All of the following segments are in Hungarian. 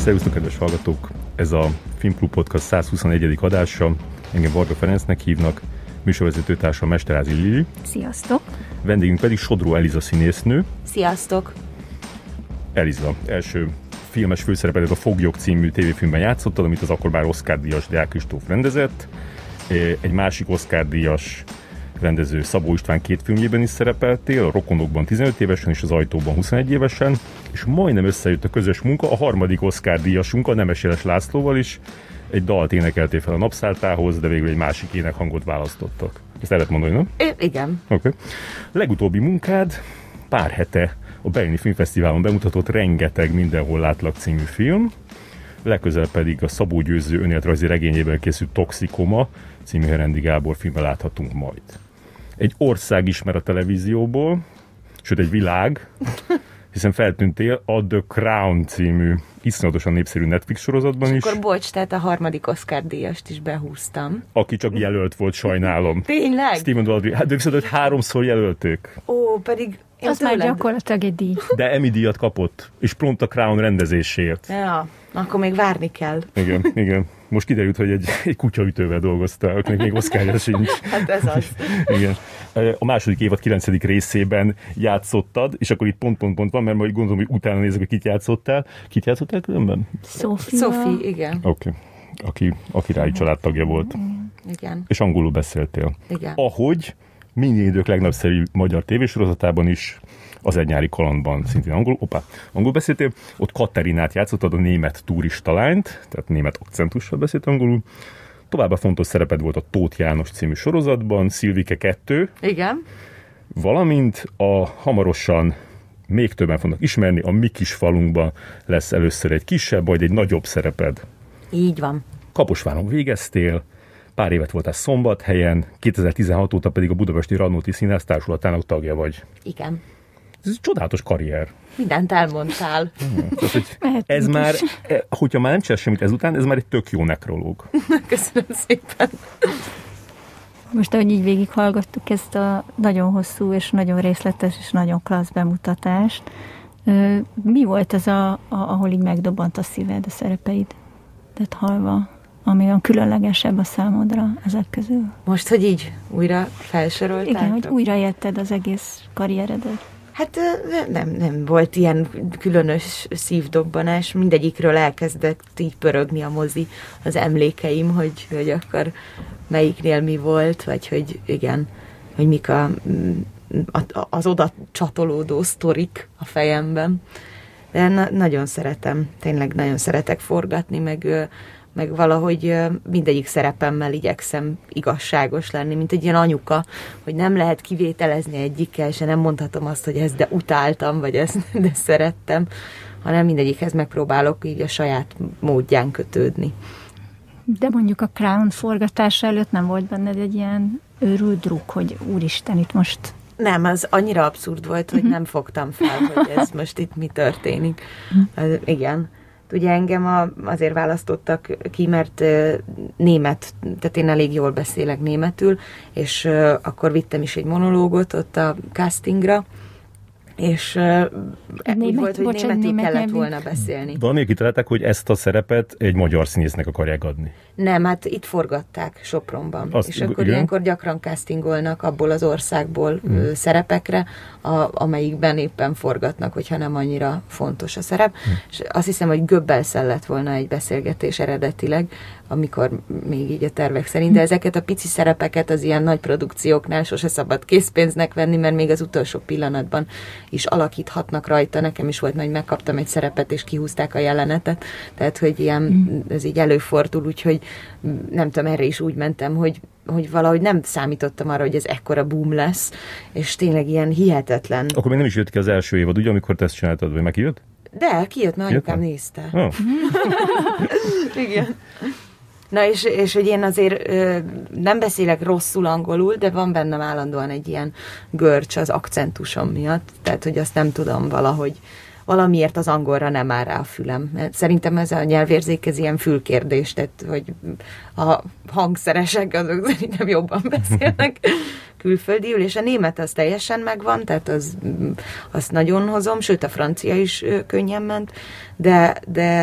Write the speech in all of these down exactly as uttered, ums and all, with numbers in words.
Szervusztok, kedves hallgatók! Ez a Filmklub Podcast száz huszonegyedik adása. Engem Varga Ferencnek hívnak, műsorvezetőtársam Mesterázi Lili. Sziasztok! Vendégünk pedig Sodró Eliza színésznő. Sziasztok! Eliza, első filmes főszerepedet a Foglyok című tévéfilmben játszottad, amit az akkor már Oscar-díjas Deák Kristóf rendezett. Egy másik Oscar-díjas rendező Szabó István két filmjében is szerepeltél, a Rokonokban tizenöt évesen és az Ajtóban huszonegy évesen, és majdnem összejött a közös munka, a harmadik Oscar-díjasunk, a Nemes Jeles Lászlóval is. Egy dalt énekeltél fel a Napszáltához, de végül egy másik énekhangot választottak. Ezt el lehet mondani, nem? I- igen. Oké. Okay. Legutóbbi munkád pár hete a Berlini Filmfesztiválon bemutatott Rengeteg mindenhol látlak című film, legközelebb pedig a Szabó Győző önéletrajzi regényében készült Toxikoma című Herendi Gábor filmben láthatunk majd. Egy ország ismer a televízióból, sőt egy világ, hiszen feltűntél a The Crown című iszonyatosan népszerű Netflix sorozatban és is. Akkor bocs, tehát a harmadik Oscar-díjast is behúztam. Aki csak jelölt volt, sajnálom. Tényleg? Stephen Daldry. Hát de viszont őt háromszor jelölték. Ó, pedig... Az már gyakorlatilag egy díj. De Emmy díjat kapott, és prompt a Crown rendezéséért. Ja, akkor még várni kell. Igen, igen. Most kiderült, hogy egy, egy kutyaütővel dolgoztál, akinek még Oscarja sincs. Hát ez az. Igen. A második évad kilencedik részében játszottad, és akkor itt pont-pont-pont van, mert majd gondolom, hogy utána nézek, hogy kit játszottál. Kit játszottál különben? Szófia. Sophie, igen. Oké. Okay. Aki a királyi családtagja volt. Igen. És angolul beszéltél. Igen. Ahogy minden idők legnagyszerűbb magyar tévésorozatában is, az Egy nyári kalandban szintén angol, opa, angol beszéltél, ott Katerinát játszottad, a német turista lányt, tehát német akcentussal beszélt angolul. Továbbá fontos szereped volt a Tóth János című sorozatban, Szilvike kettő, Igen. valamint a hamarosan még többen fognak ismerni, a Mi kis falunkban lesz először egy kisebb, vagy egy nagyobb szereped. Így van. Kaposváron végeztél, pár évet voltál Szombathelyen, kétezer-tizenhat óta pedig a Budapesti Radnóti Színház társulatának tagja vagy. Igen. Ez egy csodálatos karrier. Mindent elmondtál. Hmm, tehát, hogy ez már, hogyha már nem csinál semmit ezután, ez már egy tök jó nekrológ. Köszönöm szépen. Most, ahogy így végighallgattuk ezt a nagyon hosszú és nagyon részletes és nagyon klassz bemutatást, mi volt ez, a, a, ahol így megdobbant a szíved, a szerepeid? Tehát halva, ami olyan különlegesebb a számodra ezek közül? Most, hogy így újra felsoroltál? Igen, hogy újra érted az egész karrieredet. Hát nem, nem volt ilyen különös szívdobbanás, mindegyikről elkezdett így pörögni a mozi, az emlékeim, hogy, hogy akkor melyiknél mi volt, vagy hogy igen, hogy mik a, a, az oda csatolódó sztorik a fejemben. De na, nagyon szeretem, tényleg nagyon szeretek forgatni, meg, meg valahogy mindegyik szerepemmel igyekszem igazságos lenni, mint egy ilyen anyuka, hogy nem lehet kivételezni egyikkel, se nem mondhatom azt, hogy ezt de utáltam, vagy ezt de szerettem, hanem mindegyikhez megpróbálok így a saját módján kötődni. De mondjuk a Crown forgatása előtt nem volt benned egy ilyen őrült druk, hogy úristen, itt most... Nem, az annyira abszurd volt, hogy nem fogtam fel, hogy ez most itt mi történik. Az, igen. Ugye engem a, azért választottak ki, mert uh, német, tehát én elég jól beszélek németül, és uh, akkor vittem is egy monológot ott a castingra, és uh, német, úgy volt, hogy bocsánat, németül német kellett nyelvű. Volna beszélni. Valamiért kitalálták, hogy ezt a szerepet egy magyar színésznek akarják adni. Nem, hát itt forgatták Sopronban, Azt, és akkor igen. Ilyenkor gyakran castingolnak abból az országból hmm. szerepekre, a, amelyikben éppen forgatnak, hogyha nem annyira fontos a szerep. Hmm. És azt hiszem, hogy Göbbelszel lett volna egy beszélgetés eredetileg, amikor még így a tervek szerint, de ezeket a pici szerepeket az ilyen nagy produkcióknál sose szabad készpénznek venni, mert még az utolsó pillanatban is alakíthatnak rajta. Nekem is volt, hogy megkaptam egy szerepet, és kihúzták a jelenetet, tehát, hogy ilyen, ez így előfordul, úgyhogy nem tudom, erre is úgy mentem, hogy, hogy valahogy nem számítottam arra, hogy ez ekkora boom lesz, és tényleg ilyen hihetetlen. Akkor még nem is jött ki az első évad, ugye, amikor te ezt csináltad, vagy meg kijött? De, kijött, mert anyukám nézte. Oh. Igen. Na, és, és hogy én azért ö, nem beszélek rosszul angolul, de van bennem állandóan egy ilyen görcs az akcentusom miatt, tehát, hogy azt nem tudom valahogy, valamiért az angolra nem áll rá a fülem. Szerintem ez a nyelvérzék, ez ilyen fülkérdés, tehát, hogy a hangszeresek azok szerintem jobban beszélnek külföldiül, és a német az teljesen megvan, tehát az, azt nagyon hozom, sőt a francia is könnyen ment, de, de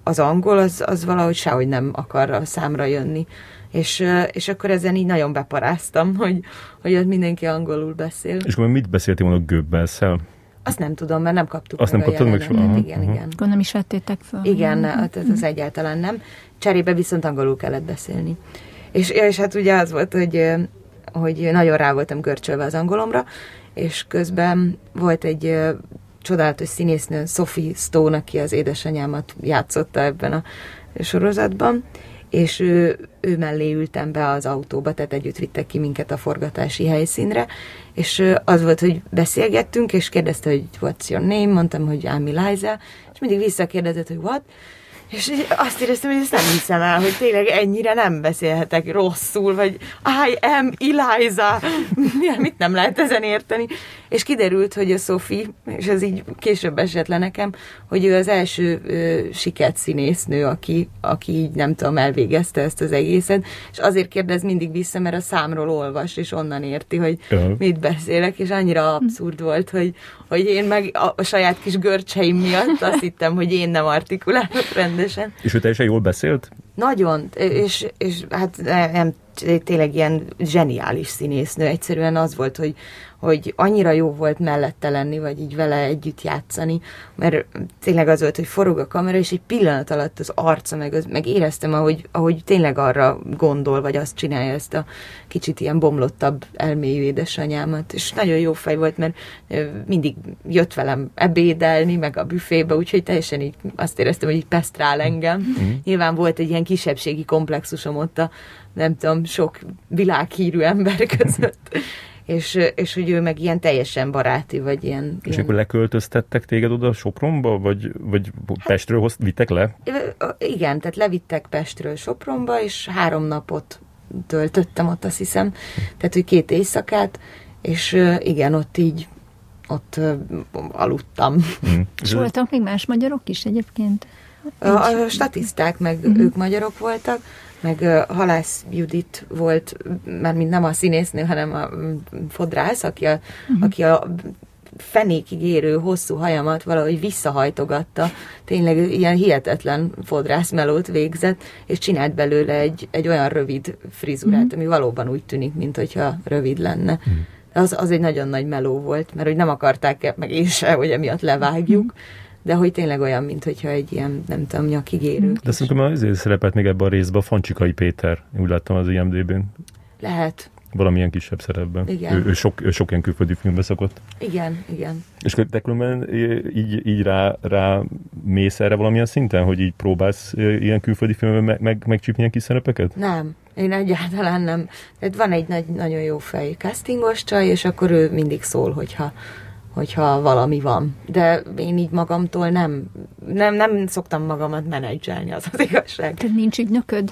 az angol, az, az valahogy sehogy nem akar a számra jönni. És, és akkor ezen így nagyon beparáztam, hogy, hogy ott mindenki angolul beszél. És akkor mit beszéltél volna Goebbels-szel? Azt nem tudom, mert nem kaptuk Azt meg nem a jelenetet. Meg, aha, igen, aha. igen. Akkor nem is vettétek fel. Igen, tehát az egyáltalán nem. Cserébe viszont angolul kellett beszélni. És, és hát ugye az volt, hogy, hogy nagyon rá voltam görcsölve az angolomra, és közben volt egy csodálatos színésznő, Sophie Stone, aki az édesanyámat játszotta ebben a sorozatban, és ő, ő mellé ültem be az autóba, tehát együtt vittek ki minket a forgatási helyszínre, és az volt, hogy beszélgettünk, és kérdezte, hogy what's your name, mondtam, hogy I'm Eliza, és mindig visszakérdezett, hogy what, és azt éreztem, hogy ezt nem hiszem el, hogy tényleg ennyire nem beszélhetek rosszul, vagy I am Eliza, mit nem lehet ezen érteni. És kiderült, hogy a Sophie, és ez így később esett le nekem, hogy ő az első ö, siket színésznő, aki, aki így nem tudom, elvégezte ezt az egészet, és azért kérdez mindig vissza, mert a számról olvas, és onnan érti, hogy uh-huh. mit beszélek, és annyira abszurd volt, hogy, hogy én meg a, a saját kis görcseim miatt azt hittem, hogy én nem artikulálok rendesen. És ő teljesen jól beszélt? Nagyon, és, és hát nem, tényleg ilyen zseniális színésznő. Egyszerűen az volt, hogy, hogy annyira jó volt mellette lenni, vagy így vele együtt játszani, mert tényleg az volt, hogy forog a kamera, és egy pillanat alatt az arca, meg, az, meg éreztem, ahogy, ahogy tényleg arra gondol, vagy azt csinálja, ezt a kicsit ilyen bomlottabb elmélyű édesanyámat. És nagyon jó fej volt, mert mindig jött velem ebédelni, meg a büfébe, úgyhogy teljesen így azt éreztem, hogy így pesztrál engem. Mm. Nyilván volt egy ilyen kisebbségi komplexusom ott a, nem tudom, sok világhírű ember között. És, és hogy ő meg ilyen teljesen baráti, vagy ilyen... És ilyen... akkor leköltöztettek téged oda Sopronba, vagy, vagy Pestről hoz, vittek le? Igen, tehát levittek Pestről Sopronba, és három napot töltöttem ott, azt hiszem. Tehát, hogy két éjszakát, és igen, ott így, ott uh, aludtam. Mm. És voltak még más magyarok is egyébként? A, a statiszták, meg mm-hmm. ők magyarok voltak, meg uh, Halász Judit volt, mármint nem a színésznő, hanem a fodrász, aki a, uh-huh. aki a fenékig érő hosszú hajamat valahogy visszahajtogatta. Tényleg ilyen hihetetlen fodrászmelót végzett, és csinált belőle egy, egy olyan rövid frizurát, uh-huh. ami valóban úgy tűnik, mint hogyha rövid lenne. Uh-huh. Az, az egy nagyon nagy meló volt, mert hogy nem akarták, meg én se, hogy emiatt levágjuk, uh-huh. de hogy tényleg olyan, mint hogyha egy ilyen, nem tudom, nyakig érő. De szerintem azért szerepelt még ebben a részben a Fancsikai Péter, úgy láttam az I M D B-n. Lehet. Valamilyen kisebb szerepben. Igen. Ő, ő, sok, ő sok ilyen külföldi filmbe szokott. Igen, igen. És te különben így, így rá, rá mész erre valamilyen szinten, hogy így próbálsz ilyen külföldi filmben meg, meg, megcsípni ilyen kis szerepeket? Nem. Én egyáltalán nem. Tehát van egy nagy, nagyon jó fej castingos csaj, és akkor ő mindig szól, hogyha hogyha valami van. De én így magamtól nem, nem, nem szoktam magamat menedzselni, az az igazság. Tehát nincs ügynököd?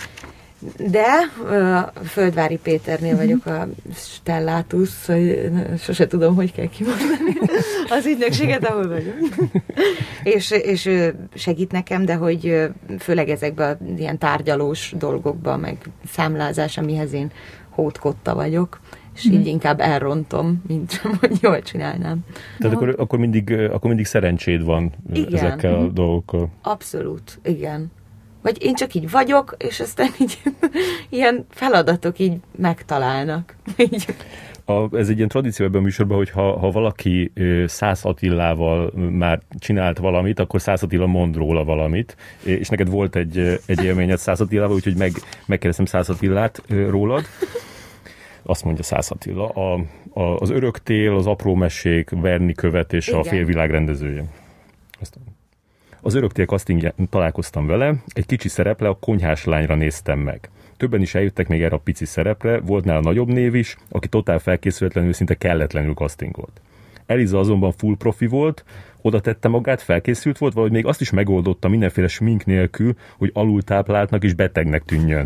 De uh, Földvári Péternél vagyok a Stellátus, hogy sose tudom, hogy kell kimondani az ügynökséget, ahol vagyok. és, és segít nekem, de hogy főleg ezekben ilyen tárgyalós dolgokban, meg számlázás, amihez én hódkotta vagyok, és így inkább elrontom, mint sem, hogy jól csinálnám. Tehát akkor, akkor, mindig, akkor mindig szerencséd van igen. ezekkel a dolgokkal. Abszolút, igen. Vagy én csak így vagyok, és aztán így ilyen feladatok így megtalálnak. Így. A, ez egy ilyen tradíció ebben a műsorban, hogy ha, ha valaki Szász Attilával már csinált valamit, akkor Szász Attila mond róla valamit, és neked volt egy, egy élményed Szász Attilával, úgyhogy meg, megkérdeztem Szász Attilát rólad. Azt mondja Szász Attila, a, a, az Öröktél, az Apró mesék, Verni követ és igen. a Félvilág rendezője. Aztán az Öröktél castingján találkoztam vele, egy kicsi szereple, a Konyhás lányra néztem meg. Többen is eljöttek még erre a pici szerepre, volt nála nagyobb név is, aki totál felkészületlenül, szinte kelletlenül castingolt. Eliza azonban full profi volt, oda tette magát, felkészült volt, valahogy még azt is megoldotta mindenféle smink nélkül, hogy alultápláltnak és betegnek tűnjön.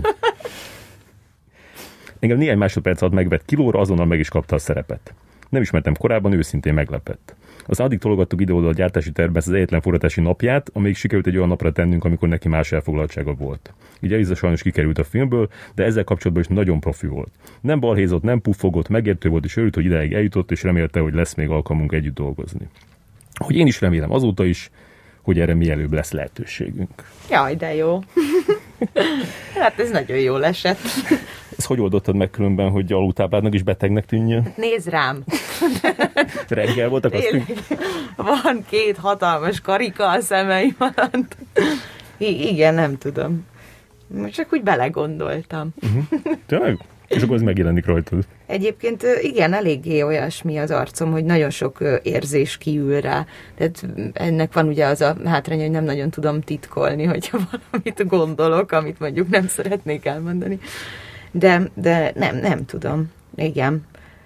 Engem néhány másodperc alatt megvett kilóra, azonnal meg is kapta a szerepet. Nem ismertem korábban, őszintén meglepett. Aztán addig tologattuk ide-oda a gyártási tervben az egyetlen forgatási napját, amelyik sikerült egy olyan napra tennünk, amikor neki más elfoglaltsága volt. Így Eliza sajnos kikerült a filmből, de ezzel kapcsolatban is nagyon profi volt. Nem balhézott, nem puffogott, megértő volt és örült, hogy ideig eljutott, és remélte, hogy lesz még alkalmunk együtt dolgozni. Hogy én is remélem azóta is, hogy erre mielőbb lesz lehetőségünk. Jaj, de jó. Hát ez nagyon jól esett. Ezt hogy oldottad meg különben, hogy alultápláltnak is betegnek tűnjön? Nézd rám! Reggel voltak azt tűnt? Van két hatalmas karika a szemeim alatt. I- igen, nem tudom. Csak úgy belegondoltam. Uh-huh. Tényleg? És akkor ez megjelenik rajtad. Egyébként igen, eléggé olyasmi az arcom, hogy nagyon sok érzés kiül rá. Tehát ennek van ugye az a hátránya, hogy nem nagyon tudom titkolni, hogyha valamit gondolok, amit mondjuk nem szeretnék elmondani. De, de nem, nem tudom. Igen.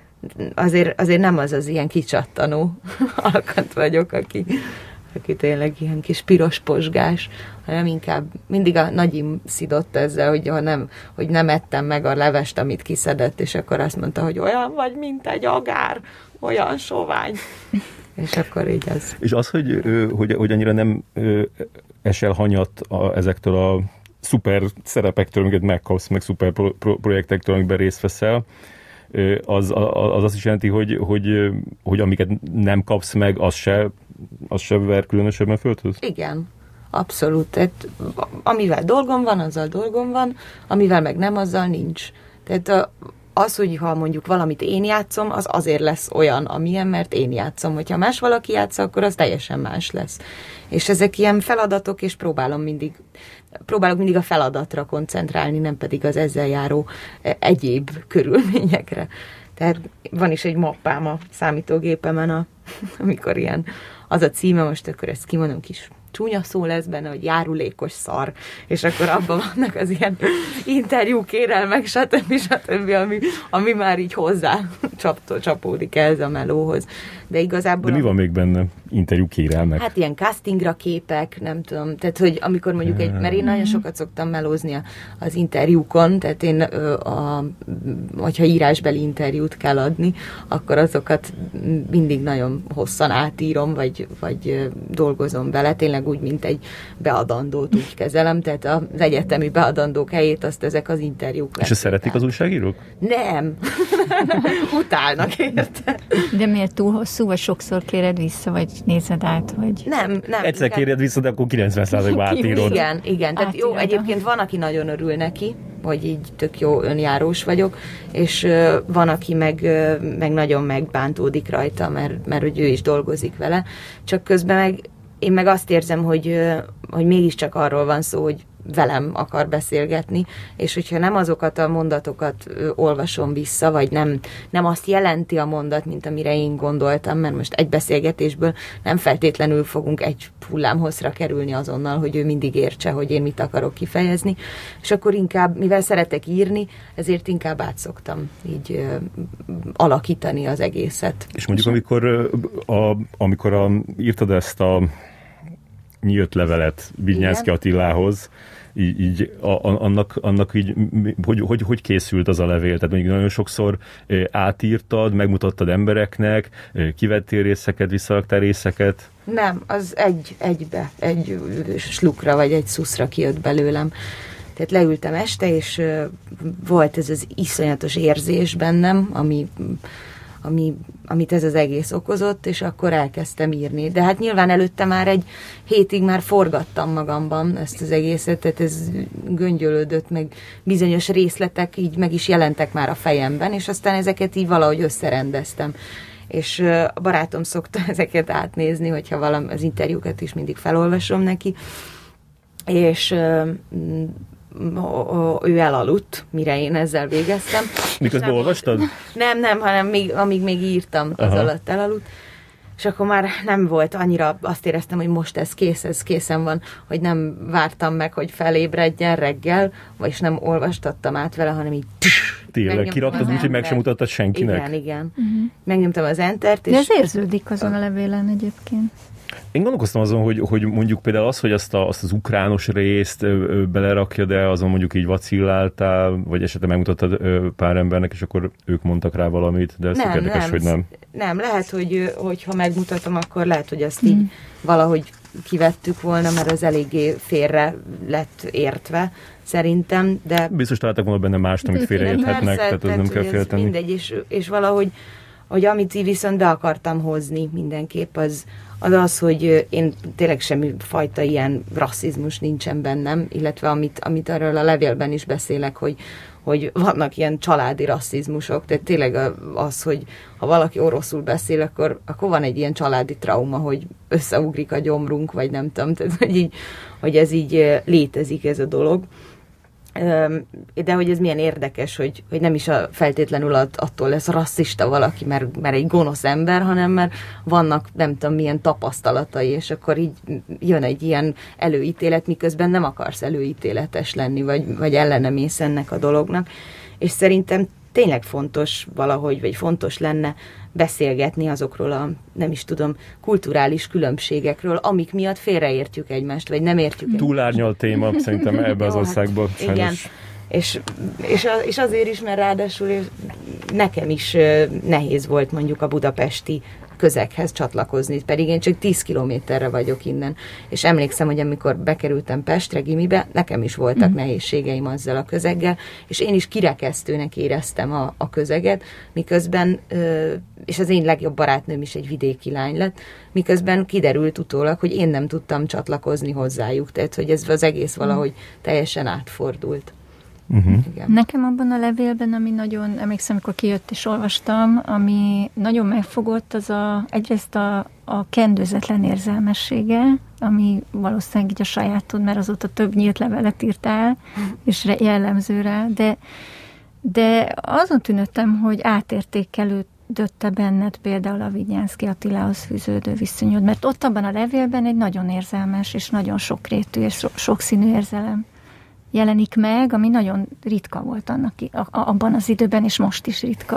Azért, azért nem az az ilyen kicsattanó alkat vagyok, aki, aki tényleg ilyen kis piros posgás, hanem inkább mindig a nagyim szidott ezzel, hogy, ha nem, hogy nem ettem meg a levest, amit kiszedett, és akkor azt mondta, hogy olyan vagy, mint egy agár, olyan sovány. És akkor így az. És az, hogy, hogy, hogy annyira nem esel hanyat a, ezektől a szuper szerepektől, amiket megkapsz, meg szuper pro, pro, projektektől, amikben részt veszel, az, az azt is jelenti, hogy, hogy, hogy amiket nem kapsz meg, az se, az se ver különösebben föltöz? Igen, abszolút. Tehát, amivel dolgom van, azzal dolgom van, amivel meg nem, azzal nincs. Tehát az, hogy ha mondjuk valamit én játszom, az azért lesz olyan, amilyen, mert én játszom. Hogyha más valaki játsza, akkor az teljesen más lesz. És ezek ilyen feladatok, és próbálom mindig, próbálok mindig a feladatra koncentrálni, nem pedig az ezzel járó egyéb körülményekre. Tehát van is egy mappám a számítógépemen, a, amikor ilyen az a címe, most akkor ezt kimondom, kis csúnya szó lesz benne, hogy járulékos szar, és akkor abban vannak az ilyen interjú kérelmek, stb. stb., ami, ami már így hozzá csaptó, csapódik ez a melóhoz. De igazából... De mi van még benne? Interjú kérelmek? Hát ilyen castingra képek, nem tudom. Tehát, hogy amikor mondjuk egy... Mert én nagyon sokat szoktam melózni az interjúkon, tehát én, a, hogyha írásbeli interjút kell adni, akkor azokat mindig nagyon hosszan átírom, vagy, vagy dolgozom vele. Tényleg úgy, mint egy beadandót úgy kezelem, tehát az egyetemi beadandók helyét azt ezek az interjúk. És ezt szeretik az újságírók? Nem. Utálnak érte. De miért túl hosszú, vagy sokszor kéred vissza, vagy nézed át, vagy... Nem, nem. Egyszer inkább... kéred vissza, de akkor kilencven százalékban átírod. Igen, igen. Tehát jó, egyébként van, aki nagyon örül neki, hogy így tök jó önjárós vagyok, és uh, van, aki meg, uh, meg nagyon megbántódik rajta, mert, mert hogy ő is dolgozik vele. Csak közben meg én meg azt érzem, hogy, hogy mégiscsak arról van szó, hogy velem akar beszélgetni, és hogyha nem azokat a mondatokat olvasom vissza, vagy nem, nem azt jelenti a mondat, mint amire én gondoltam, mert most egy beszélgetésből nem feltétlenül fogunk egy hullámhosszra kerülni azonnal, hogy ő mindig értse, hogy én mit akarok kifejezni, és akkor inkább, mivel szeretek írni, ezért inkább átszoktam így ö, alakítani az egészet. És mondjuk, amikor, a, amikor a, írtad ezt a nyílt levelet Vidnyánszky Attilához, így, így a, annak, annak így, hogy, hogy, hogy készült az a levél? Tehát mondjuk nagyon sokszor átírtad, megmutattad embereknek, kivettél részeket, visszaraktál részeket? Nem, az egy, egybe, egy slukra, vagy egy szuszra kijött belőlem. Tehát leültem este, és volt ez az iszonyatos érzés bennem, ami... Ami, amit ez az egész okozott, és akkor elkezdtem írni. De hát nyilván előtte már egy hétig már forgattam magamban ezt az egészet, tehát ez göngyölődött, meg bizonyos részletek így meg is jelentek már a fejemben, és aztán ezeket így valahogy összerendeztem. És a barátom szokta ezeket átnézni, hogyha valami, az interjúkat is mindig felolvasom neki, és ő elaludt, mire én ezzel végeztem. Miközben olvastad? Nem, nem, hanem még, amíg még írtam, az Aha. alatt elaludt. És akkor már nem volt annyira, azt éreztem, hogy most ez kész, ez készen van, hogy nem vártam meg, hogy felébredjen reggel, vagyis nem olvastattam át vele, hanem így... Tényleg, kiraktad úgy, hogy meg sem mutattad senkinek? Igen, igen. Uh-huh. Megnyomtam az entert, és... De ez érződik azon a levélen egyébként. Én gondolkoztam azon, hogy, hogy mondjuk például az, hogy azt, a, azt az ukrános részt ö, belerakja, de azon mondjuk így vacilláltál, vagy esetleg megmutattad ö, pár embernek, és akkor ők mondtak rá valamit, de ez nem, érdekes, nem, hogy nem. Nem, lehet, hogy, hogy ha megmutatom, akkor lehet, hogy azt így mm. valahogy kivettük volna, mert az eléggé félre lett értve, szerintem, de... Biztos találtak volna benne mást, amit félreérthetnek, tehát ez nem kell félteni. Mindegy, és, és valahogy hogy amit viszont be akartam hozni mindenképp, az az, az hogy én tényleg semmi fajta ilyen rasszizmus nincsen bennem, illetve amit, amit arról a levélben is beszélek, hogy, hogy vannak ilyen családi rasszizmusok, tehát tényleg az, hogy ha valaki oroszul beszél, akkor, akkor van egy ilyen családi trauma, hogy összeugrik a gyomrunk, vagy nem tudom, tehát hogy, így, hogy ez így létezik ez a dolog. De hogy ez milyen érdekes, hogy, hogy nem is a, feltétlenül attól lesz rasszista valaki, mert, mert egy gonosz ember, hanem mert vannak nem tudom milyen tapasztalatai, és akkor így jön egy ilyen előítélet, miközben nem akarsz előítéletes lenni, vagy, vagy ellenemész ennek a dolognak. És szerintem tényleg fontos valahogy, vagy fontos lenne beszélgetni azokról a, nem is tudom, kulturális különbségekről, amik miatt félreértjük egymást, vagy nem értjük egymást. Túlárnyalt téma szerintem ebbe az országból. Hát, igen, és, és, és azért is, mert ráadásul nekem is nehéz volt mondjuk a budapesti közeghez csatlakozni, pedig én csak tíz kilométerre vagyok innen. És emlékszem, hogy amikor bekerültem Pestre gimibe, nekem is voltak mm. nehézségeim azzal a közeggel, és én is kirekesztőnek éreztem a, a közeget, miközben, és az én legjobb barátnőm is egy vidéki lány lett, miközben kiderült utólag, hogy én nem tudtam csatlakozni hozzájuk, tehát hogy ez az egész valahogy teljesen átfordult. Uh-huh. Nekem abban a levélben, ami nagyon, emlékszem, amikor kijött és olvastam, ami nagyon megfogott, az a, egyrészt a, a kendőzetlen érzelmessége, ami valószínűleg így a sajátod, mert azóta több nyílt levelet írtál, uh-huh. és jellemző rá, de, de azon tűnöttem, hogy átértékelődötte benned például a Vidnyánszky Attilához fűződő viszonyod, mert ott abban a levélben egy nagyon érzelmes és nagyon sokrétű és sokszínű érzelem jelenik meg, ami nagyon ritka volt annak, abban az időben, és most is ritka.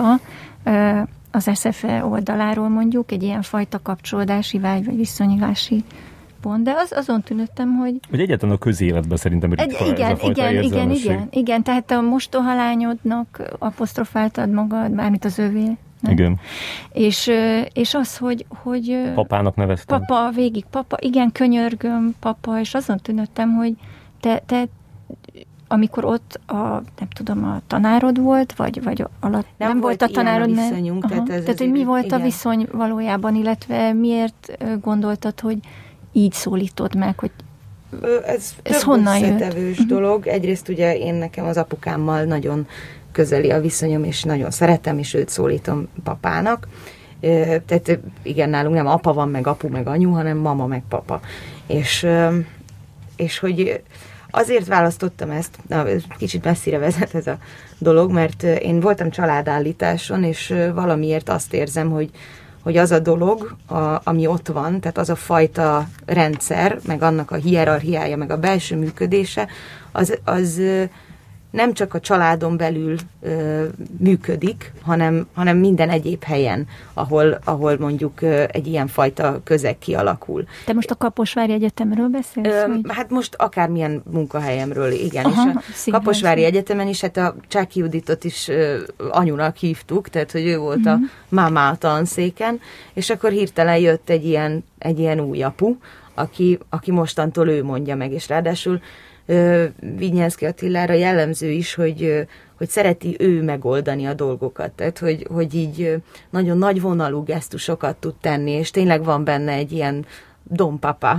Az es ef e oldaláról mondjuk egy ilyen fajta kapcsolódási vágy, vagy viszonyulási pont, de az, azon tűnöttem, hogy... Hogy egyáltalán a közéletben szerintem ritka igen, ez a fajta igen, igen, igen, igen, tehát a mostoha lányodnak apostrofáltad magad, mármint az övé. Nem? Igen. És, és az, hogy, hogy... Papának neveztem. Papa, végig papa, igen, könyörgöm, papa, és azon tűnöttem, hogy te, te amikor ott a, nem tudom, a tanárod volt, vagy, vagy alatt nem, nem volt a tanárod, a viszonyunk, mert, tehát, aha, ez tehát hogy mi volt igen. a viszony valójában, illetve miért gondoltad, hogy így szólítod meg, hogy ez, ez honnan jött? Összetevős dolog. Egyrészt ugye én nekem az apukámmal nagyon közeli a viszonyom, és nagyon szeretem, és őt szólítom papának. Tehát igen, nálunk nem apa van, meg apu, meg anyu, hanem mama, meg papa. És, és hogy azért választottam ezt, na, kicsit messzire vezet ez a dolog, mert én voltam családállításon, és valamiért azt érzem, hogy, hogy az a dolog, a, ami ott van, tehát az a fajta rendszer, meg annak a hierarchiája, meg a belső működése, az, az nem csak a családon belül ö, működik, hanem, hanem minden egyéb helyen, ahol, ahol mondjuk ö, egy ilyen fajta közeg kialakul. Te most a Kaposvári Egyetemről beszélsz? Ö, hát most akármilyen munkahelyemről, igen. Aha, és a színház. Kaposvári Egyetemen is, hát a Csáky Juditot is ö, anyunak hívtuk, tehát hogy ő volt uh-huh. a mámá a tanszéken, és akkor hirtelen jött egy ilyen, egy ilyen új apu, aki, aki mostantól ő mondja meg, és ráadásul Vidnyánszky Attilára jellemző is, hogy, hogy szereti ő megoldani a dolgokat, tehát hogy, hogy így nagyon nagy vonalú gesztusokat tud tenni, és tényleg van benne egy ilyen Don Papa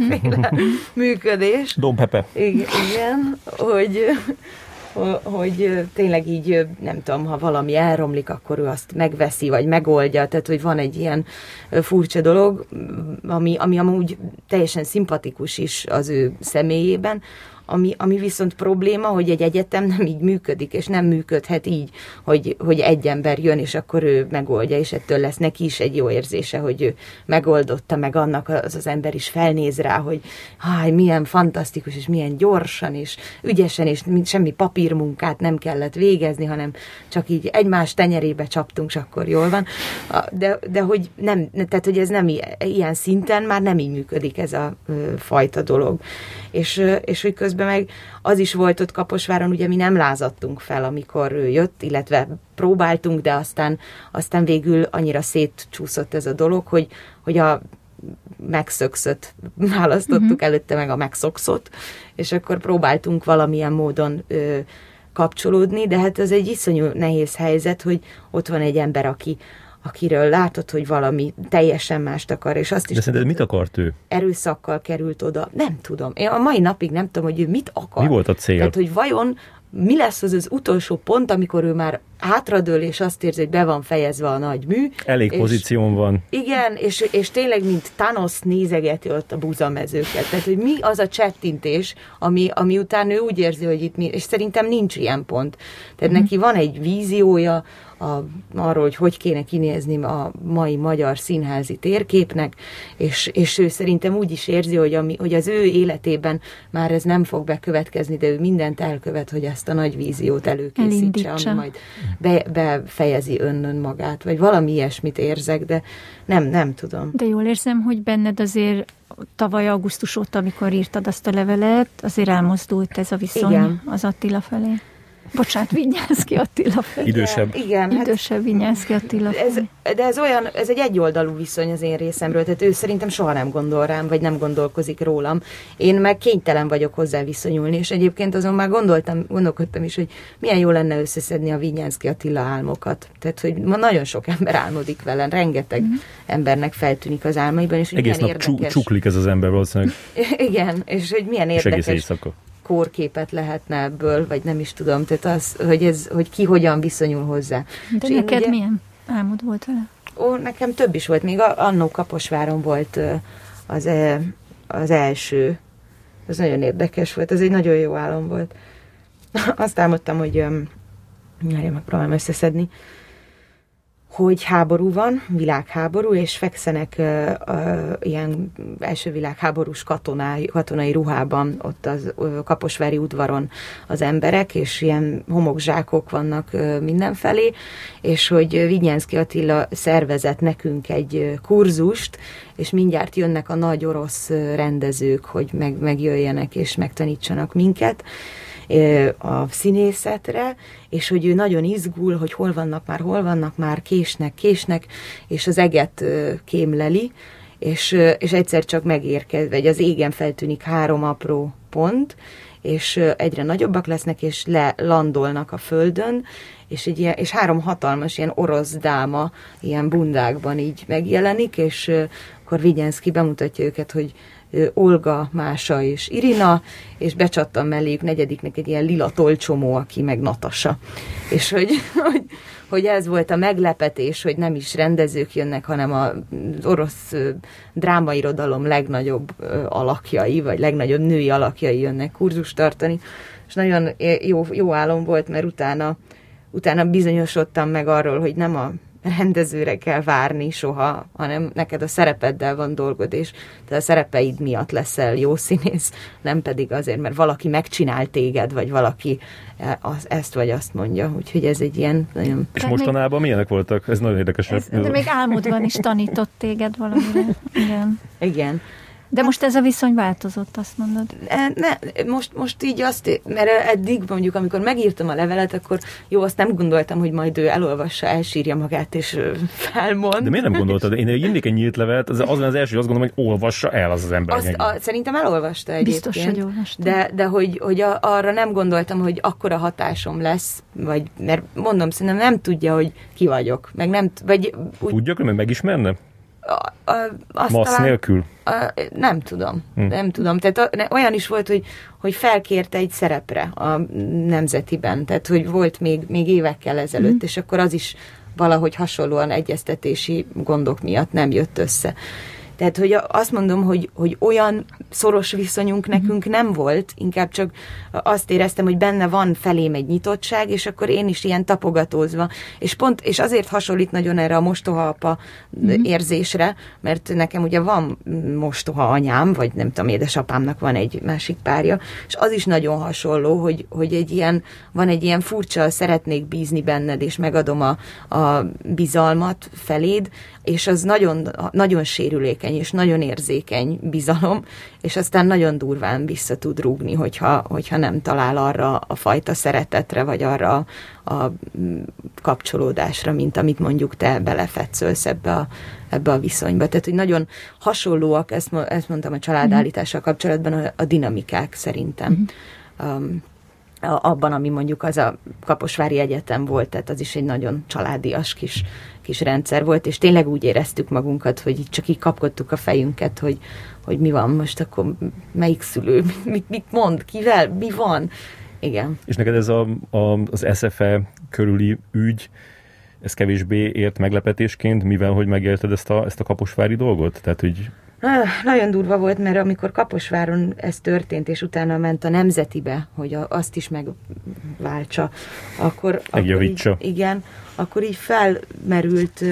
működés. Don Pepe. Igen, hogy, hogy tényleg így, nem tudom, ha valami elromlik, akkor ő azt megveszi, vagy megoldja, tehát hogy van egy ilyen furcsa dolog, ami, ami amúgy teljesen szimpatikus is az ő személyében, Ami, ami viszont probléma, hogy egy egyetem nem így működik, és nem működhet így, hogy, hogy egy ember jön, és akkor ő megoldja, és ettől lesz neki is egy jó érzése, hogy ő megoldotta, meg annak az az ember is felnéz rá, hogy háj, milyen fantasztikus, és milyen gyorsan, és ügyesen, és semmi papírmunkát nem kellett végezni, hanem csak így egymás tenyerébe csaptunk, és akkor jól van. De, de hogy nem, tehát, hogy ez nem ilyen szinten már nem így működik ez a fajta dolog. És, és hogy közben meg az is volt ott Kaposváron, ugye mi nem lázadtunk fel, amikor ő jött, illetve próbáltunk, de aztán, aztán végül annyira szétcsúszott ez a dolog, hogy, hogy a megszökszött választottuk uh-huh. előtte, meg a megszokszott, és akkor próbáltunk valamilyen módon ö, kapcsolódni, de hát ez egy iszonyú nehéz helyzet, hogy ott van egy ember, aki akiről látod, hogy valami teljesen mást akar, és azt is... De szerinted mit akart ő? Erőszakkal került oda. Nem tudom. Én a mai napig nem tudom, hogy ő mit akar. Mi volt a cél? Tehát, hogy vajon mi lesz az az utolsó pont, amikor ő már hátradől, és azt érzi, hogy be van fejezve a nagy mű. Elég és, pozíción van. Igen, és, és tényleg, mint Thanos nézegeti ott a búzamezőket. Tehát, hogy mi az a csettintés, ami, ami után ő úgy érzi, hogy itt mi, és szerintem nincs ilyen pont. Tehát mm. neki van egy víziója, A, arról, hogy hogy kéne kinézni a mai magyar színházi térképnek, és, és ő szerintem úgy is érzi, hogy, ami, hogy az ő életében már ez nem fog bekövetkezni, de ő mindent elkövet, hogy ezt a nagy víziót előkészítse, Elindítsa. ami majd be, befejezi önnön magát, vagy valami ilyesmit érzek, de nem, nem tudom. De jól érzem, hogy benned azért tavaly augusztus óta, amikor írtad azt a levelet, azért elmozdult ez a viszony Igen. az Attila felé. Bocsánat, Vinyánszky Attila felé. Idősebb. Igen, Idősebb Vinyánszky Attila felé. ez, de ez olyan, ez egy egyoldalú viszony az én részemről, tehát ő szerintem soha nem gondol rám, vagy nem gondolkozik rólam. Én meg kénytelen vagyok hozzá viszonyulni, és egyébként azon már gondoltam, gondolkodtam is, hogy milyen jó lenne összeszedni a Vinyánszky Attila álmokat. Tehát, hogy ma nagyon sok ember álmodik vele, rengeteg mm. embernek feltűnik az álmaiban, és Egész nap érdekes... csuklik ez az ember valószínűleg. Igen, és hogy milyen És érdekes... egész éjszaka. kórképet lehetne ebből, vagy nem is tudom, tehát az, hogy, ez, hogy ki hogyan viszonyul hozzá. De és neked ugye, milyen álmod volt vele? Ó, nekem több is volt, még annó Kaposváron volt az, az első, az nagyon érdekes volt, ez egy nagyon jó álom volt. Azt álmodtam, hogy nyárja, megpróbálom összeszedni, hogy háború van, világháború, és fekszenek uh, uh, ilyen első világháborús katonái, katonai ruhában ott az uh, kaposvári udvaron az emberek, és ilyen homokzsákok vannak uh, mindenfelé, és hogy Vinyánszky Attila szervezett nekünk egy uh, kurzust, és mindjárt jönnek a nagy orosz uh, rendezők, hogy meg, megjöjjenek és megtanítsanak minket a színészetre, és hogy ő nagyon izgul, hogy hol vannak már, hol vannak már, késnek, késnek, és az eget kémleli, és, és egyszer csak megérkez, vagy az égen feltűnik három apró pont, és egyre nagyobbak lesznek, és lelandolnak a földön, és, egy ilyen, és három hatalmas ilyen orosz dáma ilyen bundákban így megjelenik, és akkor Vinyánszky bemutatja őket, hogy Olga, Mása és Irina, és becsattan melléjük negyediknek egy ilyen lila tolcsomó, aki meg Natasa. És hogy, hogy, hogy ez volt a meglepetés, hogy nem is rendezők jönnek, hanem az orosz drámairodalom legnagyobb alakjai, vagy legnagyobb női alakjai jönnek kurzust tartani. És nagyon jó, jó álom volt, mert utána, utána bizonyosodtam meg arról, hogy nem a rendezőre kell várni soha, hanem neked a szerepeddel van dolgod, és te a szerepeid miatt leszel jó színész, nem pedig azért, mert valaki megcsinál téged, vagy valaki az, ezt vagy azt mondja. Úgyhogy ez egy ilyen nagyon... És mostanában milyenek voltak? Ez nagyon érdekes. Ez, de még álmodban is tanított téged valamire. Igen. Igen. De most ez a viszony változott, azt mondod? Ne, most, most így azt, mert eddig mondjuk, amikor megírtam a levelet, akkor jó, azt nem gondoltam, hogy majd ő elolvassa, elsírja magát, és felmond. De miért nem gondoltad? Én írnék egy nyílt levelet, az, az az első, hogy azt gondolom, hogy olvassa el az az ember. Azt, a, szerintem elolvasta egyébként. Biztos, hogy olvasta. De, de hogy, hogy a, arra nem gondoltam, hogy akkora hatásom lesz, vagy, mert mondom, szerintem nem tudja, hogy ki vagyok. Meg nem, vagy, úgy, tudja, hogy megismerne? A, a, azt Massz talán, nélkül? A, nem tudom. Hm. Nem tudom. Tehát a, olyan is volt, hogy, hogy felkérte egy szerepre a Nemzetiben. Tehát, hogy volt még, még évekkel ezelőtt, hm. és akkor az is valahogy hasonlóan egyeztetési gondok miatt nem jött össze. Tehát, hogy azt mondom, hogy, hogy olyan szoros viszonyunk nekünk nem volt, inkább csak azt éreztem, hogy benne van felém egy nyitottság, és akkor én is ilyen tapogatózva. És pont, és azért hasonlít nagyon erre a mostohaapa mm-hmm. érzésre, mert nekem ugye van mostoha anyám, vagy nem tudom, édesapámnak van egy másik párja, és az is nagyon hasonló, hogy, hogy egy ilyen, van egy ilyen furcsa, szeretnék bízni benned, és megadom a, a bizalmat feléd, és az nagyon, nagyon sérülékeny, és nagyon érzékeny bizalom, és aztán nagyon durván vissza tud rúgni, hogyha, hogyha nem talál arra a fajta szeretetre, vagy arra a kapcsolódásra, mint amit mondjuk te belefetszölsz ebbe a, ebbe a viszonyba. Tehát, hogy nagyon hasonlóak, ezt, ezt mondtam a családállítással kapcsolatban, a, a dinamikák szerintem. Mm-hmm. Um, abban, ami mondjuk az a Kaposvári Egyetem volt, tehát az is egy nagyon családias kis, kis rendszer volt, és tényleg úgy éreztük magunkat, hogy itt csak így kapkodtuk a fejünket, hogy, hogy mi van most, akkor melyik szülő, mit, mit mond, kivel, mi van. Igen. És neked ez a, a, az es ef e körüli ügy, ez kevésbé ért meglepetésként, mivel hogy megélted ezt a, ezt a kaposvári dolgot? Tehát, hogy... Nagyon durva volt, mert amikor Kaposváron ez történt, és utána ment a Nemzetibe, hogy a, azt is megváltsa, akkor, akkor így, igen, akkor így felmerült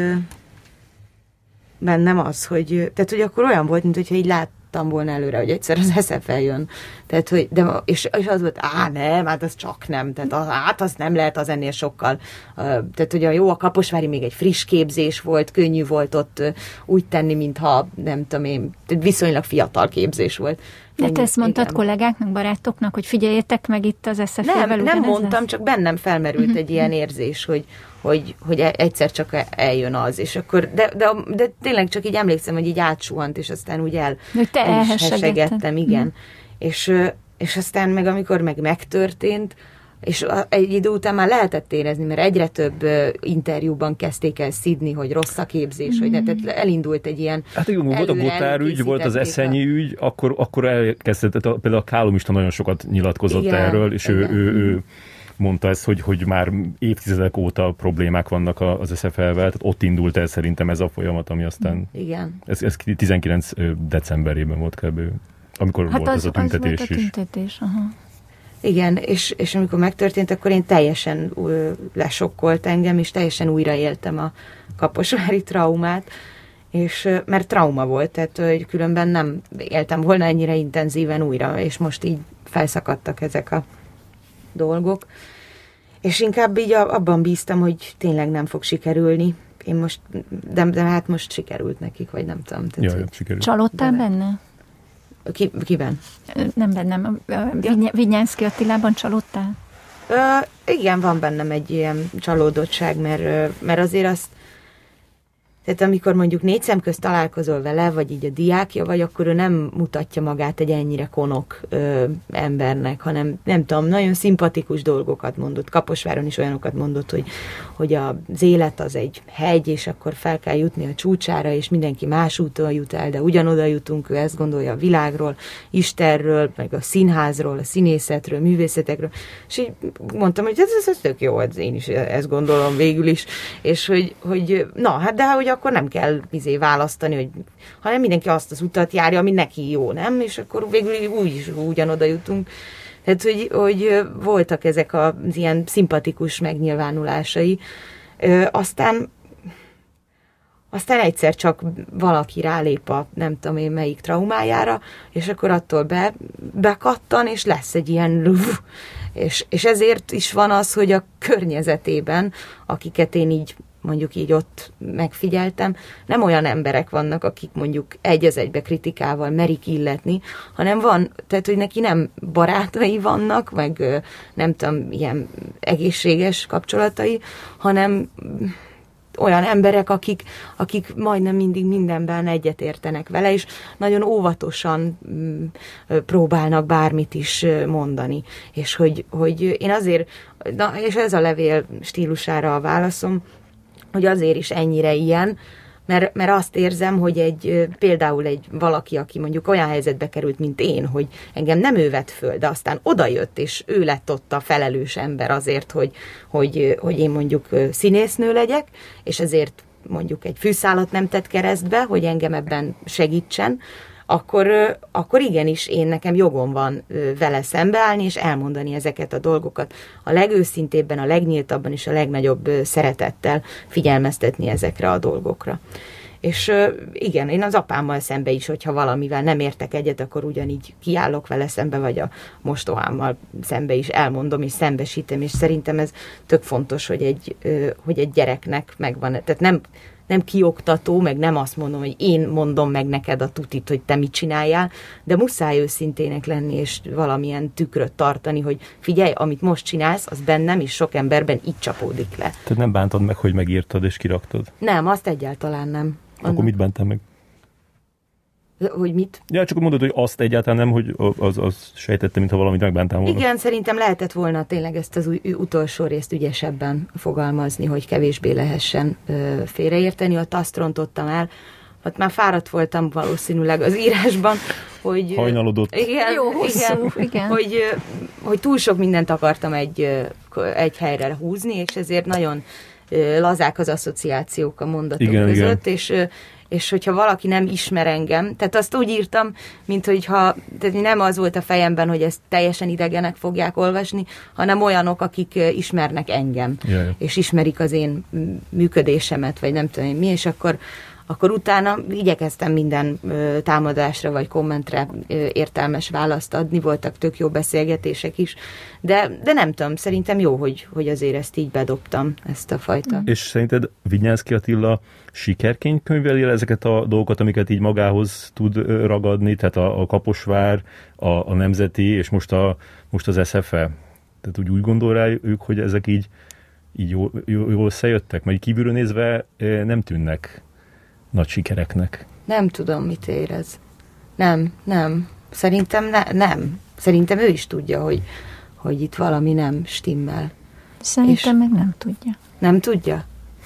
bennem az, hogy, tehát, hogy akkor olyan volt, mint hogyha így láttam volna előre, hogy egyszer az es ef e jön. Tehát, hogy, de, és, és az volt, á, nem, hát az csak nem, tehát az, hát az nem lehet az ennél sokkal. Uh, tehát, hogy a jó, a Kaposvári még egy friss képzés volt, könnyű volt ott uh, úgy tenni, mintha, nem tudom én, viszonylag fiatal képzés volt. De te ezt mondtad igen. kollégáknak, barátoknak, hogy figyeljétek meg itt az es ef e-vel? Nem, nem mondtam, lesz? Csak bennem felmerült uh-huh. egy ilyen érzés, hogy, hogy, hogy egyszer csak eljön az, és akkor, de, de, de tényleg csak így emlékszem, hogy így átsuhant, és aztán úgy el, te el is hesegettem, igen. Uh-huh. És, és aztán meg amikor meg megtörtént, és egy idő után már lehetett érezni, mert egyre több interjúban kezdték el szidni, hogy rossz a képzés, mm. hogy ne, tehát elindult egy ilyen... Hát igen, volt a Gotár ügy, volt az Eszenyi ügy, akkor, akkor elkezdett, például a Kálomista nagyon sokat nyilatkozott igen, erről, és ő, ő, ő mondta ezt, hogy, hogy már évtizedek óta problémák vannak az es ef e-vel, tehát ott indult el szerintem ez a folyamat, ami aztán... Igen. Ez, ez tizenkilenc decemberében volt kb. Amikor hát volt az, ez a tüntetés az volt a tüntetés, is. Aha. Igen, és, és amikor megtörtént, akkor én teljesen uh, lesokkolt engem, és teljesen újraéltem a kaposvári traumát, és uh, mert trauma volt, tehát hogy különben nem éltem volna ennyire intenzíven újra, és most így felszakadtak ezek a dolgok. És inkább így abban bíztam, hogy tényleg nem fog sikerülni. Én most, de, de hát most sikerült nekik, vagy nem tudom. Tehát, Jaj, sikerült. Csalódtál benne? Ki, kiben? Nem bennem. Vinyánszky Attilában csalódtál? Ö, igen, van bennem egy ilyen csalódottság, mert, mert azért azt, tehát amikor mondjuk négy szem közt találkozol vele, vagy így a diákja vagy, akkor ő nem mutatja magát egy ennyire konok ö, embernek, hanem nem tudom, nagyon szimpatikus dolgokat mondott. Kaposváron is olyanokat mondott, hogy, hogy az élet az egy hegy, és akkor fel kell jutni a csúcsára, és mindenki más úton jut el, de ugyanoda jutunk, ő ezt gondolja a világról, Istenről, meg a színházról, a színészetről, művészetekről, és így mondtam, hogy ez, ez, ez tök jó, ez én is ezt gondolom végül is, és hogy, hogy na, hát de hogy akkor nem kell izé választani, hogy, hanem mindenki azt az utat járja, ami neki jó, nem? És akkor végül úgy is ugyanoda jutunk. Tehát, hogy, hogy voltak ezek az ilyen szimpatikus megnyilvánulásai. Ö, aztán aztán egyszer csak valaki rálép a nem tudom én melyik traumájára, és akkor attól be, bekattan, és lesz egy ilyen és, és ezért is van az, hogy a környezetében, akiket én így mondjuk így ott megfigyeltem, nem olyan emberek vannak, akik mondjuk egy az egybe kritikával merik illetni, hanem van, tehát, hogy neki nem barátai vannak, meg nem tudom, ilyen egészséges kapcsolatai, hanem olyan emberek, akik, akik majdnem mindig mindenben egyetértenek vele, és nagyon óvatosan mm, próbálnak bármit is mondani. És hogy, hogy én azért, na, és ez a levél stílusára a válaszom, hogy azért is ennyire ilyen, mert, mert azt érzem, hogy egy például egy valaki, aki mondjuk olyan helyzetbe került, mint én, hogy engem nem ő vett föl, de aztán odajött, és ő lett ott a felelős ember azért, hogy, hogy, hogy én mondjuk színésznő legyek, és ezért mondjuk egy fűszálat nem tett keresztbe, hogy engem ebben segítsen, akkor, akkor igenis én nekem jogom van vele szembeállni, és elmondani ezeket a dolgokat. A legőszintébben, a legnyíltabban és a legnagyobb szeretettel figyelmeztetni ezekre a dolgokra. És igen, én az apámmal szembe is, hogyha valamivel nem értek egyet, akkor ugyanígy kiállok vele szembe, vagy a mostohámmal szembe is elmondom, és szembesítem, és szerintem ez tök fontos, hogy egy, hogy egy gyereknek megvan, tehát nem nem kioktató, meg nem azt mondom, hogy én mondom meg neked a tutit, hogy te mit csináljál, de muszáj őszintének lenni, és valamilyen tükröt tartani, hogy figyelj, amit most csinálsz, az bennem és sok emberben így csapódik le. Tehát nem bántad meg, hogy megírtad és kiraktad? Nem, azt egyáltalán nem. Akkor Annak... mit bántál meg? Hogy mit? Ja, csak mondod, hogy azt egyáltalán nem, hogy az, az sejtette, mintha valamit megbántál volna. Igen, szerintem lehetett volna tényleg ezt az utolsó részt ügyesebben fogalmazni, hogy kevésbé lehessen ö, félreérteni. Ott azt rontottam el, ott már fáradt voltam valószínűleg az írásban, hogy... Hajnalodott. Igen, jó hosszú, igen, igen. Hogy, hogy túl sok mindent akartam egy, egy helyre húzni, és ezért nagyon lazák az asszociációk a mondatok igen, között, igen. és... és hogyha valaki nem ismer engem, tehát azt úgy írtam, mint hogyha, tehát nem az volt a fejemben, hogy ezt teljesen idegenek fogják olvasni, hanem olyanok, akik ismernek engem, Jaj. és ismerik az én működésemet, vagy nem tudom én mi, és akkor, akkor utána igyekeztem minden ö, támadásra vagy kommentre ö, értelmes választ adni, voltak tök jó beszélgetések is, de, de nem tudom, szerintem jó, hogy, hogy azért ezt így bedobtam, ezt a fajta. És szerinted Vidnyánszky Attila sikerként könyveli el ezeket a dolgokat, amiket így magához tud ragadni, tehát a, a Kaposvár, a, a Nemzeti, és most, a, most az es ef e? Tehát úgy, úgy gondol rá ők, hogy ezek így, így jól, jól összejöttek? Mert kívülről nézve nem tűnnek nagy sikereknek. Nem tudom, mit érez. Nem, nem. Szerintem ne, nem. Szerintem ő is tudja, hogy, hogy itt valami nem stimmel. Szerintem és meg nem tudja. Nem tudja?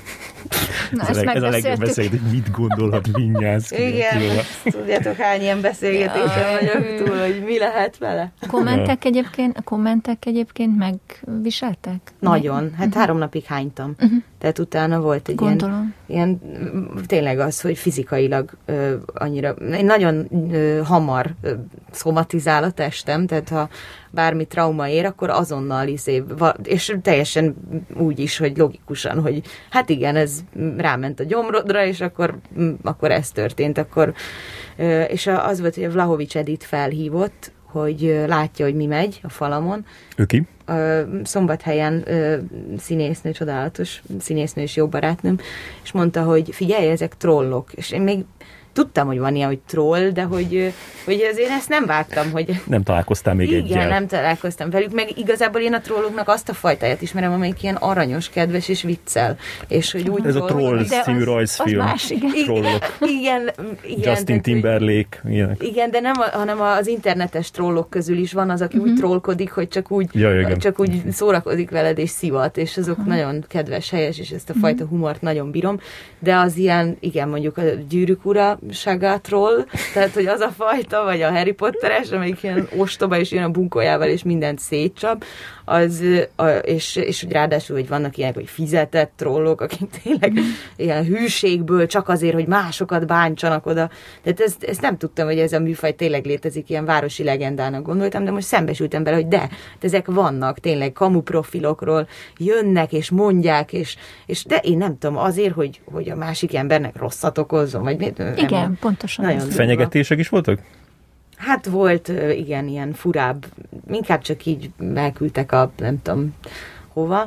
Na, ez, a, ez a legjobb beszélgetés, hogy mit gondolhat Vidnyánszky. Igen, tudjátok, hány ilyen beszélgetésen vagyok túl, hogy mi lehet vele. A kommentek, ja. egyébként, a kommentek egyébként megviseltek? Nagyon. Hát uh-huh. három napig hánytam. Uh-huh. Tehát utána volt egy Gondolom. ilyen, ilyen, tényleg az, hogy fizikailag ö, annyira, nagyon ö, hamar ö, szomatizál a testem, tehát ha bármi trauma ér, akkor azonnal izé, és teljesen úgy is, hogy logikusan, hogy hát igen, ez ráment a gyomrodra, és akkor, akkor ez történt. Akkor, és az volt, hogy a Vlahovics Edith felhívott, hogy látja, hogy mi megy a falamon. Ő ki? Szombathelyen színésznő, csodálatos színésznő és jó barátnőm, és mondta, hogy figyelj, ezek trollok. És én még tudtam, hogy van ilyen, hogy troll, de hogy, hogy azért ezt nem vágtam, hogy... Nem találkoztál még egyel. Igen, nem találkoztam velük, meg igazából én a trolloknak azt a fajtáját ismerem, amelyik ilyen aranyos, kedves és viccel. És hogy úgy ez troll, a Trolls című rajzfilm. Az más, igen. Trollok. Igen, igen. Justin Timberlake. Ilyenek. Igen, de nem, hanem az internetes trollok közül is van az, aki uh-huh. úgy trollkodik, hogy csak úgy, ja, csak úgy szórakozik veled és szivat, és azok uh-huh. nagyon kedves, helyes, és ezt a fajta uh-huh. humort nagyon bírom. De az ilyen, igen, mondjuk a Gyűrűk ura Saga troll, tehát hogy az a fajta, vagy a Harry Potteres, amelyik ilyen ostoba, és jön a bunkójával, és mindent szétcsap, az, a, és, és ráadásul, hogy vannak ilyenek, hogy fizetett trollok, akik tényleg ilyen hűségből, csak azért, hogy másokat bántsanak oda. Tehát ezt, ezt nem tudtam, hogy ez a műfaj tényleg létezik, ilyen városi legendának gondoltam, de most szembesültem vele, hogy de, de ezek vannak, tényleg kamu profilokról jönnek, és mondják, és, és de én nem tudom, azért, hogy, hogy a másik embernek rosszat okozzon, vagy mit? Igen, nem, pontosan. Nagyon fenyegetések is voltak? Hát volt, igen, ilyen furább, inkább csak így elküldtek a nem tudom hova.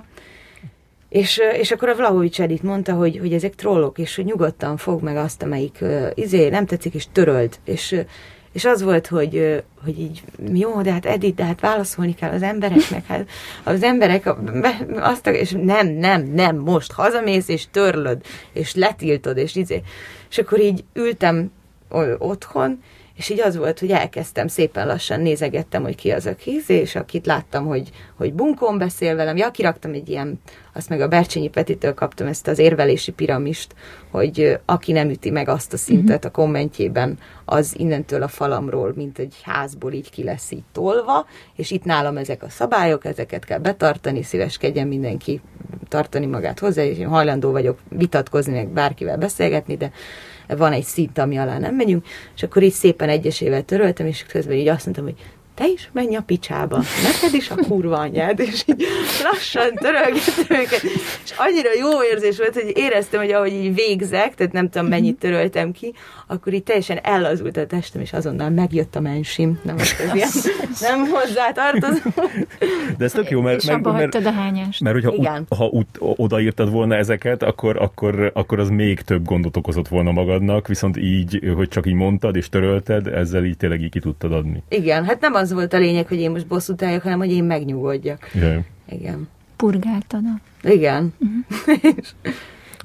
És, és akkor a Vlahovics Edith mondta, hogy, hogy ezek trollok, és hogy nyugodtan fog meg azt, amelyik uh, izé, nem tetszik, és töröld. És, uh, és az volt, hogy, uh, hogy így, jó, de hát Edith, de hát válaszolni kell az embereknek. Hát az emberek azt, és nem, nem, nem, most hazamész, és törlöd, és letiltod, és izé. És akkor így ültem otthon, és így az volt, hogy elkezdtem, szépen lassan nézegettem, hogy ki az a kíz, és akit láttam, hogy, hogy bunkón beszél velem. Ja, kiraktam egy ilyen, azt meg a Bercsényi Petitől kaptam ezt az érvelési piramist, hogy aki nem üti meg azt a szintet a kommentjében, az innentől a falamról, mint egy házból így ki lesz így tolva, és itt nálam ezek a szabályok, ezeket kell betartani, szíveskedjen mindenki tartani magát hozzá, és én hajlandó vagyok vitatkozni, meg bárkivel beszélgetni, de van egy szint, ami alá nem megyünk, és akkor így szépen egyesével töröltem, és közben így azt mondtam, hogy te is menj a picsába, neked is a kurva anyád, és így lassan törölgettem őket, és annyira jó érzés volt, hogy éreztem, hogy ahogy így végzek, tehát nem tudom mennyit töröltem ki, akkor így teljesen ellazult a testem, és azonnal megjött a mensim, nem az ilyen, nem hozzá tartozom. De ez tök jó, mert... És abba hagytad a hányást. Mert hogyha ut, ha ut, odaírtad volna ezeket, akkor, akkor, akkor az még több gondot okozott volna magadnak, viszont így, hogy csak így mondtad és törölted, ezzel így tényleg így ki tudtad adni. Igen, hát nem az volt a lényeg, hogy én most bosszút álljak, hanem hogy én megnyugodjak. Jaj. Igen. Purgáltad. Igen. Uh-huh.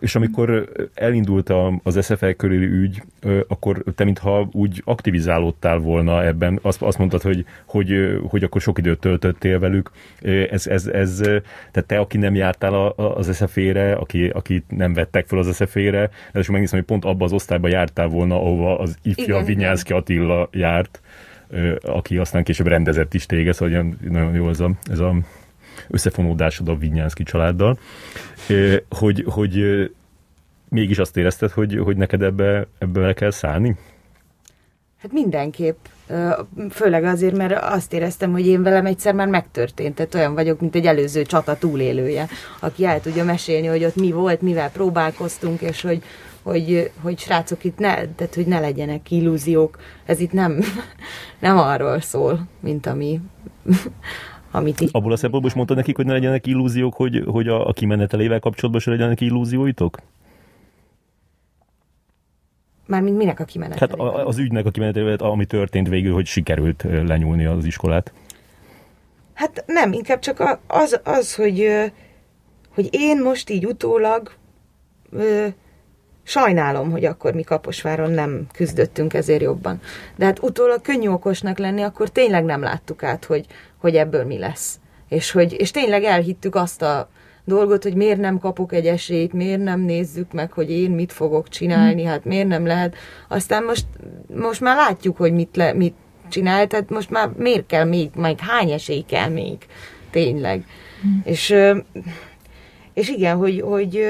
és amikor elindult az es ef e körüli ügy, akkor te mintha úgy aktivizálódtál volna ebben, azt, azt mondtad, hogy, hogy, hogy akkor sok időt töltöttél velük. Ez, ez, ez, tehát te, aki nem jártál az es ef é-re, aki, akit nem vettek fel az es ef é-re, és megnézem, hogy pont abban az osztályban jártál volna, ahova az ifja Vinyánszky Attila járt, aki aztán később rendezett is téged, szóval nagyon jó ez a, ez a összefonódásod a Vinyánszky családdal, hogy, hogy mégis azt érezted, hogy, hogy neked ebbe, ebbe le kell szállni? Hát mindenképp. Főleg azért, mert azt éreztem, hogy én velem egyszer már megtörtént. Tehát olyan vagyok, mint egy előző csata túlélője, aki el tudja mesélni, hogy ott mi volt, mivel próbálkoztunk, és hogy, hogy, hogy srácok, itt ne, tehát, hogy ne legyenek illúziók. Ez itt nem, nem arról szól, mint ami... amit így... Abból a szempontból is mondtad nekik, hogy ne legyenek illúziók, hogy, hogy a, a kimenetelével kapcsolatban se legyenek illúzióitok? Mármint minek a kimenetelével? Hát az ügynek a kimenetelével, ami történt végül, hogy sikerült lenyúlni az iskolát. Hát nem, inkább csak az, az hogy, hogy én most így utólag ö, sajnálom, hogy akkor mi Kaposváron nem küzdöttünk ezért jobban. De hát utólag könnyű okosnak lenni, akkor tényleg nem láttuk át, hogy, hogy ebből mi lesz. És, hogy, és tényleg elhittük azt a dolgot, hogy miért nem kapok egy esélyt, miért nem nézzük meg, hogy én mit fogok csinálni, hát miért nem lehet. Aztán most, most már látjuk, hogy mit, le, mit csinál, tehát most már miért kell még, meg hány esély kell még, tényleg. Mm. És, és igen, hogy, hogy,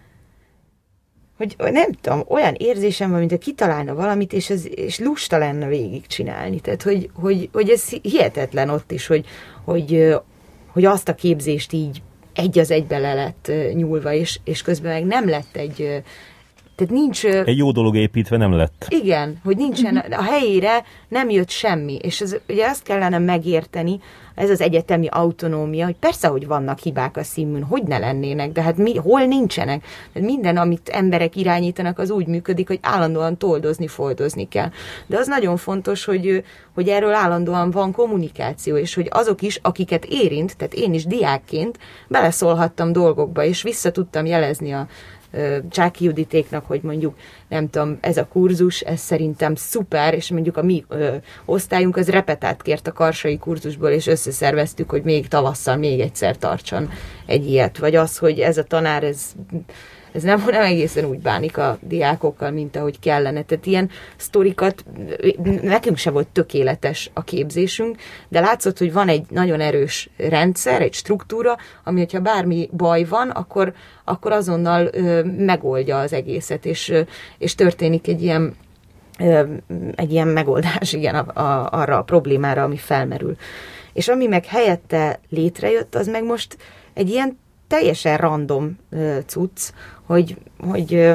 hogy nem tudom, olyan érzésem van, mint ha kitalálna valamit, és, ez, és lusta lenne végigcsinálni. Tehát, hogy, hogy, hogy ez hihetetlen ott is, hogy, hogy, hogy azt a képzést így egy az egybe le lett nyúlva, és, és közben meg nem lett egy... Tehát nincs... Egy jó dolog építve nem lett. Igen, hogy nincsen, a helyére nem jött semmi, és ez, ugye azt kellene megérteni, ez az egyetemi autonómia, hogy persze, hogy vannak hibák a színműn, hogy ne lennének, de hát mi, hol nincsenek? Tehát minden, amit emberek irányítanak, az úgy működik, hogy állandóan toldozni, foldozni kell. De az nagyon fontos, hogy, hogy erről állandóan van kommunikáció, és hogy azok is, akiket érint, tehát én is diákként beleszólhattam dolgokba, és vissza tudtam jelezni a Csáky Juditéknak, hogy mondjuk, nem tudom, ez a kurzus, ez szerintem szuper, és mondjuk a mi ö, osztályunk az repetát kért a karsai kurzusból, és összeszerveztük, hogy még tavasszal még egyszer tartson egy ilyet. Vagy az, hogy ez a tanár, ez, ez nem, nem egészen úgy bánik a diákokkal, mint ahogy kellene. Tehát ilyen sztorikat, nekünk se volt tökéletes a képzésünk, de látszott, hogy van egy nagyon erős rendszer, egy struktúra, ami, hogyha bármi baj van, akkor, akkor azonnal ö, megoldja az egészet, és, ö, és történik egy ilyen, ö, egy ilyen megoldás, igen, a, a, arra a problémára, ami felmerül. És ami meg helyette létrejött, az meg most egy ilyen teljesen random ö, cucc, hogy, hogy,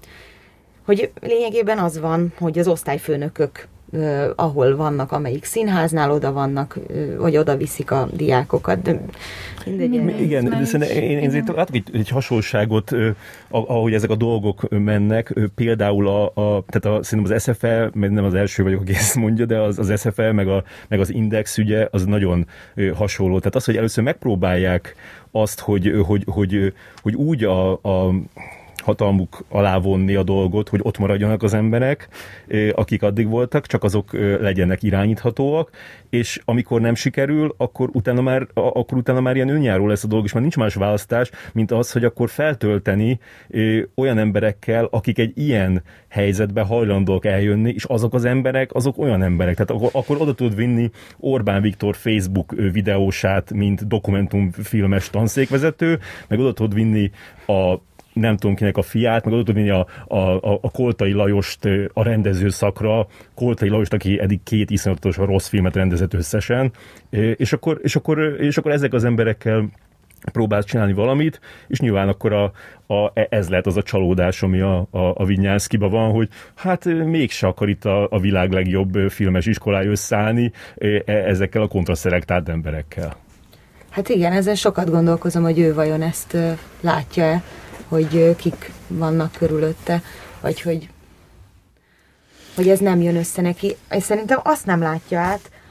hogy lényegében az van, hogy az osztályfőnökök, ahol vannak, amelyik színháznál oda vannak, vagy oda viszik a diákokat. De mindegy. Igen, de én, én én látok egy, egy hasonlóságot, ahogy ezek a dolgok mennek, például a, a, tehát a, szerintem az es ef e, mert nem az első vagyok, aki ezt mondja, de az, az es ef e, meg, a, meg az Index ügye, az nagyon hasonló. Tehát az, hogy először megpróbálják azt, hogy, hogy, hogy, hogy úgy a, a hatalmuk alá vonni a dolgot, hogy ott maradjanak az emberek, akik addig voltak, csak azok legyenek irányíthatóak, és amikor nem sikerül, akkor utána már, akkor utána már ilyen önjáró lesz a dolog, és már nincs más választás, mint az, hogy akkor feltölteni olyan emberekkel, akik egy ilyen helyzetbe hajlandók eljönni, és azok az emberek, azok olyan emberek. Tehát akkor, akkor oda tud vinni Orbán Viktor Facebook videósát, mint dokumentumfilmes tanszékvezető, meg oda tud vinni a nem tudom kinek a fiát, meg oda tud vinni a, a, a Koltai Lajost a rendezőszakra, Koltai Lajost, aki eddig két iszonyatosan rossz filmet rendezett összesen, és akkor, és akkor, és akkor ezek az emberekkel próbálsz csinálni valamit, és nyilván akkor a, a, ez lehet az a csalódás, ami a, a, a Vinyánszkyban van, hogy hát mégse akar itt a, a világ legjobb filmes iskolája összeállni ezekkel a kontraszelektált emberekkel. Hát igen, ezen sokat gondolkozom, hogy ő vajon ezt látja-e, hogy kik vannak körülötte, vagy hogy, hogy ez nem jön össze neki. És szerintem azt nem látja át,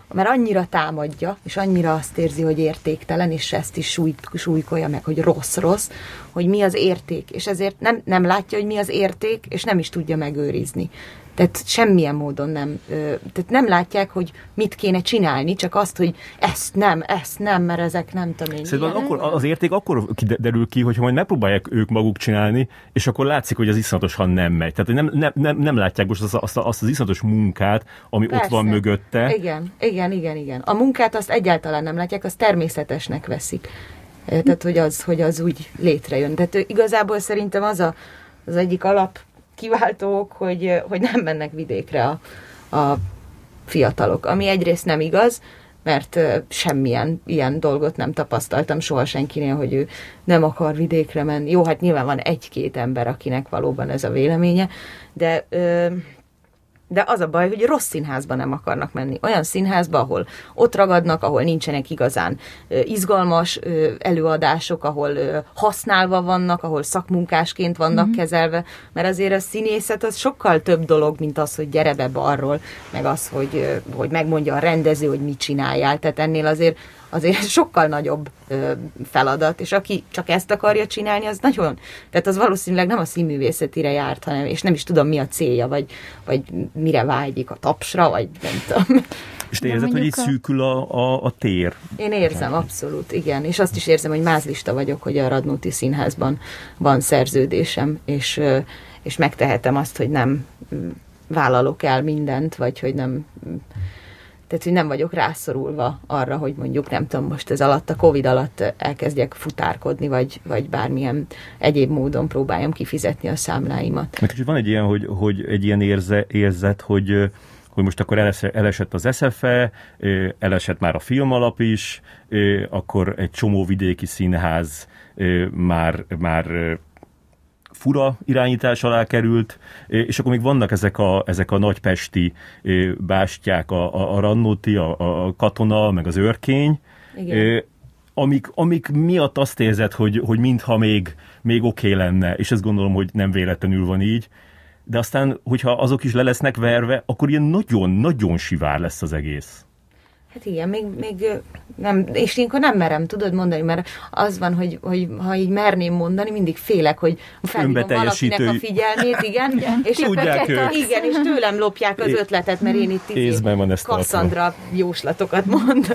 mert annyira támadja, és annyira azt érzi, hogy értéktelen, és ezt is súly, súlykolja meg, hogy rossz-rossz, hogy mi az érték, és ezért nem, nem látja, hogy mi az érték, és nem is tudja megőrizni. Tehát semmilyen módon nem, tehát nem látják, hogy mit kéne csinálni, csak azt, hogy ezt nem, ezt nem, mert ezek nem tudom én. Szerintem akkor, az érték akkor derül ki, hogyha majd megpróbálják ők maguk csinálni, és akkor látszik, hogy az iszonyatosan nem megy. Tehát nem, nem, nem, nem látják most azt, azt, azt az iszonyatos munkát, ami Persze. ott van mögötte. Igen, igen, igen, igen. A munkát azt egyáltalán nem látják, azt természetesnek veszik. Tehát, hogy az, hogy az úgy létrejön. Tehát igazából szerintem az a, az egyik alap kiváltók, hogy, hogy nem mennek vidékre a, a fiatalok. Ami egyrészt nem igaz, mert semmilyen ilyen dolgot nem tapasztaltam soha senkinél, hogy ő nem akar vidékre menni. Jó, hát nyilván van egy-két ember, akinek valóban ez a véleménye, de... Ö, De az a baj, hogy rossz színházba nem akarnak menni. Olyan színházba, ahol ott ragadnak, ahol nincsenek igazán izgalmas előadások, ahol használva vannak, ahol szakmunkásként vannak mm-hmm. kezelve, mert azért a színészet az sokkal több dolog, mint az, hogy gyere be balról, meg az, hogy, hogy megmondja a rendező, hogy mit csináljál. Tehát ennél azért azért sokkal nagyobb ö, feladat, és aki csak ezt akarja csinálni, az nagyon, tehát az valószínűleg nem a színművészetire járt, hanem, és nem is tudom, mi a célja, vagy, vagy mire vágyik, a tapsra, vagy nem tudom. És te érzed, hogy itt a... szűkül a, a, a tér? Én érzem, abszolút, igen. És azt is érzem, hogy mázlista vagyok, hogy a Radnóti Színházban van szerződésem, és, és megtehetem azt, hogy nem vállalok el mindent, vagy hogy nem... Tehát, hogy nem vagyok rászorulva arra, hogy mondjuk, nem tudom, most ez alatt, a Covid alatt elkezdjek futárkodni, vagy, vagy bármilyen egyéb módon próbáljam kifizetni a számláimat. Meg van egy ilyen, hogy, hogy egy ilyen érze, érzet, hogy, hogy most akkor elesett az es ef e, elesett már a Filmalap is, akkor egy csomó vidéki színház már, már fura irányítás alá került, és akkor még vannak ezek a, ezek a nagypesti bástyák, a, a, a Radnóti, a, a Katona, meg az Őrkény, amik, amik miatt azt érzed, hogy, hogy mintha még, még oké okay lenne, és ezt gondolom, hogy nem véletlenül van így, de aztán, hogyha azok is le lesznek verve, akkor ilyen nagyon-nagyon sivár lesz az egész. Hát igen, még, még nem, és ilyenkor nem merem, tudod mondani, mert az van, hogy, hogy ha így merném mondani, mindig félek, hogy felhívom valakinek a figyelmét, igen, igen. És, tudják ők. Igen, és tőlem lopják az ötletet, mert én itt izé Kasszandra jóslatokat mondok.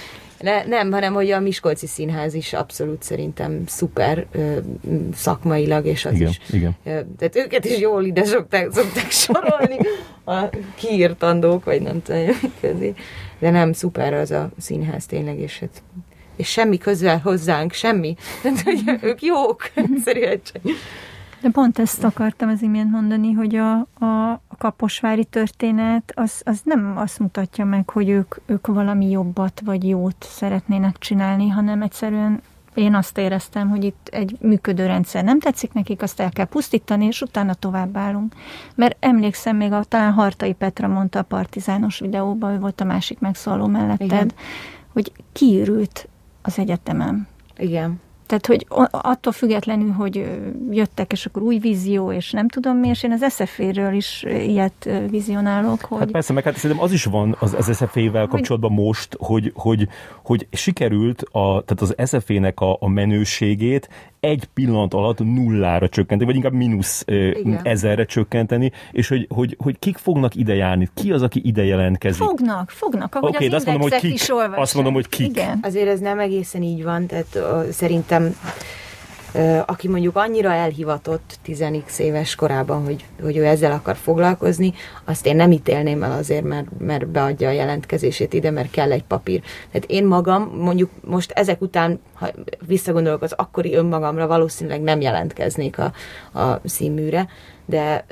Ne, nem, hanem hogy a Miskolci Színház is abszolút szerintem szuper ö, szakmailag, és az igen, is. Igen. Ö, tehát őket is jól ide szokták, szokták sorolni a kiírtandók, vagy nem tudom, közé. De nem, szuper az a színház tényleg, és, hát, és semmi közel hozzánk, semmi. Tehát, hogy ők jók, egyszerűen csak. De pont ezt akartam az imént mondani, hogy a, a, a kaposvári történet az, az nem azt mutatja meg, hogy ők, ők valami jobbat vagy jót szeretnének csinálni, hanem egyszerűen én azt éreztem, hogy itt egy működő rendszer nem tetszik nekik, azt el kell pusztítani, és utána továbbállunk. Mert emlékszem, még a, talán Hartai Petra mondta a Partizános videóban, ő volt a másik megszóló melletted, igen, hogy kiürült az egyetemen. Igen. Tehát, hogy attól függetlenül, hogy jöttek, és akkor új vízió, és nem tudom mi, és én az es ef é-ről is ilyet vizionálok, hogy... Hát persze, meg hát szerintem az is van az, az es ef é-vel kapcsolatban hogy... most, hogy, hogy, hogy sikerült a, tehát az es ef é-nek a, a menőségét egy pillanat alatt nullára csökkenteni, vagy inkább mínusz ezerre csökkenteni, és hogy, hogy, hogy kik fognak ide járni, ki az, aki ide jelentkezik. Fognak, fognak, ahogy okay, az indexet is olvassák. Azt mondom, hogy kik. Igen. Azért ez nem egészen így van, tehát uh, szerintem uh, aki mondjuk annyira elhivatott tíz x éves korában, hogy, hogy ő ezzel akar foglalkozni, azt én nem ítélném el azért, mert, mert beadja a jelentkezését ide, mert kell egy papír. Tehát én magam, mondjuk most ezek után, ha visszagondolok az akkori önmagamra, valószínűleg nem jelentkeznék a, a színműre, de,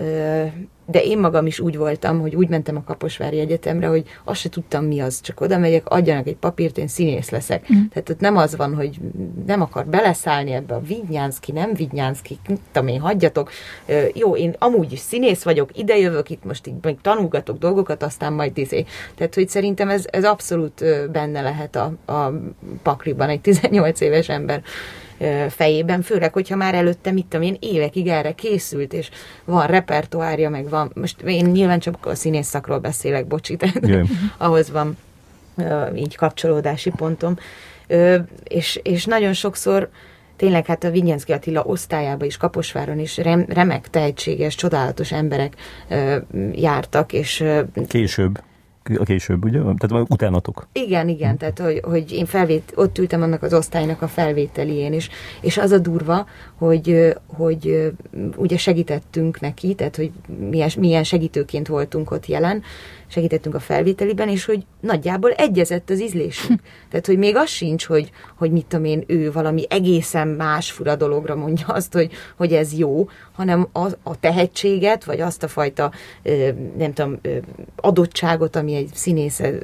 de én magam is úgy voltam, hogy úgy mentem a Kaposvári Egyetemre, hogy azt se tudtam, mi az, csak oda megyek, adjanak egy papírt, én színész leszek. Mm. Tehát ott nem az van, hogy nem akar beleszállni ebbe a Vidnyánszki, nem Vidnyánszki, tudom én, hagyjatok. Jó, én amúgy is színész vagyok, ide jövök, itt most így még tanulgatok dolgokat, aztán majd izé. Tehát, hogy szerintem ez, ez abszolút benne lehet a, a pakliban egy tizennyolc éves ember fejében, főleg, hogyha már előtte, mit tudom én, évekig erre készült, és van repertoárja, meg van, most én nyilván csak a színész szakról beszélek, bocsi, tehát ahhoz van így kapcsolódási pontom. És, és nagyon sokszor tényleg hát a Vignyánszky Attila osztályában is, Kaposváron is rem, remek, tehetséges, csodálatos emberek jártak, és... Később. A később, ugye? Tehát utánatok. Igen, igen, tehát hogy, hogy én felvét, ott ültem annak az osztálynak a felvételién is, és az a durva, hogy, hogy ugye segítettünk neki, tehát hogy milyen, milyen segítőként voltunk ott jelen, segítettünk a felvételiben, és hogy nagyjából egyezett az ízlésünk. Tehát, hogy még az sincs, hogy, hogy mit tudom én, ő valami egészen más fura dologra mondja azt, hogy, hogy ez jó, hanem a, a tehetséget, vagy azt a fajta, nem tudom, adottságot, ami egy színészhez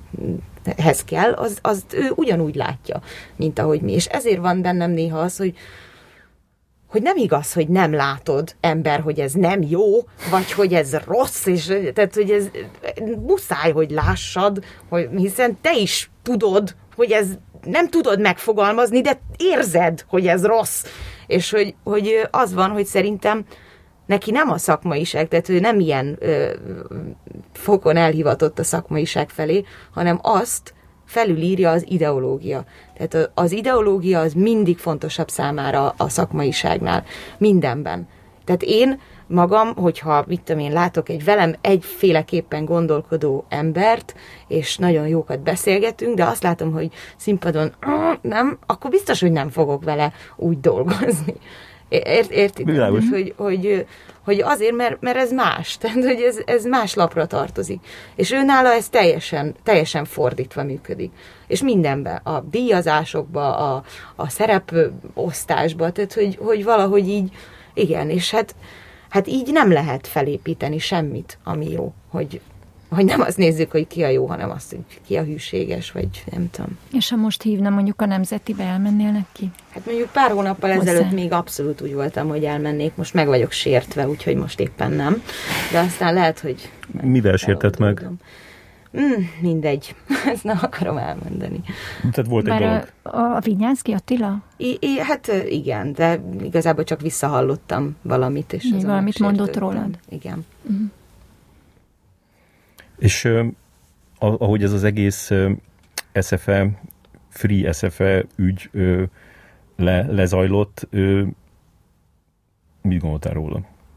kell, az, azt ő ugyanúgy látja, mint ahogy mi. És ezért van bennem néha az, hogy hogy nem igaz, hogy nem látod, ember, hogy ez nem jó, vagy hogy ez rossz, és tehát, hogy ez muszáj, hogy lássad, hogy, hiszen te is tudod, hogy ez nem tudod megfogalmazni, de érzed, hogy ez rossz. És hogy, hogy az van, hogy szerintem neki nem a szakmaiság, tehát ő nem ilyen ö, fokon elhivatott a szakmaiság felé, hanem azt felülírja az ideológia. Tehát az ideológia az mindig fontosabb számára a szakmaiságnál, mindenben. Tehát én magam, hogyha mit tudom én, látok egy velem egyféleképpen gondolkodó embert, és nagyon jókat beszélgetünk, de azt látom, hogy színpadon nem, akkor biztos, hogy nem fogok vele úgy dolgozni. Ért, értitek? Hogy, hogy, hogy azért, mert, mert ez más, tehát hogy ez, ez más lapra tartozik. És őnála ez teljesen, teljesen fordítva működik. És mindenben, a díjazásokba, a, a szereposztásba, tehát hogy, hogy valahogy így, igen, és hát, hát így nem lehet felépíteni semmit, ami jó, hogy hogy nem azt nézzük, hogy ki a jó, hanem azt, hogy ki a hűséges, vagy nem tudom. És ha most hívna mondjuk a Nemzetibe, elmennél neki? Hát mondjuk pár hónappal Hozzá. ezelőtt még abszolút úgy voltam, hogy elmennék, most meg vagyok sértve, úgyhogy most éppen nem. De aztán lehet, hogy... Mivel sértett meg? Mm, mindegy, ezt nem akarom elmondani. Tehát volt egy dolog. A, a Vignyánszky Attila? I, I, hát igen, de igazából csak visszahallottam valamit. És Mi, valamit mondott rólad? Igen. Uh-huh. És uh, ahogy ez az egész uh, es ef e, Free es ef e ügy uh, le, lezajlott, uh, mit gondoltál róla?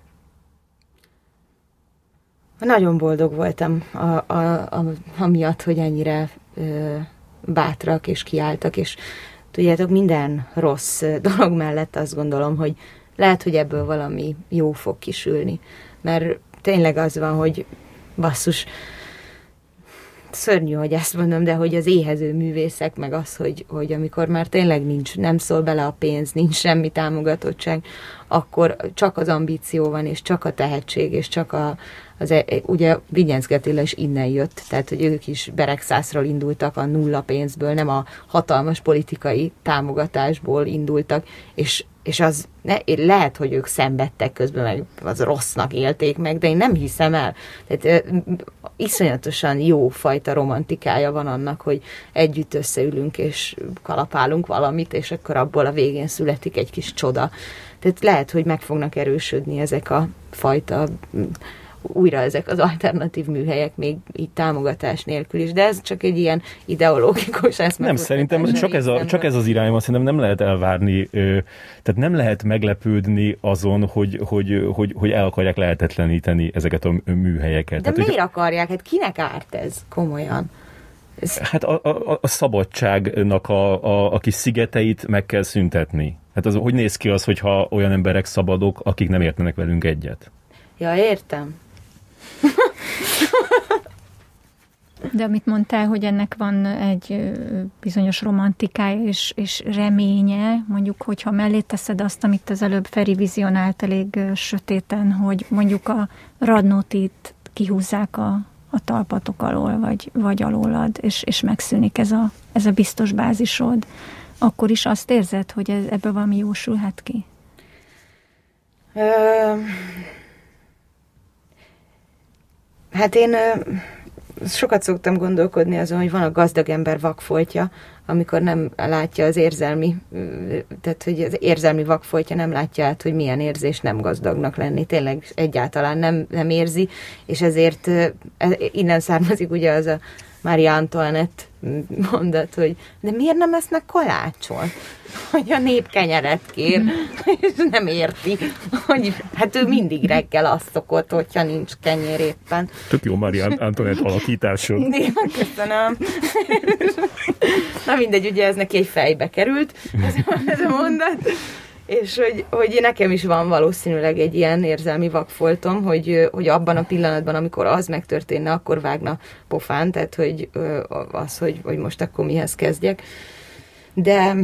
Nagyon boldog voltam a, a, a, amiatt, hogy ennyire uh, bátrak és kiálltak, és tudjátok, minden rossz dolog mellett azt gondolom, hogy lehet, hogy ebből valami jó fog kisülni. Mert tényleg az van, hogy basszus, szörnyű, hogy ezt mondom, de hogy az éhező művészek, meg az, hogy, hogy amikor már tényleg nincs, nem szól bele a pénz, nincs semmi támogatottság, akkor csak az ambíció van, és csak a tehetség, és csak a, az, ugye Vignyánszky Attila is innen jött, tehát, hogy ők is Beregszászról indultak a nulla pénzből, nem a hatalmas politikai támogatásból indultak, és és az ne, lehet, hogy ők szenvedtek közben, meg az rossznak élték meg, de én nem hiszem el. Tehát iszonyatosan jó fajta romantikája van annak, hogy együtt összeülünk, és kalapálunk valamit, és akkor abból a végén születik egy kis csoda. Tehát lehet, hogy meg fognak erősödni ezek a fajta, újra ezek az alternatív műhelyek még így támogatás nélkül is, de ez csak egy ilyen ideológikus eszmet. Nem, szerintem csak ez, a, csak ez az irány van, szerintem nem lehet elvárni, tehát nem lehet meglepődni azon, hogy, hogy, hogy, hogy el akarják lehetetleníteni ezeket a műhelyeket. De tehát, miért hogy... akarják? Hát kinek árt ez komolyan? Ez... Hát a, a, a szabadságnak a, a, a kis szigeteit meg kell szüntetni. Hát az, hogy néz ki az, hogyha olyan emberek szabadok, akik nem értenek velünk egyet? Ja, értem. De amit mondtál, hogy ennek van egy bizonyos romantikája és, és reménye, mondjuk, hogyha mellé teszed azt, amit az előbb Feri vizionált elég sötéten, hogy mondjuk a Radnótit kihúzzák a, a talpatok alól, vagy, vagy alólad, és, és megszűnik ez a, ez a biztos bázisod, akkor is azt érzed, hogy ez, ebből valami jósulhat ki? Ö... Hát én sokat szoktam gondolkodni azon, hogy van a gazdag ember vakfoltja, amikor nem látja az érzelmi, tehát hogy az érzelmi vakfoltja nem látja át, hogy milyen érzés nem gazdagnak lenni. Tényleg egyáltalán nem, nem érzi, és ezért innen származik ugye az a Marie Antoinette mondat, hogy de miért nem esznek kalácson? Hogy a nép kenyeret kér, és nem érti, hogy hát ő mindig reggel azt szokott, hogyha nincs kenyér éppen. Tök jó Marie Antoinette alakításod. Néha, köszönöm. Na mindegy, ugye ez neki egy fejbe került, ez, ez a mondat. És hogy, hogy nekem is van valószínűleg egy ilyen érzelmi vakfoltom, hogy, hogy abban a pillanatban, amikor az megtörténne, akkor vágna pofán, tehát hogy az, hogy, hogy most akkor mihez kezdjek. De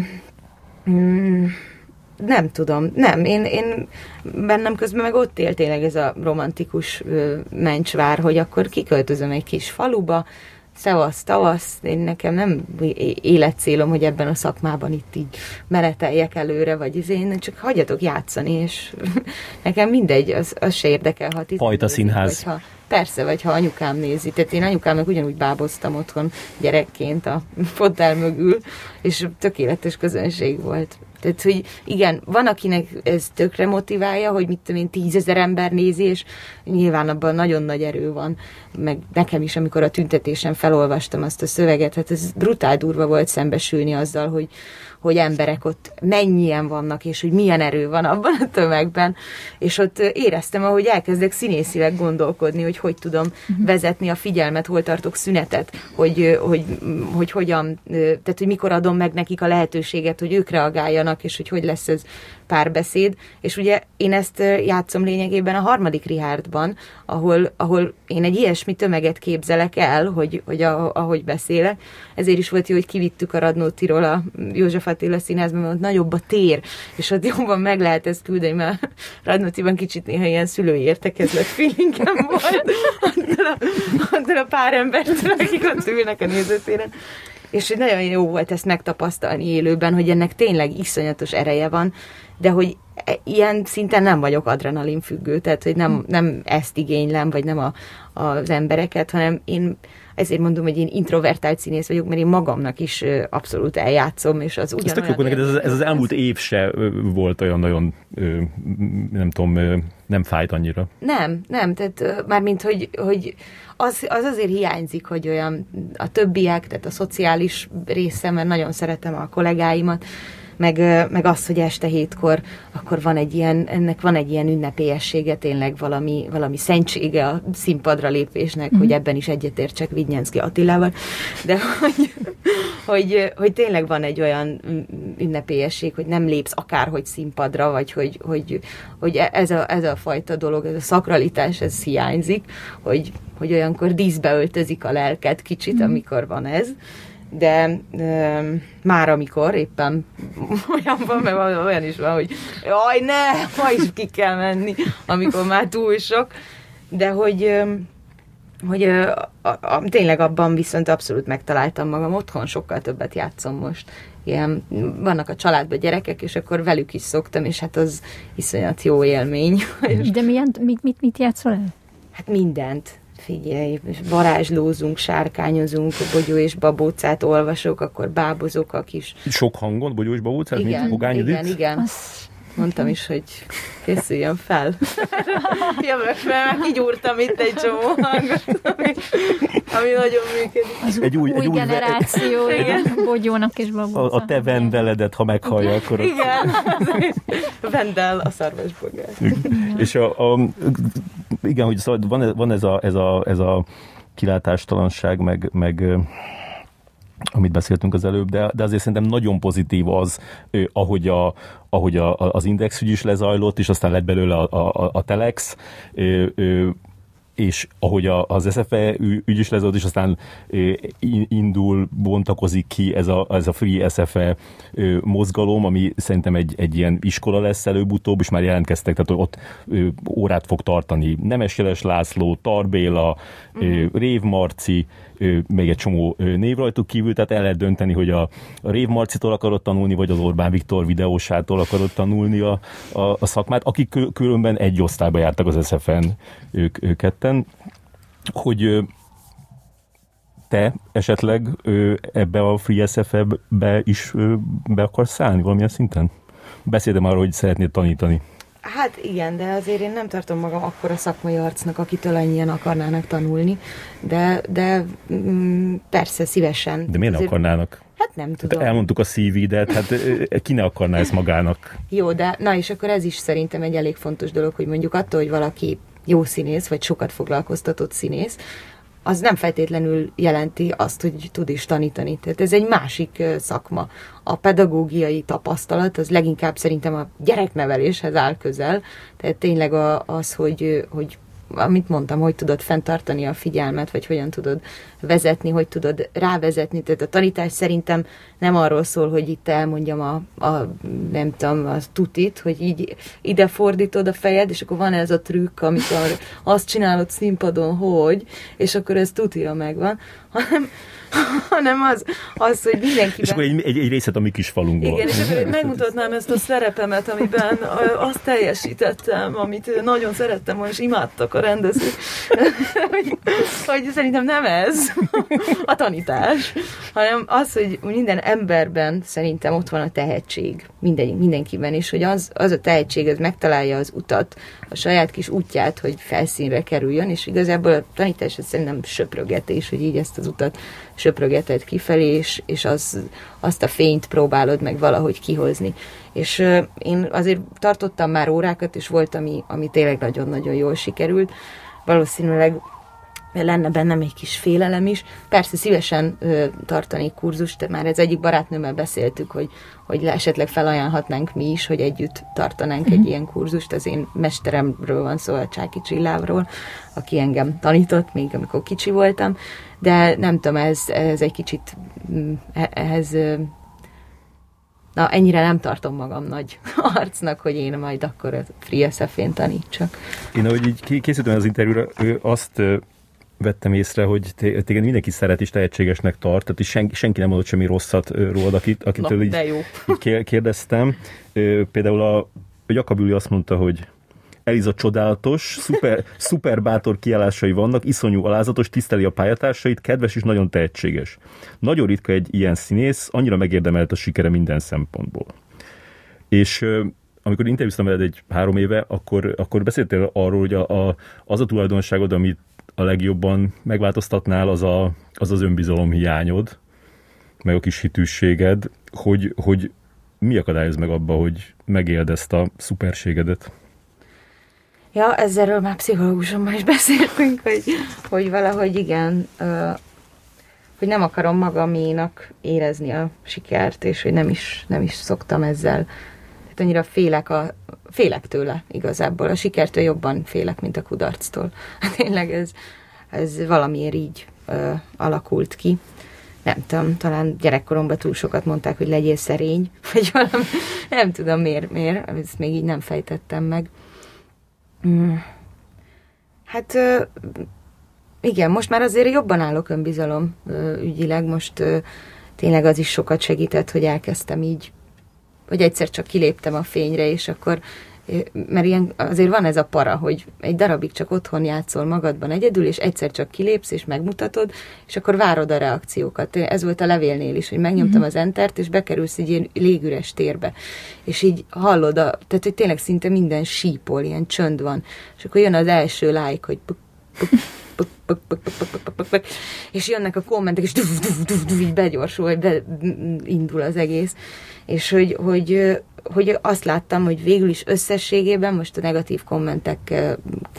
mm, nem tudom, nem, én, én bennem közben meg ott él tényleg ez a romantikus mencsvár, hogy akkor kiköltözöm egy kis faluba, szevasz, tavasz, én nekem nem életcélom, hogy ebben a szakmában itt így meneteljek előre, vagy én csak hagyjatok játszani, és nekem mindegy, az, az se érdekel, ha Fajta színház. Vagy ha, persze, vagy ha anyukám nézi. Tehát én anyukámnak ugyanúgy báboztam otthon gyerekként a fotel mögül, és tökéletes közönség volt. Tehát, hogy igen, van, akinek ez tökre motiválja, hogy mit tudom én, tízezer ember nézi, és nyilván abban nagyon nagy erő van. Meg nekem is, amikor a tüntetésen felolvastam azt a szöveget, hát ez brutál durva volt szembesülni azzal, hogy, hogy emberek ott mennyien vannak, és hogy milyen erő van abban a tömegben. És ott éreztem, ahogy elkezdek színészileg gondolkodni, hogy hogy tudom vezetni a figyelmet, hol tartok szünetet, hogy, hogy, hogy hogyan, tehát hogy mikor adom meg nekik a lehetőséget, hogy ők reagáljanak, és hogy hogy lesz ez párbeszéd. És ugye én ezt játszom lényegében a harmadik Richardban, ahol, ahol én egy ilyesmi tömeget képzelek el, hogy, hogy a, ahogy beszélek. Ezért is volt jó, hogy kivittük a Radnótiról a József Attila Színházban, mert ott nagyobb a tér, és ott jobban meg lehet ezt küldeni, mert Radnótiban kicsit néha ilyen szülői értekezlet feelingem volt attól a, attól a pár embertől, akik ott ülnek a nézőtéren. És hogy nagyon jó volt ezt megtapasztalni élőben, hogy ennek tényleg iszonyatos ereje van, de hogy ilyen szinten nem vagyok adrenalin függő, tehát hogy nem, nem ezt igénylem, vagy nem a, az embereket, hanem én ezért mondom, hogy én introvertált színész vagyok, mert én magamnak is abszolút eljátszom, és az ugyanolyan... Ez tök jó, neked ez, ez az elmúlt év se volt olyan nagyon, nem tudom, nem fájt annyira. Nem, nem, tehát mármint, hogy, hogy az, az azért hiányzik, hogy olyan a többiek, tehát a szociális része, mert nagyon szeretem a kollégáimat, meg, meg az, hogy este hétkor akkor van egy ilyen, ennek van egy ilyen ünnepélyessége, tényleg valami, valami szentsége a színpadra lépésnek, mm. hogy ebben is egyetértsek Vidnyánszky Attilával, de hogy, hogy, hogy tényleg van egy olyan ünnepélyesség, hogy nem lépsz akárhogy színpadra, vagy hogy, hogy, hogy ez, a, ez a fajta dolog, ez a szakralitás, ez hiányzik, hogy, hogy olyankor díszbe öltözik a lelked kicsit, mm. amikor van ez. De e, már amikor éppen olyan van, mert olyan is van, hogy jaj, ne, ma is ki kell menni, amikor már túl sok, de hogy, hogy a, a, a, tényleg abban viszont abszolút megtaláltam magam, otthon sokkal többet játszom most. Ilyen, vannak a családban gyerekek, és akkor velük is szoktam, és hát az iszonyat jó élmény. De milyen, mit, mit, mit játszol el? Hát mindent. Figyelj, varázslózunk, sárkányozunk, Bogyó és Babócát olvasok, akkor bábozok a kis... Sok hangon, Bogyó és Babócát, igen, mint Pogány igen, igen. Az... Mondtam is, hogy készüljön fel. Jövök fel, meg kigyúrtam itt egy csomó hangot, ami, ami nagyon működik. Az egy új, új, új generáció, igen. Bogyónak és Babócának. A, a te vendeledet, ha meghallja, akkor... Igen, vendel a szarvasbogár. És a, a, igen, hogy szóval van, van ez, a, ez, a, ez a kilátástalanság, meg, meg amit beszéltünk az előbb, de, de azért szerintem nagyon pozitív az, eh, ahogy, a, ahogy a, az Indexügy is lezajlott, és aztán lett belőle a, a, a Telex, eh, eh, és ahogy a, az es ef e ügy is lezajlott, és aztán eh, indul, bontakozik ki ez a, ez a Free es ef e eh, mozgalom, ami szerintem egy, egy ilyen iskola lesz előbb-utóbb, és már jelentkeztek, tehát ott eh, órát fog tartani Nemesjeles László, Tar Béla, eh, Rév Marci, még egy csomó név rajtuk kívül, tehát el lehet dönteni, hogy a, a Rév Marcitól akarod tanulni, vagy az Orbán Viktor videósától akarod tanulni a, a, a szakmát, akik különben egy osztályba jártak az es ef en, ők, ők ketten, hogy te esetleg ö, ebbe a FreeSF-be is ö, be akarsz szállni valamilyen szinten? Beszéltem arról, hogy szeretnéd tanítani. Hát igen, de azért én nem tartom magam akkora szakmai arcnak, akitől ennyien akarnának tanulni, de, de mm, persze szívesen. De miért ne akarnának? Hát nem tudom. Hát elmondtuk a szívidet, hát ki ne akarná ezt magának? Jó, de na és akkor ez is szerintem egy elég fontos dolog, hogy mondjuk attól, hogy valaki jó színész, vagy sokat foglalkoztatott színész, az nem feltétlenül jelenti azt, hogy tud is tanítani. Tehát ez egy másik szakma. A pedagógiai tapasztalat az leginkább szerintem a gyerekneveléshez áll közel. Tehát tényleg az, hogy, hogy amit mondtam, hogy tudod fenntartani a figyelmet, vagy hogyan tudod vezetni, hogy tudod rávezetni. Tehát a tanítás szerintem nem arról szól, hogy itt elmondjam a, a nem tudom, a tutit, hogy így ide fordítod a fejed, és akkor van ez a trükk, amikor azt csinálod színpadon, hogy, és akkor ez tutira megvan, hanem, hanem az, az, hogy mindenkiben... És akkor egy, egy, egy részlet a mi kis falunkból. Igen, és akkor megmutatnám ezt a szerepemet, amiben azt teljesítettem, amit nagyon szerettem volna, és imádtak a rendezők. hogy, hogy szerintem nem ez a tanítás, hanem az, hogy minden emberben szerintem ott van a tehetség, minden, mindenkiben, és hogy az, az a tehetség, az megtalálja az utat, a saját kis útját, hogy felszínre kerüljön, és igazából a tanítás az szerintem söprögetés, hogy így ezt az utat söprögeted kifelé, és, és az, azt a fényt próbálod meg valahogy kihozni. És uh, én azért tartottam már órákat, és volt, ami, ami tényleg nagyon-nagyon jól sikerült. Valószínűleg lenne bennem egy kis félelem is. Persze szívesen ö, tartani kurzust, már ez egyik barátnőmmel beszéltük, hogy, hogy esetleg felajánlhatnánk mi is, hogy együtt tartanánk mm-hmm. egy ilyen kurzust. Az én mesteremről van szó, a Csáki Csillávról, aki engem tanított, még amikor kicsi voltam, de nem tudom, ez, ez egy kicsit ehhez... Na, ennyire nem tartom magam nagy arcnak, hogy én majd akkor a FreeSF-én tanítsak. Én ahogy így készítem az interjúra, azt vettem észre, hogy téged mindenki szeret és tehetségesnek tart, tehát senki, senki nem mondott semmi rosszat rólad, akit, akitől Na, így, így kérdeztem. Például a Jakab Üli azt mondta, hogy Eliza csodálatos, szuper, szuper bátor kiállásai vannak, iszonyú alázatos, tiszteli a pályatársait, kedves és nagyon tehetséges. Nagyon ritka egy ilyen színész, annyira megérdemelt a sikere minden szempontból. És amikor interjúztam veled egy három éve, akkor, akkor beszéltél arról, hogy a, a, az a tulajdonságod, amit a legjobban megváltoztatnál, az a, az, az önbizalom hiányod, meg a kis hitűséged, hogy, hogy mi akadályoz meg abba, hogy megéld ezt a szuperségedet? Ja, ezzelről már pszichológusommal is beszéltünk, hogy, hogy valahogy igen, hogy nem akarom magaménak érezni a sikert, és hogy nem is, nem is szoktam ezzel. Tehát annyira félek, a, félek tőle igazából. A sikertől jobban félek, mint a kudarctól. Tényleg ez, ez valamiért így ö, alakult ki. Nem tudom, talán gyerekkoromban túl sokat mondták, hogy legyél szerény, vagy valami, nem tudom miért, miért, ezt még így nem fejtettem meg. Hmm. Hát igen, most már azért jobban állok önbizalom ügyileg, most tényleg az is sokat segített, hogy elkezdtem így, hogy egyszer csak kiléptem a fényre, és akkor, mert ilyen, azért van ez a para, hogy egy darabig csak otthon játszol magadban egyedül, és egyszer csak kilépsz, és megmutatod, és akkor várod a reakciókat. Ez volt a levélnél is, hogy megnyomtam az entert, és bekerülsz egy ilyen légüres térbe, és így hallod, a, tehát hogy tényleg szinte minden sípol, ilyen csönd van, és akkor jön az első like, hogy puk, puk, puk, puk, puk, puk, puk, puk, puk, puk, és jönnek a kommentek, és duf, duf, duf, duf, így begyorsul, hogy beindul az egész, és hogy, hogy hogy azt láttam, hogy végül is összességében, most a negatív kommentekkel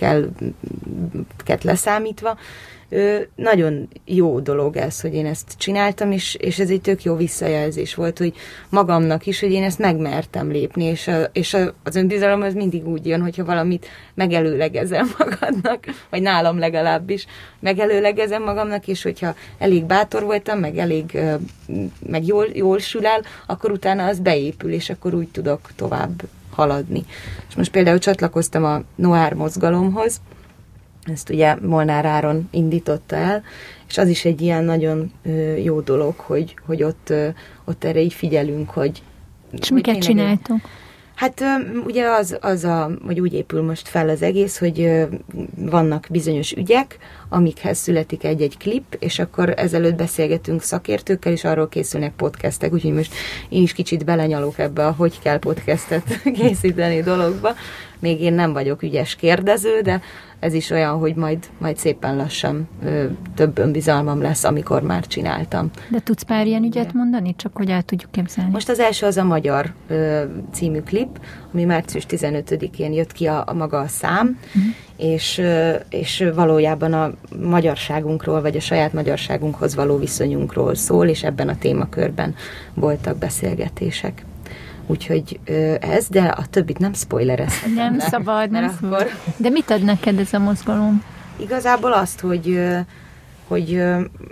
leszámítva, nagyon jó dolog ez, hogy én ezt csináltam, és, és ez egy tök jó visszajelzés volt, hogy magamnak is, hogy én ezt megmertem lépni, és, a, és a, az önbizalom az mindig úgy jön, hogyha valamit megelőlegezem magadnak, vagy nálam legalábbis megelőlegezem magamnak, és hogyha elég bátor voltam, meg elég meg jól, jól sül el, akkor utána az beépül, és akkor úgy tudok tovább haladni. És most például csatlakoztam a Noir mozgalomhoz, ezt ugye Molnár Áron indította el, és az is egy ilyen nagyon ö, jó dolog, hogy, hogy ott, ö, ott erre így figyelünk, hogy... És miket csináltunk? Hát ugye az, az a, hogy úgy épül most fel az egész, hogy vannak bizonyos ügyek, amikhez születik egy-egy klip, és akkor ezelőtt beszélgetünk szakértőkkel, és arról készülnek podcastek, úgyhogy most én is kicsit belenyalok ebbe a hogy kell podcastet készíteni dologba. Még én nem vagyok ügyes kérdező, de ez is olyan, hogy majd, majd szépen lassan ö, több önbizalmam lesz, amikor már csináltam. De tudsz pár ilyen ügyet mondani, csak hogy el tudjuk képzelni? Most az első az a Magyar ö, című klip, ami március tizenötödikén jött ki a, a maga a szám, uh-huh. és, ö, és valójában a magyarságunkról, vagy a saját magyarságunkhoz való viszonyunkról szól, és ebben a témakörben voltak beszélgetések. Úgyhogy ez, de a többit nem spoilerezhetem. Nem le, szabad, nem szabad. Akkor... De mit ad neked ez a mozgalom? Igazából azt, hogy, hogy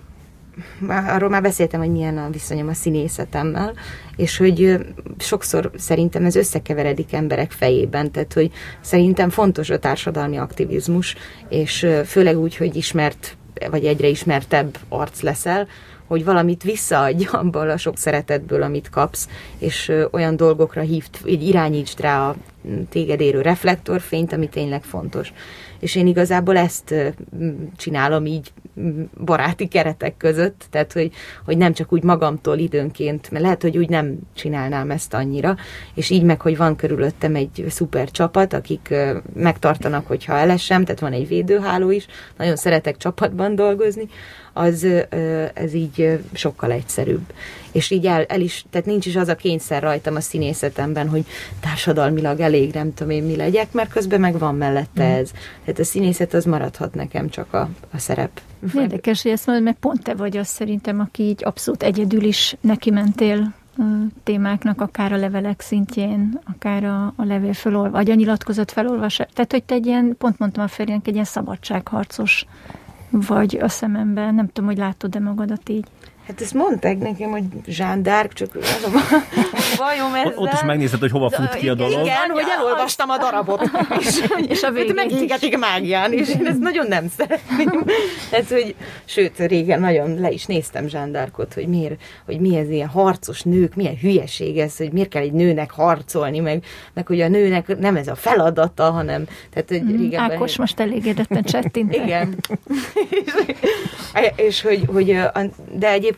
arról már beszéltem, hogy milyen a viszonyom a színészetemmel, és hogy sokszor szerintem ez összekeveredik emberek fejében, tehát hogy szerintem fontos a társadalmi aktivizmus, és főleg úgy, hogy ismert, vagy egyre ismertebb arc leszel, hogy valamit visszaadj abból a sok szeretetből, amit kapsz, és ö, olyan dolgokra hívt, így irányítsd rá a téged érő reflektorfényt, ami tényleg fontos. És én igazából ezt ö, csinálom így baráti keretek között, tehát hogy, hogy nem csak úgy magamtól időnként, mert lehet, hogy úgy nem csinálnám ezt annyira, és így meg, hogy van körülöttem egy szuper csapat, akik ö, megtartanak, hogyha elesem, tehát van egy védőháló is, nagyon szeretek csapatban dolgozni, az ez így sokkal egyszerűbb. És így el, el is, tehát nincs is az a kényszer rajtam a színészetemben, hogy társadalmilag elég nem tudom én mi legyek, mert közben meg van mellette mm. ez. Tehát a színészet az maradhat nekem csak a, a szerep. Érdekes, hogy ezt mondod, mert pont te vagy az szerintem, aki így abszolút egyedül is neki mentél témáknak, akár a levelek szintjén, akár a, a levél felolva, vagy a nyilatkozat felolvasás. Tehát, hogy te egy ilyen, pont mondtam a Ferinek, egy ilyen szabadságharcos vagy a szememben. Nem tudom, hogy látod-e magadat így. Hát ezt mondták nekem, hogy Jeanne d'Arc, csak az a bajom ezzel. Ott is megnézed, hogy hova fut ki a dolog. Igen, hogy elolvastam a darabot. és, és a végén megégetik mágián, és én ezt nagyon nem szeretném. Tehát, hogy, sőt, régen nagyon le is néztem Jeanne d'Arcot, hogy miért, hogy mi ez ilyen harcos nők, milyen hülyeség ez, hogy miért kell egy nőnek harcolni, meg, meg hogy a nőnek nem ez a feladata, hanem... Tehát, hogy mm, Ákos most elégedetten csettintek. Igen. és, és hogy, hogy, de egyébként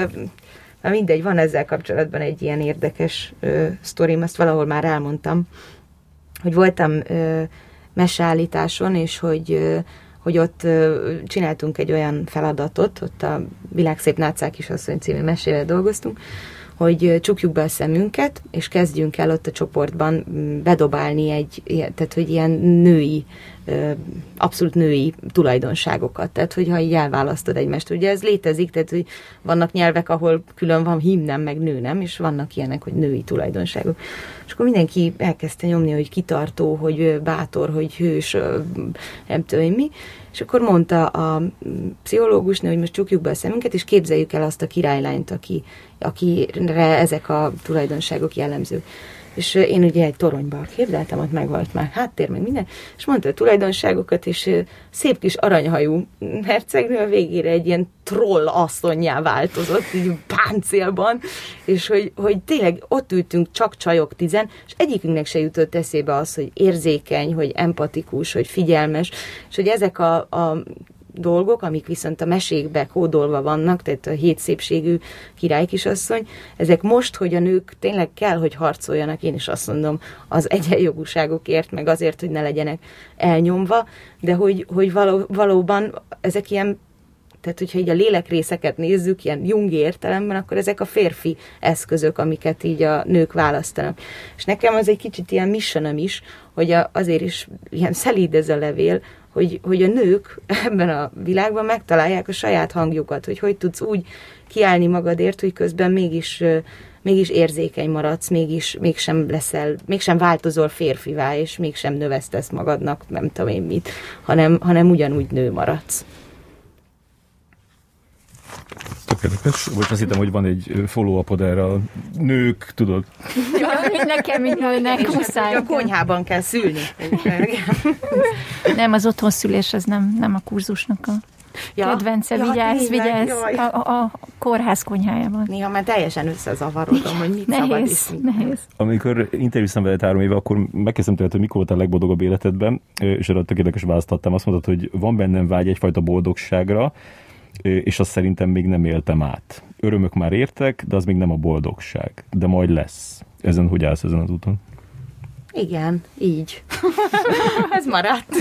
na mindegy, van ezzel kapcsolatban egy ilyen érdekes ö, sztorim, azt valahol már elmondtam, hogy voltam ö, meseállításon, és hogy, ö, hogy ott ö, csináltunk egy olyan feladatot, ott a Világszép Nátszák Kisasszony című mesével dolgoztunk, hogy csukjuk be a szemünket, és kezdjünk el ott a csoportban bedobálni egy, tehát hogy ilyen női, abszolút női tulajdonságokat. Tehát, hogyha így elválasztod egymást. Ugye ez létezik, tehát, hogy vannak nyelvek, ahol külön van hím-nem, meg nő-nem, és vannak ilyenek, hogy női tulajdonságok. És akkor mindenki elkezdte nyomni, hogy kitartó, hogy bátor, hogy hős, nem tudom mi. És akkor mondta a pszichológusnő, hogy most csukjuk be a szemünket, és képzeljük el azt a királylányt, aki, akire ezek a tulajdonságok jellemzők. És én ugye egy toronyban képzeltem, ott meg volt már háttér, meg minden, és mondta a tulajdonságokat, és szép kis aranyhajú hercegnő a végére egy ilyen troll asszonnyá változott, így páncélban, és hogy, hogy tényleg ott ültünk csak csajok tizen, és egyikünknek se jutott eszébe az, hogy érzékeny, hogy empatikus, hogy figyelmes, és hogy ezek a, a dolgok, amik viszont a mesékbe kódolva vannak, tehát a hét szépségű királykisasszony, ezek most, hogy a nők tényleg kell, hogy harcoljanak, én is azt mondom, az egyenjogúságokért, meg azért, hogy ne legyenek elnyomva, de hogy, hogy való, valóban ezek ilyen, tehát hogyha így a lélekrészeket nézzük, ilyen jungi értelemben, akkor ezek a férfi eszközök, amiket így a nők választanak. És nekem az egy kicsit ilyen missionom is, hogy a, azért is ilyen szelíd ez a levél, Hogy, hogy a nők ebben a világban megtalálják a saját hangjukat, hogy hogy tudsz úgy kiállni magadért, hogy közben mégis, mégis érzékeny maradsz, mégis, mégsem leszel, mégsem változol férfivá, és mégsem növesztesz magadnak, nem tudom én mit, hanem, hanem ugyanúgy nő maradsz. Tökéletes. Most azt hittem, hogy van egy follow-upod erre a nők, tudod? Ja, nekem így nőnek muszáj. A konyhában kell szülni. Nem, az otthonszülés, ez nem, nem a kurzusnak a ja. kedvence, ja, vigyázz, vigyázz a, a, a kórház konyhájában. Néha már teljesen összezavarodom, hogy mit nehéz, szabad is. Nehéz. Amikor interjúztam veled három éve, akkor megkezdtem tőled, hogy mikor volt a legboldogabb életedben, és arra tök érdekes választ adtam. Azt mondtad, hogy van bennem vágy egyfajta boldogságra, és azt szerintem még nem éltem át. Örömök már értek, de az még nem a boldogság. De majd lesz. Ezen hogy állsz ezen az úton? Igen, így. Ez maradt.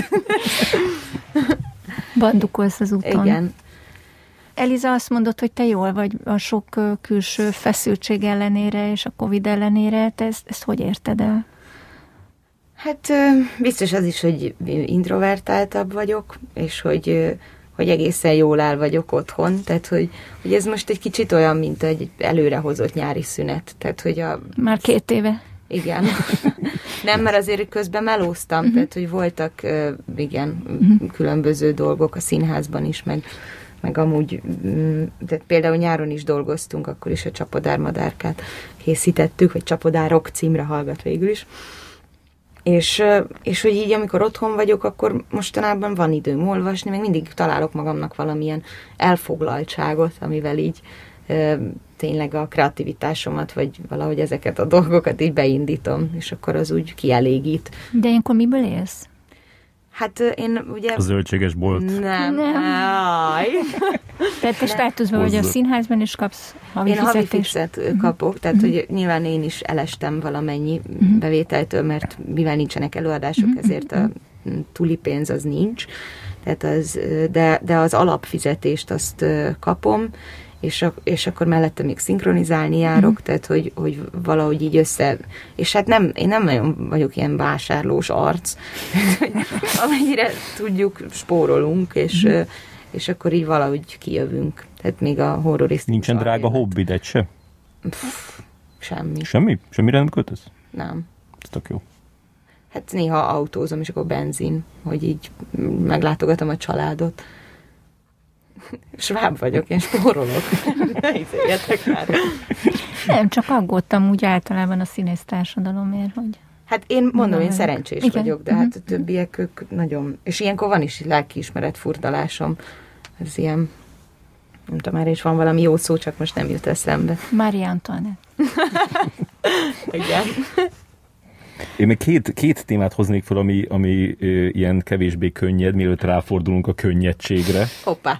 Bandukolsz az úton. Igen. Eliza, azt mondod, hogy te jól vagy a sok külső feszültség ellenére és a Covid ellenére. Te ezt, ezt hogy érted el? Hát biztos az is, hogy introvertáltabb vagyok, és hogy, hogy egészen jól áll vagyok otthon. Tehát, hogy, hogy ez most egy kicsit olyan, mint egy előrehozott nyári szünet. Tehát, hogy a... Már két éve. Igen. Nem, mert azért közben melóztam, uh-huh. tehát, hogy voltak, igen, uh-huh. különböző dolgok a színházban is, meg, meg amúgy, tehát például nyáron is dolgoztunk, akkor is a Csapodár madárkát készítettük, vagy Csapodárok címre hallgat végül is. És, és hogy így, amikor otthon vagyok, akkor mostanában van időm olvasni, meg mindig találok magamnak valamilyen elfoglaltságot, amivel így tényleg a kreativitásomat, vagy valahogy ezeket a dolgokat így beindítom, és akkor az úgy kielégít. De ilyenkor miből élsz? Hát én ugye... A zöldséges bolt. Nem. Nem. Tehát te státuszban vagy a színházban, és kapsz havi én fizetést. Én havi fizet kapok, tehát uh-huh. hogy nyilván én is elestem valamennyi uh-huh. bevételtől, mert mivel nincsenek előadások, uh-huh. ezért a tuli pénz az nincs, tehát az, de, de az alapfizetést azt kapom, És, a, és akkor mellette még szinkronizálni járok, mm. tehát hogy, hogy valahogy így össze, és hát nem, én nem nagyon vagyok ilyen vásárlós arc, amennyire tudjuk, spórolunk, és, mm. és akkor így valahogy kijövünk. Tehát még a horrorisztikus... Nincsen drága hobbid egy se? Pff, semmi. Semmi? Semmire nem költesz? Nem. Ez tök jó. Hát néha autózom, és akkor benzin, hogy így meglátogatom a családot. Sváb vagyok, én spórolok. Ne izéljetek már. Nem, csak aggódtam úgy általában a színész társadalomért, hogy... Hát én mondom, én szerencsés Igen. vagyok, de hát a többiek ők nagyon... És ilyenkor van is lelkiismeret furdalásom. Ez ilyen... Nem tudom, már is van valami jó szó, csak most nem jut eszembe. Marie Antoinette. Igen. Én még két, két témát hoznék fel, ami, ami ö, ilyen kevésbé könnyed, mielőtt ráfordulunk a könnyedségre. Hoppá!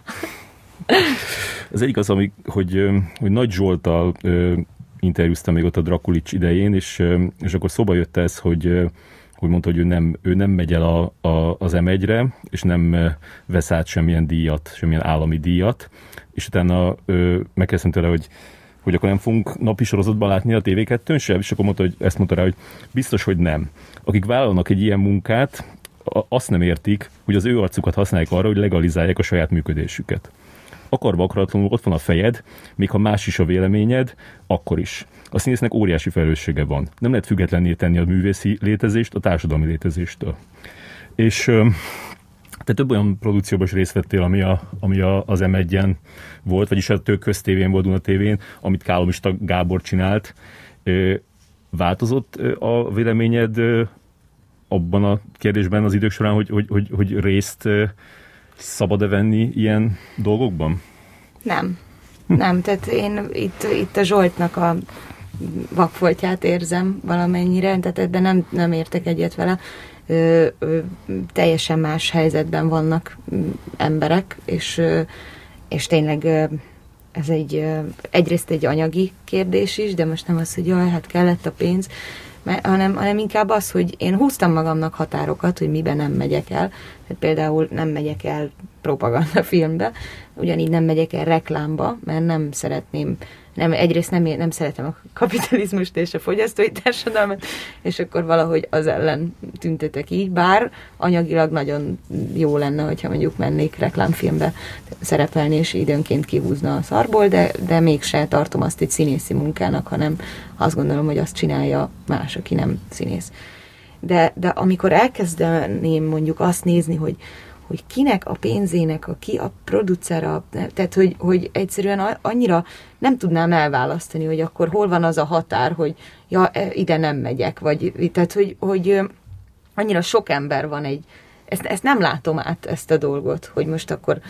Az egyik az, ami, hogy, ö, hogy Nagy Zsolttal ö, interjúztam még ott a Drakulics idején, és, ö, és akkor szóba jött ez, hogy, ö, hogy mondta, hogy ő nem, ő nem megy el a, a, az em egyre, és nem ö, vesz át semmilyen díjat, semmilyen állami díjat, és utána ö, megkezdtem tőle, hogy hogy akkor nem fogunk napi sorozatban látni a té vé kettőn sem, és akkor mondta, hogy ezt mondta rá, hogy biztos, hogy nem. Akik vállalnak egy ilyen munkát, azt nem értik, hogy az ő arcukat használják arra, hogy legalizálják a saját működésüket. Akarva akaratlanul ott van a fejed, még ha más is a véleményed, akkor is. A színésznek óriási felelőssége van. Nem lehet függetlenné tenni a művészi létezést a társadalmi létezéstől. És... te több olyan produkcióban is részt vettél, ami, a, ami a, az em egyen volt, vagyis a tök köztévén volt, Duna té vén, amit Kálomista Gábor csinált. Változott a véleményed abban a kérdésben az idők során, hogy, hogy, hogy, hogy részt szabad-e venni ilyen dolgokban? Nem. Nem, tehát én itt, itt a Zsoltnak a vakfoltját érzem valamennyire, tehát ebben nem, nem értek egyet vele. Ö, ö, teljesen más helyzetben vannak emberek, és, ö, és tényleg ö, ez egy ö, egyrészt egy anyagi kérdés is, de most nem az, hogy jaj, hát kellett a pénz, mert, hanem, hanem inkább az, hogy én húztam magamnak határokat, hogy miben nem megyek el. Tehát például nem megyek el propagandafilmbe, ugyanígy nem megyek el reklámba, mert nem szeretném, nem, egyrészt nem, nem szeretem a kapitalizmust és a fogyasztói társadalmat, és akkor valahogy az ellen tüntetek így, bár anyagilag nagyon jó lenne, hogyha mondjuk mennék reklámfilmbe szerepelni, és időnként kihúzna a szarból, de, de mégse tartom azt egy színészi munkának, hanem azt gondolom, hogy azt csinálja más, aki nem színész. De, de amikor elkezdeném mondjuk azt nézni, hogy hogy kinek a pénzének, a ki a producera, tehát hogy, hogy egyszerűen annyira nem tudnám elválasztani, hogy akkor hol van az a határ, hogy ja, ide nem megyek, vagy tehát, hogy, hogy annyira sok ember van egy, ezt, ezt nem látom át, ezt a dolgot, hogy most akkor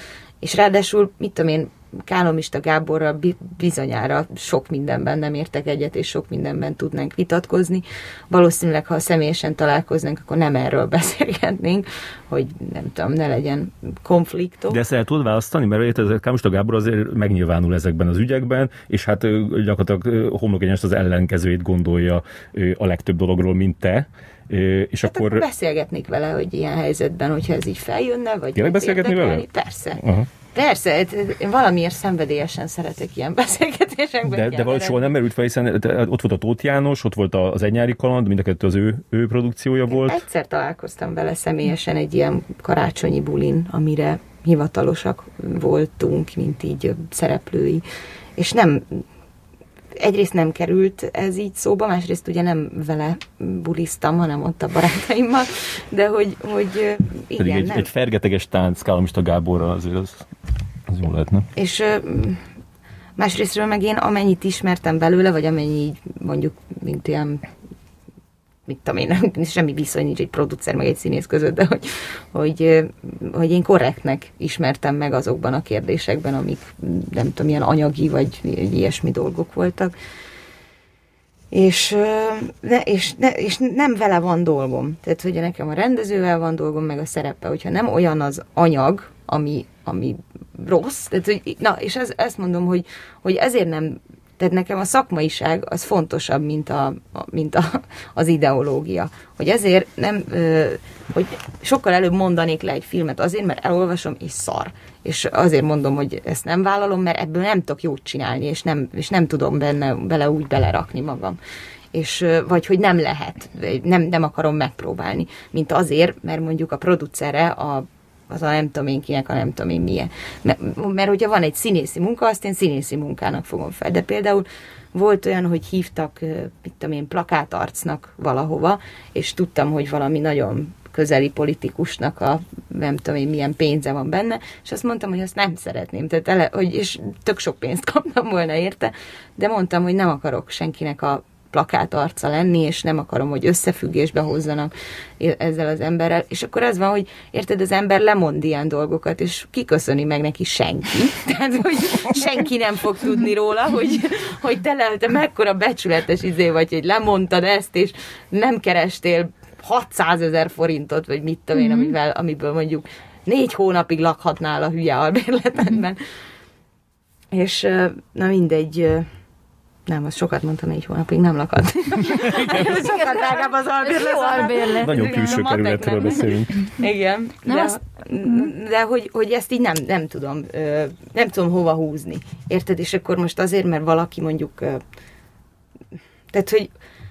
És ráadásul, mit tudom én, Kálomista Gáborral bizonyára sok mindenben nem értek egyet, és sok mindenben tudnánk vitatkozni. Valószínűleg, ha személyesen találkoznánk, akkor nem erről beszélgetnénk, hogy nem tudom, ne legyen konfliktus. De ezt el tudod választani, mert Kálomista Gábor azért megnyilvánul ezekben az ügyekben, és hát gyakorlatilag homlokegyenest az ellenkezőjét gondolja a legtöbb dologról, mint te. És hát akkor... akkor beszélgetnék vele, hogy ilyen helyzetben, hogyha ez így feljönne, vagy... Tényleg beszélgetni vele? Persze. Aha. Persze, én valamiért szenvedélyesen szeretek ilyen beszélgetésekben. De, de valahogy soha nem merült fel, hiszen ott volt a Tóth János, ott volt az Egy nyári kaland, mind a kettő az ő, ő produkciója volt. Egyszer találkoztam vele személyesen egy ilyen karácsonyi bulin, amire hivatalosak voltunk, mint így szereplői. És nem... Egyrészt nem került ez így szóba, másrészt ugye nem vele buliztam, hanem ott a barátaimmal, de hogy, hogy igen, egy, nem. egy fergeteges tánc Kálomista Gáborral azért az, az jó lehetne. És másrésztről meg én amennyit ismertem belőle, vagy amennyi így mondjuk, mint ilyen, mit tudom én, semmi viszony nincs egy producer meg egy színész között, de hogy, hogy, hogy én korrektnek ismertem meg azokban a kérdésekben, amik nem tudom, ilyen anyagi vagy ilyesmi dolgok voltak. És, ne, és, ne, és nem vele van dolgom. Tehát, hogy nekem a rendezővel van dolgom, meg a szerepe, hogyha nem olyan az anyag, ami, ami rossz. Tehát, hogy, na, és ez, ezt mondom, hogy, hogy ezért nem. Tehát nekem a szakmaiság az fontosabb, mint, a, mint a, az ideológia. Hogy ezért nem, hogy sokkal előbb mondanék le egy filmet azért, mert elolvasom, és szar. És azért mondom, hogy ezt nem vállalom, mert ebből nem tudok jót csinálni, és nem, és nem tudom benne, bele úgy belerakni magam. És, vagy hogy nem lehet, nem, nem akarom megpróbálni. Mint azért, mert mondjuk a producere a az a nem tudom én kinek, a nem tudom én milyen. Mert, mert hogyha van egy színészi munka, azt én színészi munkának fogom fel. De például volt olyan, hogy hívtak, mit tudom én, plakátarcnak valahova, és tudtam, hogy valami nagyon közeli politikusnak a nem tudom én milyen pénze van benne, és azt mondtam, hogy azt nem szeretném. Tehát ele, hogy, és tök sok pénzt kaptam volna érte, de mondtam, hogy nem akarok senkinek a plakát arca lenni, és nem akarom, hogy összefüggésbe hozzanak ezzel az emberrel. És akkor az van, hogy érted, az ember lemond ilyen dolgokat, és kiköszöni meg neki senki. Tehát, hogy senki nem fog tudni róla, hogy, hogy te, le, te mekkora becsületes izé vagy, hogy lemondtad ezt, és nem kerestél hatszázezer forintot, vagy mit tudom én, mm-hmm. amivel, amiből mondjuk négy hónapig lakhatnál a hülye albérletedben. És na mindegy, nem, azt sokat mondtam, négy hónapig nem lakhat. Sokat drágább az albérlet. Nagyon külső kerületről beszélünk. Igen. De, azt... de hogy, hogy ezt így nem, nem tudom, nem tudom hova húzni. Érted? És akkor most azért, mert valaki mondjuk, tehát, hogy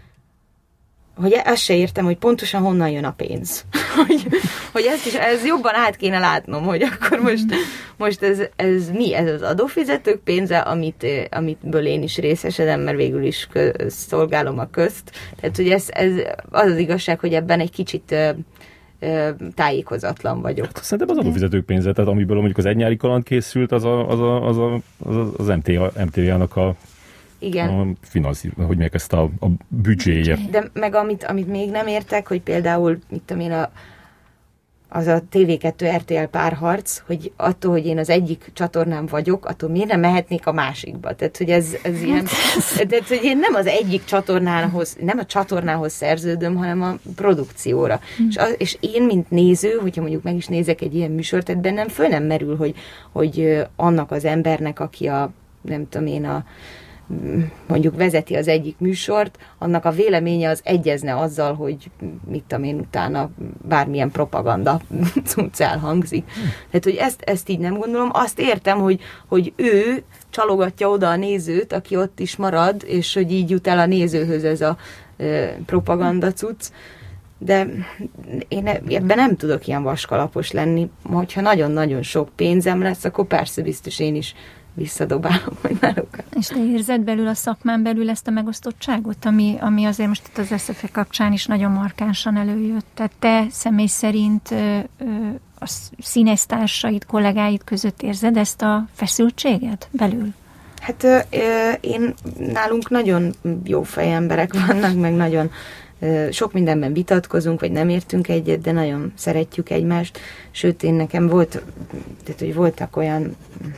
hogy ezt se értem, hogy pontosan honnan jön a pénz. hogy, hogy ezt is, ez jobban át kéne látnom, hogy akkor most, most ez, ez mi? Ez az adófizetők pénze, amit, amitből én is részesedem, mert végül is köz, szolgálom a közt. Tehát, hogy ez, ez az az igazság, hogy ebben egy kicsit tájékozatlan vagyok. Hát szerintem az adófizetők pénze, tehát amiből mondjuk az Egy nyári kaland készült, az a, az, a, az, a, az, az em té á-nak a igen. A finanszír, hogy mondják ezt a, a büdzséje. De meg amit, amit még nem értek, hogy például, mit tudom én, a, az a té vé kettő er té el párharc, hogy attól, hogy én az egyik csatornán vagyok, attól miért nem mehetnék a másikba? Tehát, hogy ez, ez ilyen, tehát, hogy én nem az egyik csatornához, nem a csatornához szerződöm, hanem a produkcióra. Mm. És, az, és én, mint néző, hogyha mondjuk meg is nézek egy ilyen műsort, tehát bennem föl nem merül, hogy, hogy annak az embernek, aki a, nem tudom én, a mondjuk vezeti az egyik műsort, annak a véleménye az egyezne azzal, hogy mit tudom én, utána bármilyen propaganda cucc elhangzik. Tehát, hogy ezt, ezt így nem gondolom. Azt értem, hogy, hogy ő csalogatja oda a nézőt, aki ott is marad, és hogy így jut el a nézőhöz ez a e, propaganda cucc. De én ebben nem tudok ilyen vaskalapos lenni. Hogyha nagyon-nagyon sok pénzem lesz, akkor persze biztos én is visszadobálom, hogy nálukat. És te érzed belül a szakmán belül ezt a megosztottságot, ami, ami azért most itt az es ef e kapcsán is nagyon markánsan előjött. Tehát te személy szerint ö, ö, a színésztársaid, kollégáid között érzed ezt a feszültséget belül? Hát ö, ö, én nálunk nagyon jó fejemberek vannak, meg nagyon Sok mindenben vitatkozunk, vagy nem értünk egyet, de nagyon szeretjük egymást. Sőt, én nekem volt, tehát, hogy voltak olyan...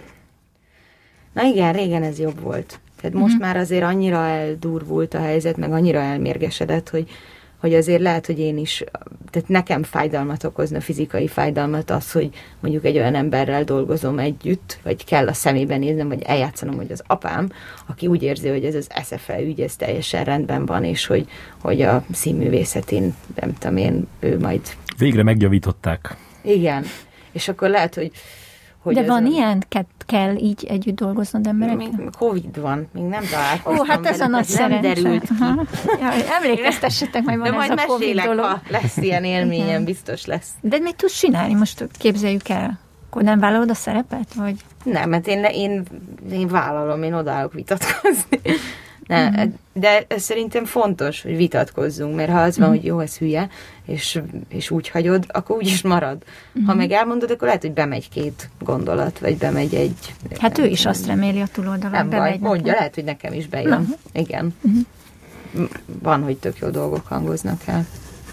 Na igen, régen ez jobb volt. Tehát most mm. már azért annyira eldurvult a helyzet, meg annyira elmérgesedett, hogy, hogy azért lehet, hogy én is, tehát nekem fájdalmat okozna, fizikai fájdalmat az, hogy mondjuk egy olyan emberrel dolgozom együtt, vagy kell a szemébe néznem, vagy eljátszanom, hogy az apám, aki úgy érzi, hogy ez az es ef e ügy, ez teljesen rendben van, és hogy, hogy a színművészetén, nem tudom én, ő majd... Végre megjavították. Igen. És akkor lehet, hogy De van a... ilyen? Ke- kell így együtt dolgoznod emberekkel? Még Covid van, még nem találkoztam. Ó, hát ez a nagy szerencse. Derült ki. Ja, emlékeztessetek, majd van de ez majd a Covid mesélek, dolog. ha lesz ilyen élményem, biztos lesz. De mit tudsz csinálni? Most képzeljük el. Akkor nem vállalod a szerepet? Vagy? Nem, mert én, én, én vállalom, én odaállok vitatkozni. Ne, uh-huh. De ez szerintem fontos, hogy vitatkozzunk, mert ha az van, uh-huh. hogy jó, ez hülye, és, és úgy hagyod, akkor úgy is marad. Uh-huh. Ha meg elmondod, akkor lehet, hogy bemegy két gondolat, vagy bemegy egy... Hát ő is nem, azt reméli a túloldalon. Nem baj, mondja, lehet, hogy nekem is bejön. Uh-huh. Igen. Uh-huh. Van, hogy tök jó dolgok hangoznak el.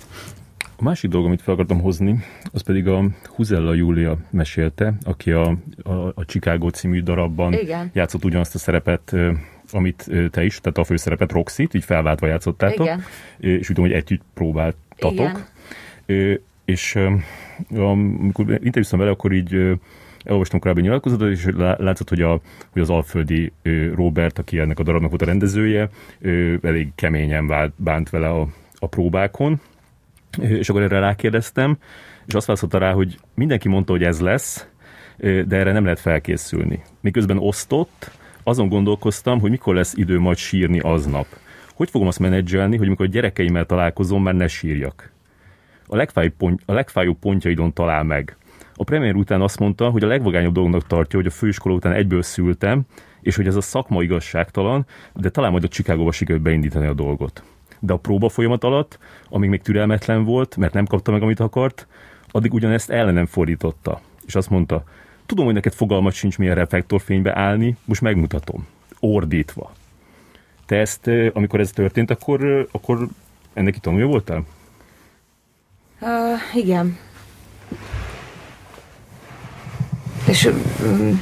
A másik dolog, amit fel akartam hozni, az pedig a Huzella Júlia mesélte, aki a, a, a Chicago című darabban Igen. játszott ugyanazt a szerepet, amit te is, tehát a főszerepet, Roxy-t, így felváltva játszottátok, Igen. és úgy tudom, hogy együtt próbáltatok. Igen. És amikor interjúztam vele, akkor így elolvastam korábbi nyilatkozatot, és látszott, hogy, a, hogy az alföldi Robert, aki ennek a darabnak volt a rendezője, elég keményen vált, bánt vele a, a próbákon, és akkor erre rákérdeztem, és azt válaszolta rá, hogy mindenki mondta, hogy ez lesz, de erre nem lehet felkészülni. Miközben osztott, azon gondolkoztam, hogy mikor lesz idő majd sírni aznap. Hogy fogom azt menedzselni, hogy amikor a gyerekeimmel találkozom, már ne sírjak. A legfájóbb, pont, a legfájóbb pontjaidon talál meg. A premier után azt mondta, hogy a legvagányabb dolognak tartja, hogy a főiskola után egyből szültem, és hogy ez a szakma igazságtalan, de talán majd a Chicagóba sikerült beindítani a dolgot. De a próba folyamat alatt, amíg még türelmetlen volt, mert nem kapta meg, amit akart, addig ugyanezt ellenem fordította. És azt mondta, tudom, hogy neked fogalmat sincs, milyen reflektorfénybe állni, most megmutatom. Ordítva. Te ezt, amikor ez történt, akkor, akkor ennek itt tanulja voltál? Uh, igen. És um,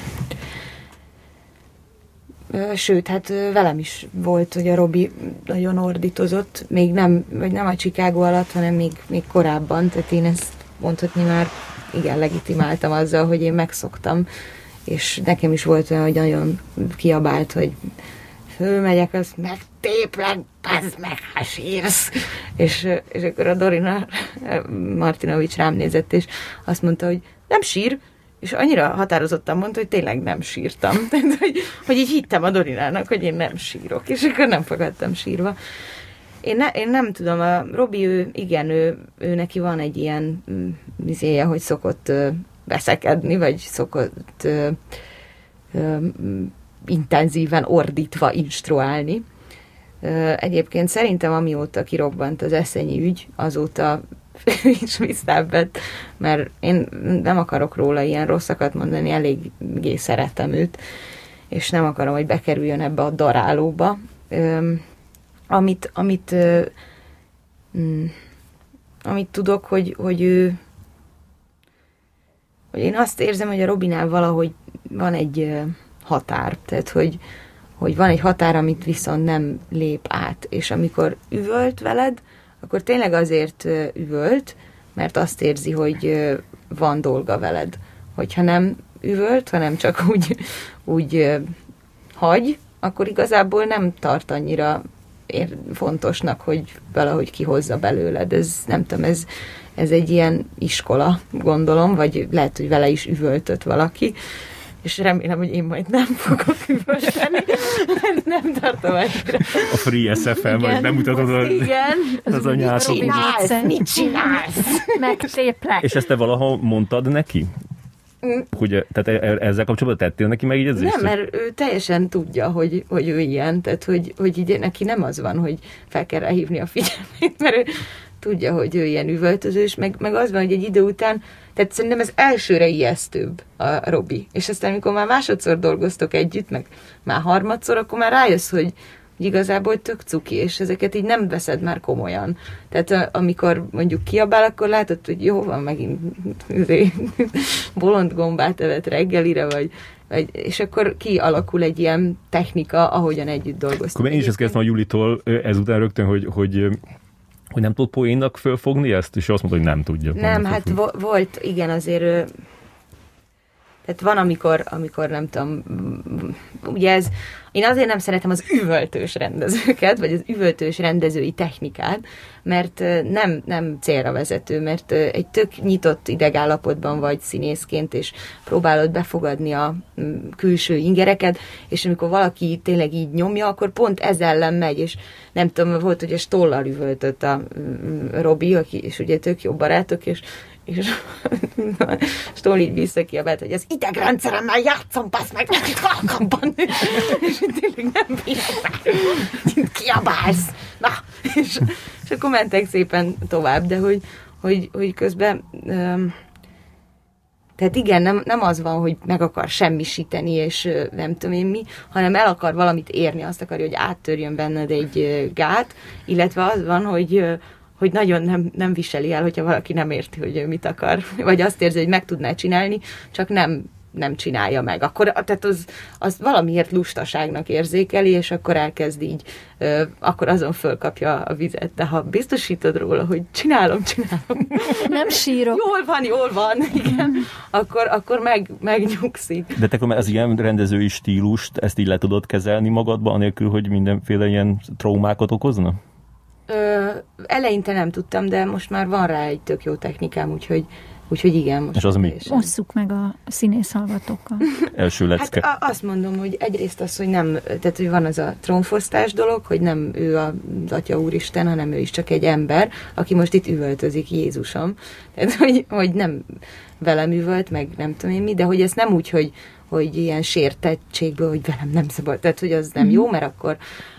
uh, sőt, hát uh, velem is volt, hogy a Robi nagyon ordítozott, még nem, vagy nem a Chicago alatt, hanem még, még korábban, tehát én ezt mondhatni már igen, legitimáltam azzal, hogy én megszoktam, és nekem is volt olyan, hogy nagyon kiabált, hogy fölmegyek, azt megtéplek, bazd meg, ha sírsz. És, és akkor a Dorina Martinovics rám nézett, és azt mondta, hogy nem sír, és annyira határozottan mondta, hogy tényleg nem sírtam. Tehát, hogy, hogy így hittem a Dorinának, hogy én nem sírok, és akkor nem fogadtam sírva. Én, ne, én nem tudom, a Robi, ő, igen, ő, ő neki van egy ilyen vizéje, hogy szokott ö, veszekedni, vagy szokott ö, ö, intenzíven ordítva instruálni. Ö, egyébként szerintem amióta kirobbant az Eszenyi ügy, azóta is visszabbett, mert én nem akarok róla ilyen rosszakat mondani, eléggé szeretem őt, és nem akarom, hogy bekerüljön ebbe a darálóba. Ö, Amit, amit, uh, mm, amit tudok, hogy, hogy ő, hogy én azt érzem, hogy a Robinál valahogy van egy uh, határ, tehát hogy, hogy van egy határ, amit viszont nem lép át, és amikor üvölt veled, akkor tényleg azért uh, üvölt, mert azt érzi, hogy uh, van dolga veled. Hogyha nem üvölt, hanem csak úgy, úgy uh, hagy, akkor igazából nem tart annyira ér, fontosnak, hogy valahogy kihozza belőled. Ez, nem tudom, ez, ez egy ilyen iskola, gondolom, vagy lehet, hogy vele is üvöltött valaki, és remélem, hogy én majd nem fogok üvölteni. nem tartom annyira. A Free es ef em, majd bemutatod a, igen. az anyászok. Mit csinálsz? Mit csinálsz? Megtéplek. És ezt te valaha mondtad neki? Mm. Hogy, tehát ezzel kapcsolatban tettél neki megjegyzést? Nem, mert ő teljesen tudja, hogy, hogy ő ilyen, tehát hogy, hogy így neki nem az van, hogy fel kell ráhívni a figyelmét, mert ő tudja, hogy ő ilyen üvöltözős, meg, meg az van, hogy egy idő után, tehát szerintem ez elsőre ijesztőbb a Robi. És aztán, amikor már másodszor dolgoztok együtt, meg már harmadszor, akkor már rájössz, hogy hogy igazából tök cuki, és ezeket így nem veszed már komolyan. Tehát amikor mondjuk kiabál, akkor látod, hogy jó, van megint bolond gombát evett reggelire, vagy, vagy, és akkor kialakul egy ilyen technika, ahogyan együtt dolgoztunk. Akkor én is ezt kezdtem a Julitól ezután rögtön, hogy, hogy hogy nem tud poénnak fölfogni ezt, és azt mondta, hogy nem tudja. Nem, hát vo- volt, igen, azért tehát van, amikor, amikor nem tudom, ugye ez, én azért nem szeretem az üvöltős rendezőket, vagy az üvöltős rendezői technikát, mert nem, nem célra vezető, mert egy tök nyitott idegállapotban vagy színészként, és próbálod befogadni a külső ingereket, és amikor valaki tényleg így nyomja, akkor pont ez ellen megy, és nem tudom, volt, hogy a Stollal üvöltött a Robi, aki, és ugye tök jó barátok, és és Stoll így visszakiabált, hogy az idegrendszeremmel játszom, passz meg, nekik halkabban. És tényleg nem bírom meg, kiabálsz. Na, és, és akkor mentek szépen tovább, de hogy, hogy, hogy közben um, tehát igen, nem, nem az van, hogy meg akar semmisíteni, és nem tudom én mi, hanem el akar valamit érni, azt akarja, hogy áttörjön benned egy gát, illetve az van, hogy hogy nagyon nem, nem viseli el, hogyha valaki nem érti, hogy ő mit akar. Vagy azt érzi, hogy meg tudná csinálni, csak nem, nem csinálja meg. Akkor tehát az, az valamiért lustaságnak érzékeli, és akkor elkezd így, ö, akkor azon fölkapja a vizet. De ha biztosítod róla, hogy csinálom, csinálom. Nem sírok. Jól van, jól van, igen. Akkor, akkor meg, megnyugszik. De te az ilyen rendezői stílust, ezt így le tudod kezelni magadba, anélkül, hogy mindenféle ilyen traumákat okozna? Ö, eleinte nem tudtam, de most már van rá egy tök jó technikám, úgyhogy, úgyhogy igen. Most és az mi? Osszuk meg a színész hallgatókkal. Első lecke. Hát a, azt mondom, hogy egyrészt az, hogy nem, tehát hogy van az a trónfosztás dolog, hogy nem ő az Atya Úristen, hanem ő is csak egy ember, aki most itt üvöltözik, Jézusom. Tehát, hogy, hogy nem velem üvölt, meg nem tudom én mi, de hogy ez nem úgy, hogy, hogy ilyen sértettségből, hogy velem nem szabad, tehát hogy az nem mm. jó, mert akkor...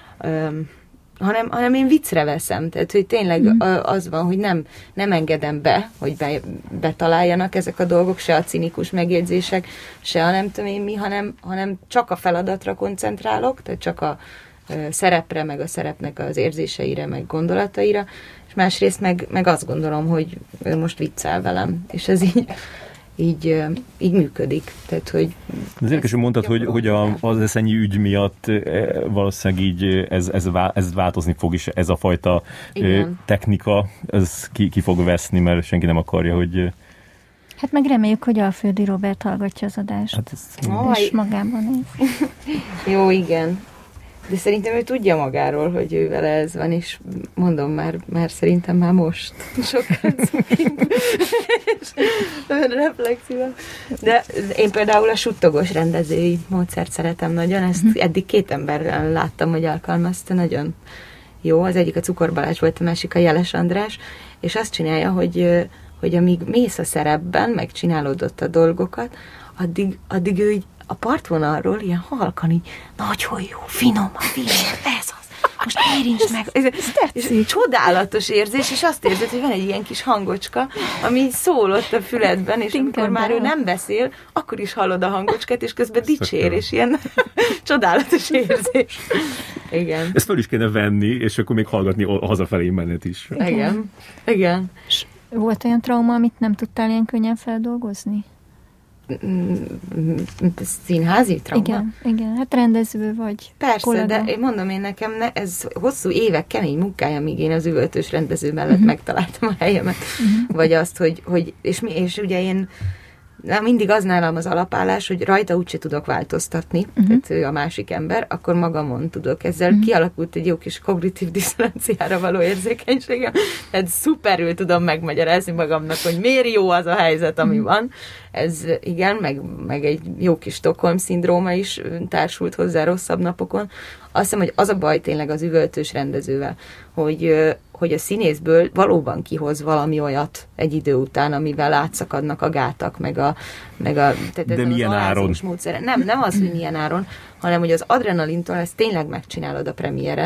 Öm, Hanem, hanem én viccre veszem. Tehát, hogy tényleg mm. az van, hogy nem, nem engedem be, hogy be, betaláljanak ezek a dolgok, se a cinikus megjegyzések, se a nem tudom én mi, hanem, hanem csak a feladatra koncentrálok, tehát csak a szerepre, meg a szerepnek az érzéseire, meg gondolataira, és másrészt meg, meg azt gondolom, hogy ő most viccel velem, és ez így így, így működik. Tehát, hogy az érdekes, hogy mondtad, hogy, hogy a, az eszenyi ügy miatt valószínűleg így ez, ez, ez változni fog is, ez a fajta igen. technika, ez ki, ki fog veszni, mert senki nem akarja, hogy... Hát meg reméljük, hogy Alföldi Róbert hallgatja az adást. Hát ez... És magában néz. Jó, igen. De szerintem ő tudja magáról, hogy ő vele ez van, és mondom már, már szerintem már most sokkal cukibb, és reflexivan. De én például a suttogós rendezői módszert szeretem nagyon, ezt eddig két emberrel láttam, hogy alkalmazta, nagyon jó. Az egyik a Cukor Balázs volt, a másik a Jeles András, és azt csinálja, hogy, hogy amíg mész a szerepben, megcsinálod ott a dolgokat, addig, addig ő így a partvonalról ilyen halkan így, nagyon jó, finom a finom, ez az, most érints meg. Ez, ez, ez csodálatos érzés, és azt érzed, hogy van egy ilyen kis hangocska, ami szól ott a füledben, és amikor már ő nem beszél, akkor is hallod a hangocskát, és közben dicsér, és ilyen csodálatos érzés. Igen. Ezt fel is kéne venni, és akkor még hallgatni a hazafelé menet is. Igen. Igen. Volt olyan trauma, amit nem tudtál ilyen könnyen feldolgozni? Színházi trauma? Igen, igen, hát rendező vagy. Persze, kollega. De én mondom én nekem, ne, ez hosszú évek kemény munkája, míg én az üvöltős rendező mellett uh-huh. megtaláltam a helyemet. Uh-huh. Vagy azt, hogy, hogy és, mi, és ugye én na, mindig az nálam az alapállás, hogy rajta úgyse tudok változtatni, uh-huh. tehát ő a másik ember, akkor magamon tudok. Ezzel uh-huh. kialakult egy jó kis kognitív diszonanciára való érzékenységem, tehát szuperül tudom megmagyarázni magamnak, hogy miért jó az a helyzet, ami uh-huh. van. Ez igen, meg, meg egy jó kis Stockholm-szindróma is társult hozzá rosszabb napokon. Azt hiszem, hogy az a baj tényleg az üvöltős rendezővel, hogy, hogy a színészből valóban kihoz valami olyat egy idő után, amivel átszakadnak a gátak, meg a... Meg a tehát de milyen áron? Módszere. Nem, nem az, hogy milyen áron, hanem hogy az adrenalintól ezt tényleg megcsinálod a premiéren,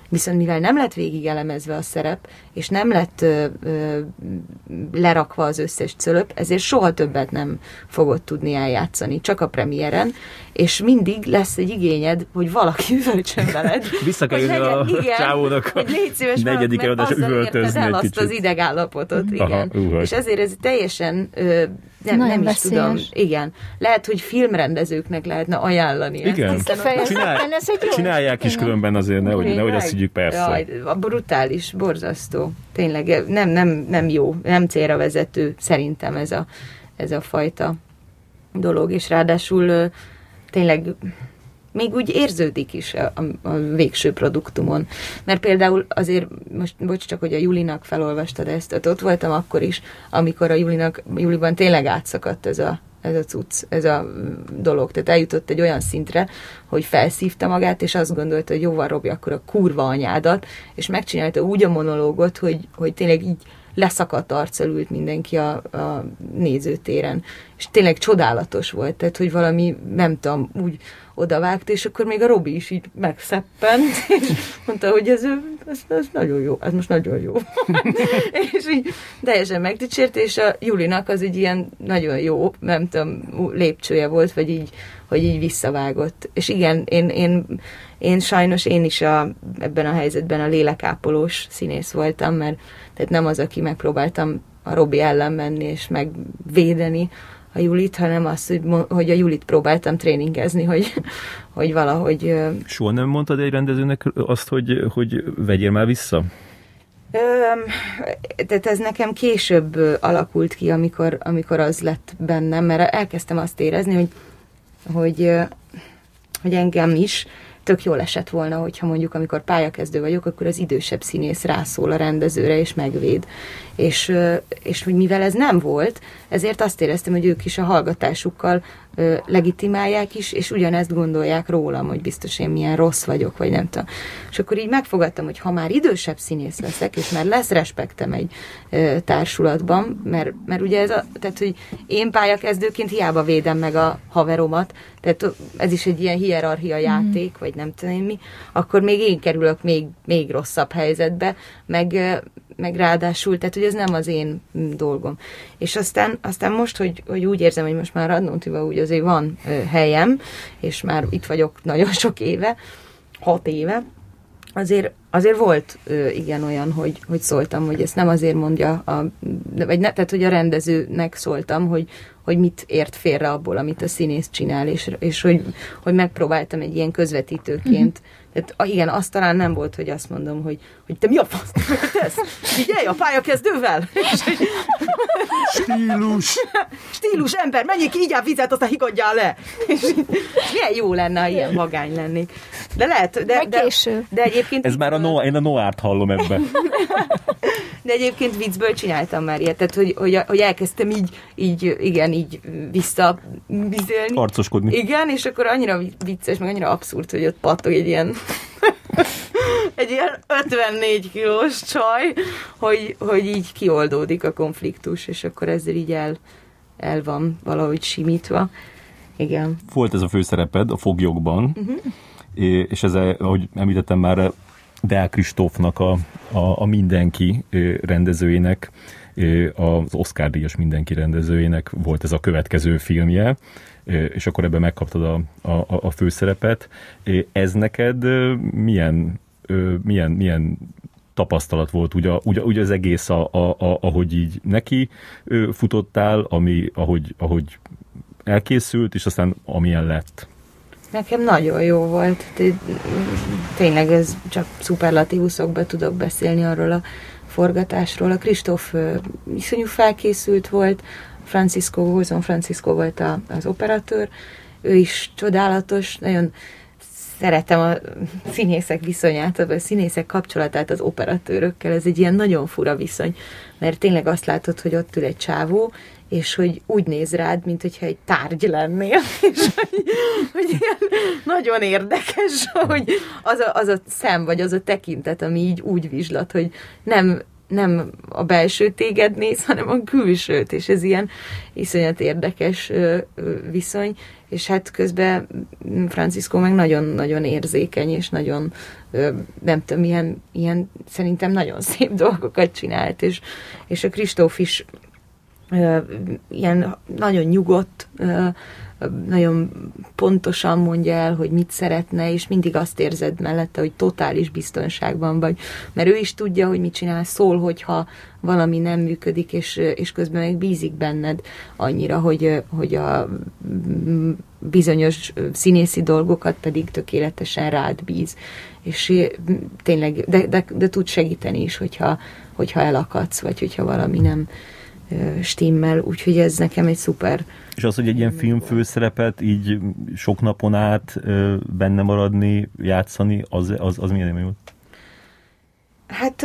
Viszont mivel nem lett végig elemezve a szerep, és nem lett ö, ö, lerakva az összes cölöp, ezért soha többet nem fogod tudni eljátszani, csak a premiéren, és mindig lesz egy igényed, hogy valaki üvöltsön veled. Vissza kell jönni a csávónak a negyedik előadás, üvöltözni egy kicsit. Azt az idegállapotot, igen. Aha, uh, és ezért ez teljesen ö, nem, nem is tudom. Igen. Lehet, hogy filmrendezőknek lehetne ajánlani. Igen. Ezt, Csinál, csinálják is különben azért, nehogy, nehogy azt higgyük, persze. Jaj, a brutális, borzasztó. Tényleg nem, nem, nem jó, nem célra vezető szerintem ez a, ez a fajta dolog, és ráadásul tényleg még úgy érződik is a, a, a végső produktumon. Mert például azért, most bocs csak, hogy a Julinak felolvastad ezt, tehát ott voltam akkor is, amikor a Julinak, Juliban tényleg átszakadt ez a, ez a cucc, ez a dolog. Tehát eljutott egy olyan szintre, hogy felszívta magát, és azt gondolta, hogy jóval Robi, akkor a kurva anyádat, és megcsinálta úgy a monológot, hogy, hogy tényleg így leszakadt arccal ült mindenki a, a nézőtéren. És tényleg csodálatos volt, tehát, hogy valami, nem tudom, úgy odavágta, és akkor még a Robi is így megszeppent, és mondta, hogy ez, ez, ez nagyon jó, ez most nagyon jó. És így teljesen megdicsért, és a Julinak az egy ilyen nagyon jó, nem tudom, lépcsője volt, vagy így, hogy így visszavágott. És igen, én, én, én sajnos én is a, ebben a helyzetben a lélekápolós színész voltam, mert tehát nem az, aki megpróbáltam a Robi ellen menni, és megvédeni a Julit, hanem az, hogy, hogy a Julit próbáltam tréningezni, hogy, hogy valahogy... Soha nem mondtad egy rendezőnek azt, hogy, hogy vegyél már vissza? Öm, tehát ez nekem később alakult ki, amikor, amikor az lett bennem, mert elkezdtem azt érezni, hogy, hogy, hogy engem is tök jól esett volna, hogyha mondjuk, amikor pályakezdő vagyok, akkor az idősebb színész rászól a rendezőre, és megvéd. És, és hogy mivel ez nem volt, ezért azt éreztem, hogy ők is a hallgatásukkal legitimálják is, és ugyanezt gondolják rólam, hogy biztos én milyen rossz vagyok, vagy nem tudom. És akkor így megfogadtam, hogy ha már idősebb színész leszek, és már lesz respektem egy ö, társulatban, mert, mert ugye ez a, tehát, hogy én pályakezdőként hiába védem meg a haveromat, tehát ez is egy ilyen hierarchia játék, mm. vagy nem tudom mi, akkor még én kerülök még, még rosszabb helyzetbe, meg, meg ráadásul, tehát hogy ez nem az én dolgom. És aztán, aztán most, hogy, hogy úgy érzem, hogy most már Radnótival úgy azért van ö, helyem, és már itt vagyok nagyon sok éve, hat éve, azért, azért volt ö, igen olyan, hogy, hogy szóltam, hogy ezt nem azért mondja, a, vagy ne, tehát hogy a rendezőnek szóltam, hogy, hogy mit ért félre abból, amit a színész csinál, és, és hogy, hogy megpróbáltam egy ilyen közvetítőként. Tehát igen, azt talán nem volt, hogy azt mondom, hogy, hogy te mi a fasz tesz? Figyelj a pályakezdővel! Stílus! Stílus ember, menjél ki, igyál vizet, aztán higadjál le! És milyen jó lenne, ha ilyen vagány lennék. De lehet, de, de, de egyébként... Ez már a no, én a Noárt hallom ebben. De egyébként viccből csináltam már ilyet, tehát hogy, hogy, hogy elkezdtem így, így, igen, így visszavizélni. Arcoskodni. Igen, és akkor annyira vicces, meg annyira abszurd, hogy ott pattog egy ilyen egy ilyen ötvennégy kilós csaj, hogy, hogy így kioldódik a konfliktus, és akkor ezzel így el, el van valahogy simítva. Igen. Volt ez a főszereped a Foglyokban, uh-huh. és ez, ahogy említettem már, Deák Kristófnak a, a, a Mindenki rendezőjének, az Oscar-díjas Mindenki rendezőjének volt ez a következő filmje, és akkor ebben megkaptad a, a, a főszerepet. Ez neked milyen, milyen, milyen tapasztalat volt, ugye, ugye, ugye az egész, a, a, a, ahogy így neki futottál, ami, ahogy, ahogy elkészült, és aztán amilyen lett? Nekem nagyon jó volt. Tényleg ez csak szuperlatívuszokban tudok beszélni arról a forgatásról. A Kristóf iszonyú felkészült volt, Francisco, Wilson Francisco volt a, az operatőr, ő is csodálatos, nagyon szeretem a színészek viszonyát, a színészek kapcsolatát az operatőrökkel, ez egy ilyen nagyon fura viszony, mert tényleg azt látod, hogy ott ül egy csávó, és hogy úgy néz rád, mint hogyha egy tárgy lennél, és hogy, hogy ilyen nagyon érdekes, hogy az a, az a szem, vagy az a tekintet, ami így úgy vizslat, hogy nem, nem a belső téged néz, hanem a külsőt, és ez ilyen iszonyat érdekes ö, ö, viszony, és hát közben Francisco meg nagyon-nagyon érzékeny, és nagyon, ö, nem tudom, ilyen, ilyen szerintem nagyon szép dolgokat csinált, és, és a Kristóf is ö, ilyen nagyon nyugodt, ö, nagyon pontosan mondja el, hogy mit szeretne, és mindig azt érzed mellette, hogy totális biztonságban vagy. Mert ő is tudja, hogy mit csinál, szól, hogyha valami nem működik, és, és közben meg bízik benned annyira, hogy, hogy a bizonyos színészi dolgokat pedig tökéletesen rád bíz. És tényleg, de, de, de tud segíteni is, hogyha, hogyha elakadsz, vagy hogyha valami nem stimmel, úgyhogy ez nekem egy szuper. És az, hogy egy ilyen filmfőszerepet így sok napon át benne maradni, játszani, az, az, az milyen élmény volt? Hát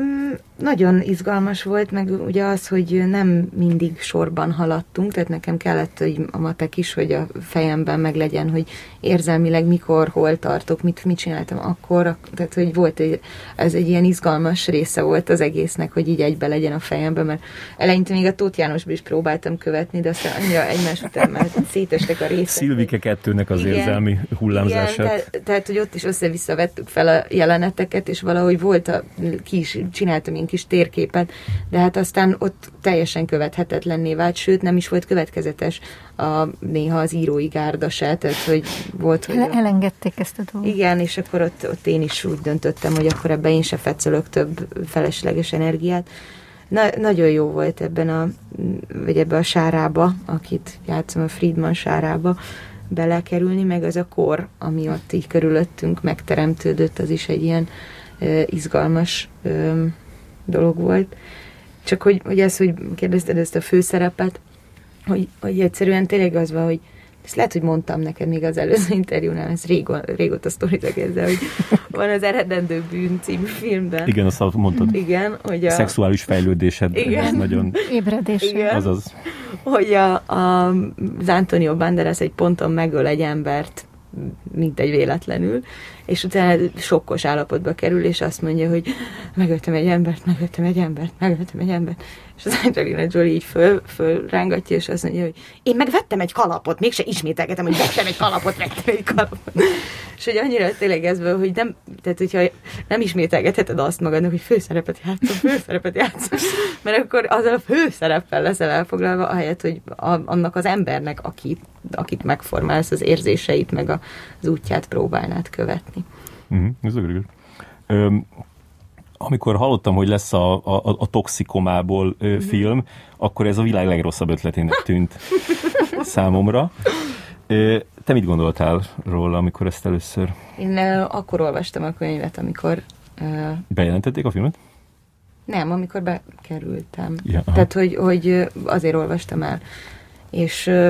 nagyon izgalmas volt, meg ugye az, hogy nem mindig sorban haladtunk, tehát nekem kellett hogy a matek is, hogy a fejemben meg legyen, hogy érzelmileg mikor, hol tartok, mit, mit csináltam akkor, tehát hogy volt egy, ez egy ilyen izgalmas része volt az egésznek, hogy így egybe legyen a fejemben, mert eleinte még a Tóth Jánosban is próbáltam követni, de aztán annyira egymás után már szétestek a részek. Szilvike kettőnek az igen, érzelmi hullámzását. Igen, tehát, tehát, hogy ott is össze-vissza vettük fel a jeleneteket, és valahogy volt a kis, csináltam én kis térképet, de hát aztán ott teljesen követhetetlenné vált, sőt nem is volt következetes a, néha az írói gárda se, tehát hogy volt, hogy... Elengedték ezt a dolgot. Igen, és akkor ott, ott én is úgy döntöttem, hogy akkor ebben én se fetszölök több felesleges energiát. Na, nagyon jó volt ebben a, vagy ebben a sárába, akit játszom, a Friedman sárába belekerülni, meg az a kor, ami ott így körülöttünk megteremtődött, az is egy ilyen uh, izgalmas uh, dolog volt. Csak hogy, hogy ez, hogy kérdezted ezt a főszerepet, hogy, hogy egyszerűen tényleg az van, hogy ezt lehet, hogy mondtam neked még az előző interjúnál, ez régó, régóta sztoritok ezzel, hogy van az Eredendő bűn című filmben. Igen, azt mondtad. Igen, hogy a... Szexuális fejlődésed. Igen. Ez nagyon... Ébredés. Igen. Azaz. Hogy a, a, az Antonio Banderas egy ponton megöl egy embert, mint egy véletlenül, és utána sokkos állapotba kerül, és azt mondja, hogy megöltem egy embert, megöltem egy embert, megöltem egy embert, és az Angelina Jolie így föl, fölrángatja, és azt mondja, hogy én megvettem egy kalapot, mégse ismételgetem, hogy vettem egy kalapot, vettem egy kalapot. És hogy annyira tényleg ez van, hogy nem, tehát hogyha nem ismételgetheted azt magadnak, hogy főszerepet játszom, főszerepet játszom, mert akkor azzal a főszereppel leszel elfoglalva, ahelyett, hogy a, annak az embernek, akit, akit megformálsz, az érzéseit, meg a, az útját próbálnád követni. Uh-huh, ez um, amikor hallottam, hogy lesz a, a, a Toxikomából ö, uh-huh. film, akkor ez a világ legrosszabb ötletének tűnt számomra. Ö, te mit gondoltál róla, amikor ezt először... Én uh, akkor olvastam a könyvet, amikor... Uh, Bejelentették a filmet? Nem, amikor bekerültem. Ja, Tehát, hogy, hogy azért olvastam el. És... Uh,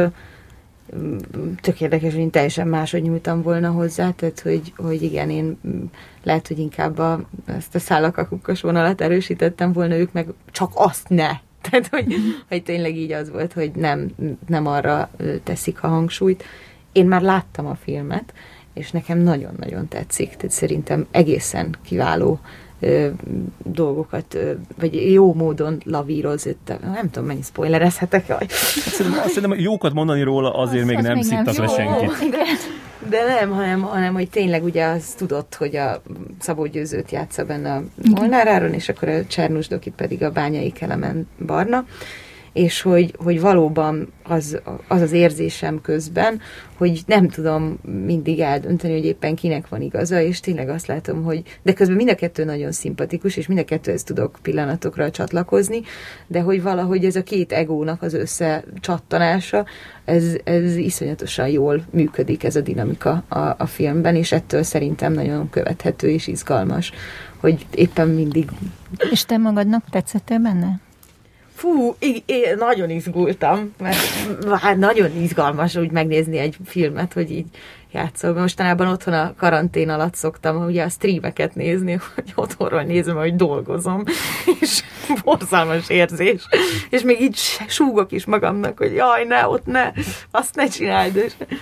tök érdekes, hogy én teljesen máshogy nyúltam volna hozzá, tehát, hogy, hogy igen, én lehet, hogy inkább a, ezt a szálakakukkos vonalat erősítettem volna, ők meg csak azt ne. Tehát, hogy, hogy tényleg így az volt, hogy nem, nem arra teszik a hangsúlyt. Én már láttam a filmet, és nekem nagyon-nagyon tetszik, tehát szerintem egészen kiváló Ö, dolgokat, ö, vagy jó módon lavíroz itt. Nem tudom, mennyi spoilerezhetek. Jaj. Szerintem, szerintem jókat mondani róla azért az, még az nem szittak le senkit. De nem, hanem, hanem, hogy tényleg ugye az tudott, hogy a Szabó Győzőt játsza benne a Molnár Áron, és akkor a Csernus Dokit pedig a Bányai Kelemen Barna, és hogy, hogy valóban az, az az érzésem közben, hogy nem tudom mindig eldönteni, hogy éppen kinek van igaza, és tényleg azt látom, hogy de közben mind a kettő nagyon szimpatikus, és mind a kettőhez tudok pillanatokra csatlakozni, de hogy valahogy ez a két egónak az összecsattanása, ez, ez iszonyatosan jól működik, ez a dinamika a, a filmben, és ettől szerintem nagyon követhető és izgalmas, hogy éppen mindig... És te magadnak tetszettél benne? Fú, én, én nagyon izgultam, mert hát nagyon izgalmas úgy megnézni egy filmet, hogy így játszol. Mostanában otthon a karantén alatt szoktam ugye a streameket nézni, hogy otthonról nézem, hogy dolgozom, és borzalmas érzés. És még így súgok is magamnak, hogy jaj, ne, ott ne, azt ne csináld. És,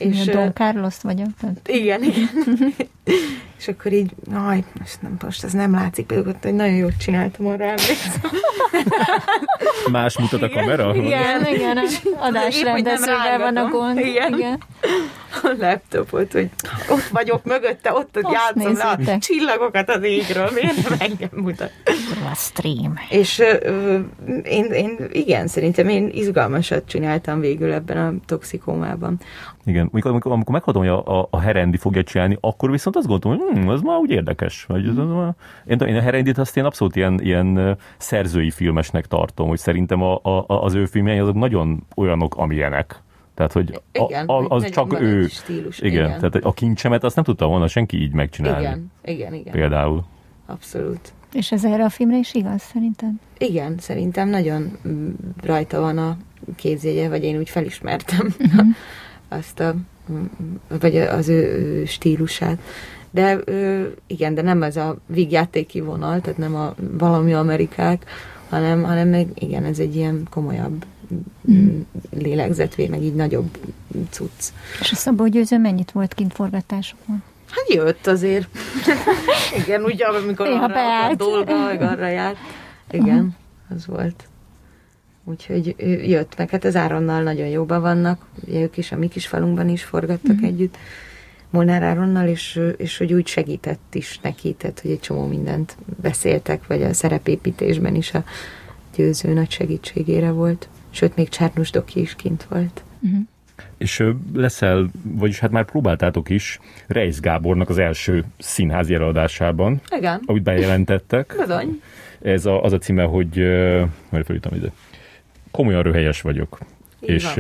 És Don Carlos vagyok. Igen, igen. És akkor így, aj, most, nem, most ez nem látszik, például, hogy nagyon jót csináltam, arra emlékszem. Más mutat a kamera? Igen, igen, adásrendezővel van a gond. Igen. igen. A laptopot, hogy ott vagyok mögötte, ott, ott játszom le a csillagokat az égről, miért nem engem mutat? A stream. És ö, én, én, igen, szerintem én izgalmasat csináltam végül ebben a toxikómában. Igen, amikor, amikor, amikor meghallom, hogy a, a, a Herendi fogja csinálni, akkor viszont azt gondolom, hogy hm, az már úgy érdekes. Vagy, mm. én, én a Herendit azt én abszolút ilyen, ilyen szerzői filmesnek tartom, hogy szerintem a, a, az ő filmjei azok nagyon olyanok, amilyenek. Tehát, hogy igen, a, a, az csak ő. Stílus, igen, igen, tehát a kincsemet azt nem tudta volna senki így megcsinálni. Igen, igen, igen. Például. Abszolút. És ez erre a filmre is igaz, szerintem? Igen, szerintem nagyon rajta van a kézjegye, vagy én úgy felismertem Uh-huh. azt a, vagy az ő stílusát. De igen, de nem ez a vígjátéki vonal, tehát nem a valami Amerikák, hanem, hanem meg igen, ez egy ilyen komolyabb mm. lélegzetvér, meg így nagyobb cucc. És a Szabó Győző mennyit volt kint forgatásokon? Hát jött azért. Igen, úgy, amikor Néha arra beállt. dolga, meg arra járt. Igen, uh-huh. az volt. Úgyhogy jött, meg hát az Áronnal nagyon jóban vannak, ugye ők is, a mi kis falunkban is forgattak uh-huh. együtt, Molnár Áronnal, és, és hogy úgy segített is neki, tehát hogy egy csomó mindent beszéltek, vagy a szerepépítésben is a Győző nagy segítségére volt. Sőt, még Csárnus Doki is kint volt. Uh-huh. És leszel, vagyis hát már próbáltátok is Reisz Gábornak az első színházi előadásában, igen. amit bejelentettek. Bizony. Ez a, az a címe, hogy majd felírtam ide. Komolyan röhelyes vagyok. Így és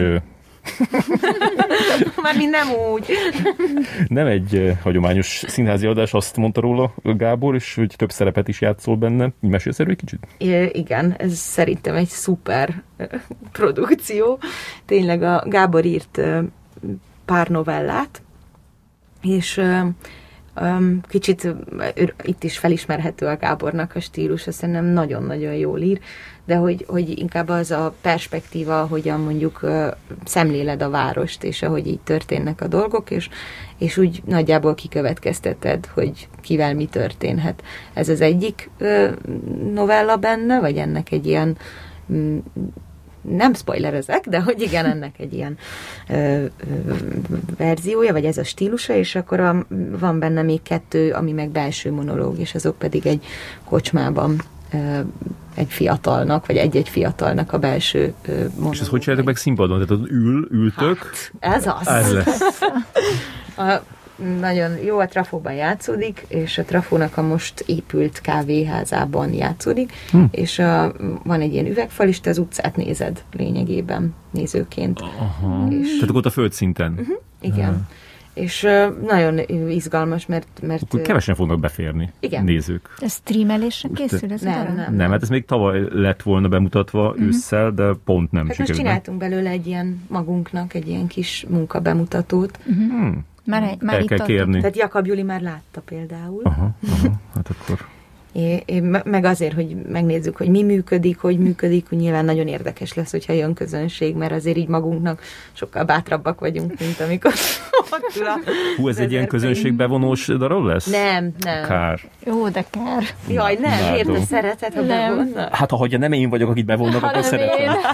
Mármint nem úgy. Nem egy uh, hagyományos színházi adás, azt mondta róla Gábor, és hogy több szerepet is játszol benne. Mesélsz erről egy kicsit? I- igen, ez szerintem egy szuper uh, produkció. Tényleg a Gábor írt uh, pár novellát, és uh, um, kicsit uh, itt is felismerhető a Gábornak a stílusa, szerintem nagyon-nagyon jól ír, de hogy, hogy inkább az a perspektíva, hogyan mondjuk uh, szemléled a várost, és ahogy így történnek a dolgok, és, és úgy nagyjából kikövetkezteted, hogy kivel mi történhet. Ez az egyik uh, novella benne, vagy ennek egy ilyen mm, nem spoilerezek, de hogy igen, ennek egy ilyen ö, ö, verziója, vagy ez a stílusa, és akkor a, van benne még kettő, ami meg belső monológ, és azok pedig egy kocsmában ö, egy fiatalnak, vagy egy-egy fiatalnak a belső ö, monológ. És ezt hogy csináltak meg színpadon? Tehát ott ül, ültök? Hát, ez az. Ez lesz. A, nagyon jó, a Trafóban játszódik, és a Trafónak a most épült kávéházában játszódik, hm. és a, van egy ilyen üvegfal, és te az utcát nézed lényegében nézőként. Aha. És, tehát akkor ott a földszinten. Uh-huh, igen. Aha. És uh, nagyon izgalmas, mert... mert akkor kevesen fognak beférni, igen. nézők. Ez streamelésre készül ez nem, nem, nem. Nem, hát ez még tavaly lett volna bemutatva uh-huh. ősszel, de pont nem hát sikerült. most csináltunk belőle egy ilyen magunknak, egy ilyen kis munkabemutatót. Uh-huh. Hmm. Már, egy, már el itt kell tartott. kérni. Tehát Jakab Juli már látta például. Aha, aha, hát akkor... É, é, meg azért, hogy megnézzük, hogy mi működik, hogy működik, hogy nyilván nagyon érdekes lesz, hogyha jön közönség, mert azért így magunknak sokkal bátrabbak vagyunk, mint amikor ott ül a... Hú, ez egy ilyen közönségbevonós darab lesz? Nem, nem. Kár. Jó, de kár. Jaj, nem, Imádom. miért te szereted, ha bevonnak? Hát, ha nem én vagyok, akit bevonnak, Ha akkor nem szeretem. én.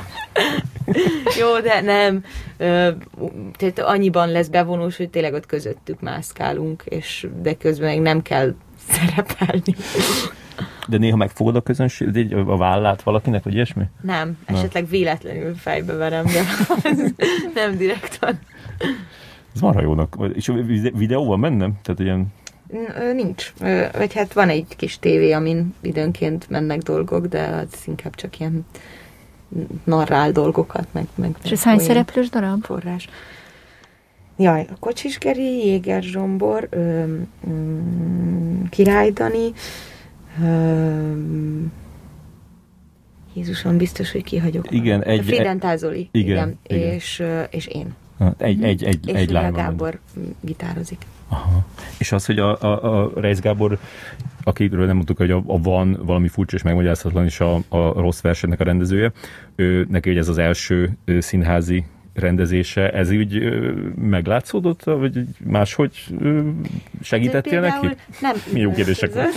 Jó, de nem. Ö, tehát annyiban lesz bevonós, hogy tényleg ott közöttük mászkálunk, és de közben meg nem kell szerepelni. De néha megfogod a közönség, a vállát valakinek, vagy ilyesmi? Nem, esetleg véletlenül fejbe verem, de az nem direkt van. Ez marha jónak. És videó van bennem? Tehát ilyen... Nincs. Vagy hát van egy kis tévé, amin időnként mennek dolgok, de az inkább csak ilyen narrál dolgokat, meg... meg és ez hány szereplős darab? Forrás. Jaj, a Kocsis Geri, Jéger Zsombor, ö, ö, Király Dani, ö, Jézusom, biztos, hogy kihagyok. Igen, egy... Friedentál Zoli. Igen, igen. igen. És, és én. Egy, egy, egy, és egy lány Gábor gitározik. Aha. És az, hogy a, a, a Reisz Gábor, akiről nem mondtuk, hogy a, a van valami furcsa és megmagyarázhatatlan is a, a rossz versenynek a rendezője, ő, neki hogy ez az első ő, színházi rendezése, ez úgy ö, meglátszódott, vagy máshogy ö, segítettél neki? Nem. Mi jó kérdések van.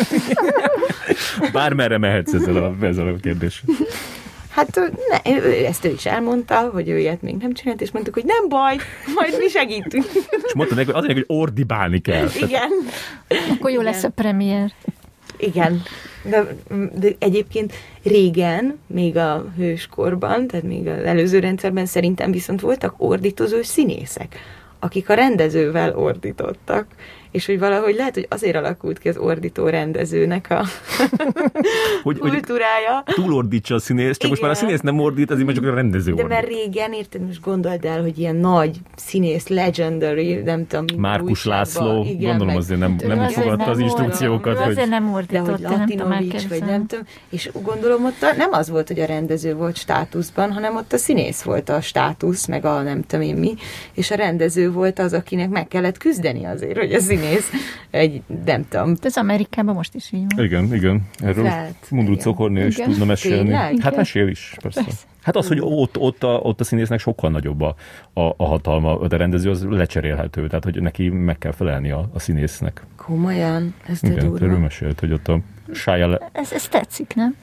Bármerre mehetsz ezzel a, ezzel a kérdéssel. Hát ne, ő, ezt ő is elmondta, hogy ő ilyet még nem csinált, és mondtuk, hogy nem baj, majd mi segítünk. És mondta neki, hogy azért, hogy ordibálni kell. Igen. Akkor jó lesz a premier. Igen. De, de egyébként régen, még a hőskorban, tehát még az előző rendszerben szerintem viszont voltak ordítozó színészek, akik a rendezővel ordítottak, és hogy valahogy lehet, hogy azért alakult ki az ordító rendezőnek a hogy, kultúrája. Hogy túlordítsa a színész, csak igen. Most már a színész nem ordít, azért már csak a rendező ordít. De mert régen, érted, most gondold el, hogy ilyen nagy színész, legendary, nem tudom, Márkus László, igen, gondolom azért nem, nem úgy fogadta az instrukciókat. Ő azért nem ordított, hogy Latinovics, vagy nem tudom, és gondolom ott nem az volt, hogy a rendező volt státuszban, hanem ott a színész volt a státusz, meg a nem tudom én mi, és a rendező volt az, akinek meg kellett küzdeni azért, hogy a színész egy, nem tudom. Ez Amerikában most is így van. Igen, igen. Erről Mundruczó Cokornél is tudna mesélni. Tényleg? Hát mesél is, persze. persze. Hát az, hogy ott, ott, a, ott a színésznek sokkal nagyobb a, a, a hatalma, a rendező az lecserélhető, tehát hogy neki meg kell felelni a, a színésznek. Komolyan? Ez te igen, durva. Erről mesélt, hogy ott a Shia le... ez, ez tetszik, nem?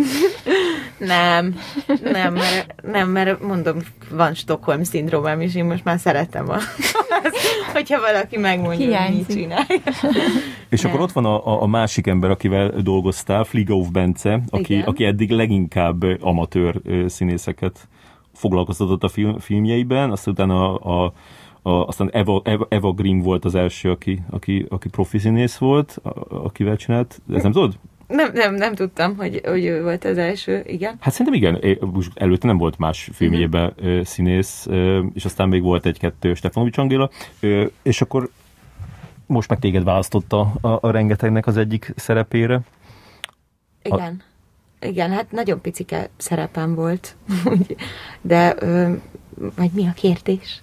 Nem, nem, mert, nem, mert mondom, van Stockholm-szindrómám, és én most már szeretem, a, hogyha valaki megmondja, hogy mit csinálja. És nem. Akkor ott van a, a másik ember, akivel dolgoztál, Fligov Bence, aki, aki eddig leginkább amatőr színészeket foglalkoztatott a film, filmjeiben, aztán utána a, a A, aztán Eva, Eva, Eva Green volt az első, aki, aki, aki profi színész volt, a, akivel csinált. Ez nem tudod? Nem, nem, nem tudtam, hogy, hogy ő volt az első, igen. Hát szerintem igen, előtte nem volt más filmjében uh-huh. színész, és aztán még volt egy-kettő Stefanovics Angéla, és akkor most meg téged választotta a, a rengetegnek az egyik szerepére. Igen. A... Igen, hát nagyon picike szerepem volt, de vagy mi a kérdés?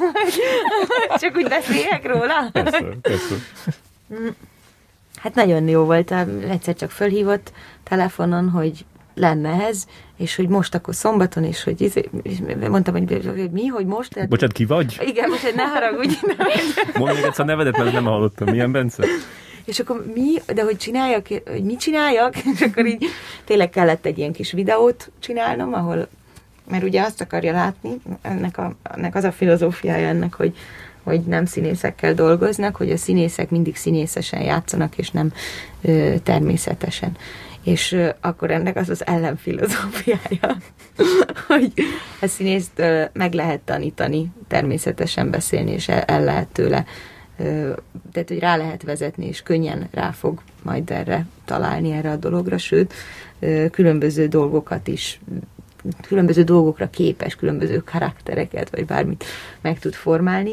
Csak úgy beszéljek róla? Persze, persze. Hát nagyon jó volt, egyszer csak fölhívott telefonon, hogy lenne ez, és hogy most akkor szombaton, és hogy és mondtam, hogy mi, hogy most? Tehát... Bocsánat, ki vagy? Igen, most, hogy ne haragudj. Mondd még egyszer a nevedet, mert nem hallottam. Milyen Bence? És akkor mi, de hogy csináljak, hogy mit csináljak, és akkor így tényleg kellett egy ilyen kis videót csinálnom, ahol, mert ugye azt akarja látni, ennek, a, ennek az a filozófiája ennek, hogy hogy nem színészekkel dolgoznak, hogy a színészek mindig színészesen játszanak, és nem ö, természetesen. És ö, akkor ennek az az ellenfilozófiája, hogy a színészt ö, meg lehet tanítani, természetesen beszélni, és el, el lehet tőle, ö, tehát, hogy rá lehet vezetni, és könnyen rá fog majd erre találni, erre a dologra, sőt, ö, különböző dolgokat is, különböző dolgokra képes, különböző karaktereket, vagy bármit meg tud formálni,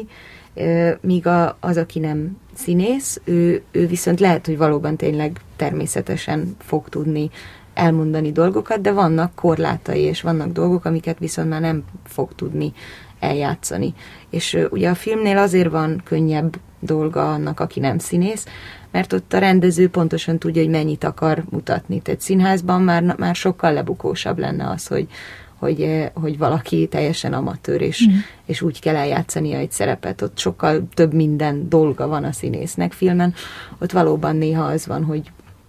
míg a, az, aki nem színész, ő, ő viszont lehet, hogy valóban tényleg természetesen fog tudni elmondani dolgokat, de vannak korlátai, és vannak dolgok, amiket viszont már nem fog tudni eljátszani. És ugye a filmnél azért van könnyebb dolga annak, aki nem színész, mert ott a rendező pontosan tudja, hogy mennyit akar mutatni. Tehát színházban már, már sokkal lebukósabb lenne az, hogy Hogy, hogy valaki teljesen amatőr, és, mm. és úgy kell eljátszania egy szerepet. Ott sokkal több minden dolga van a színésznek. Filmen ott valóban néha az van, hogy,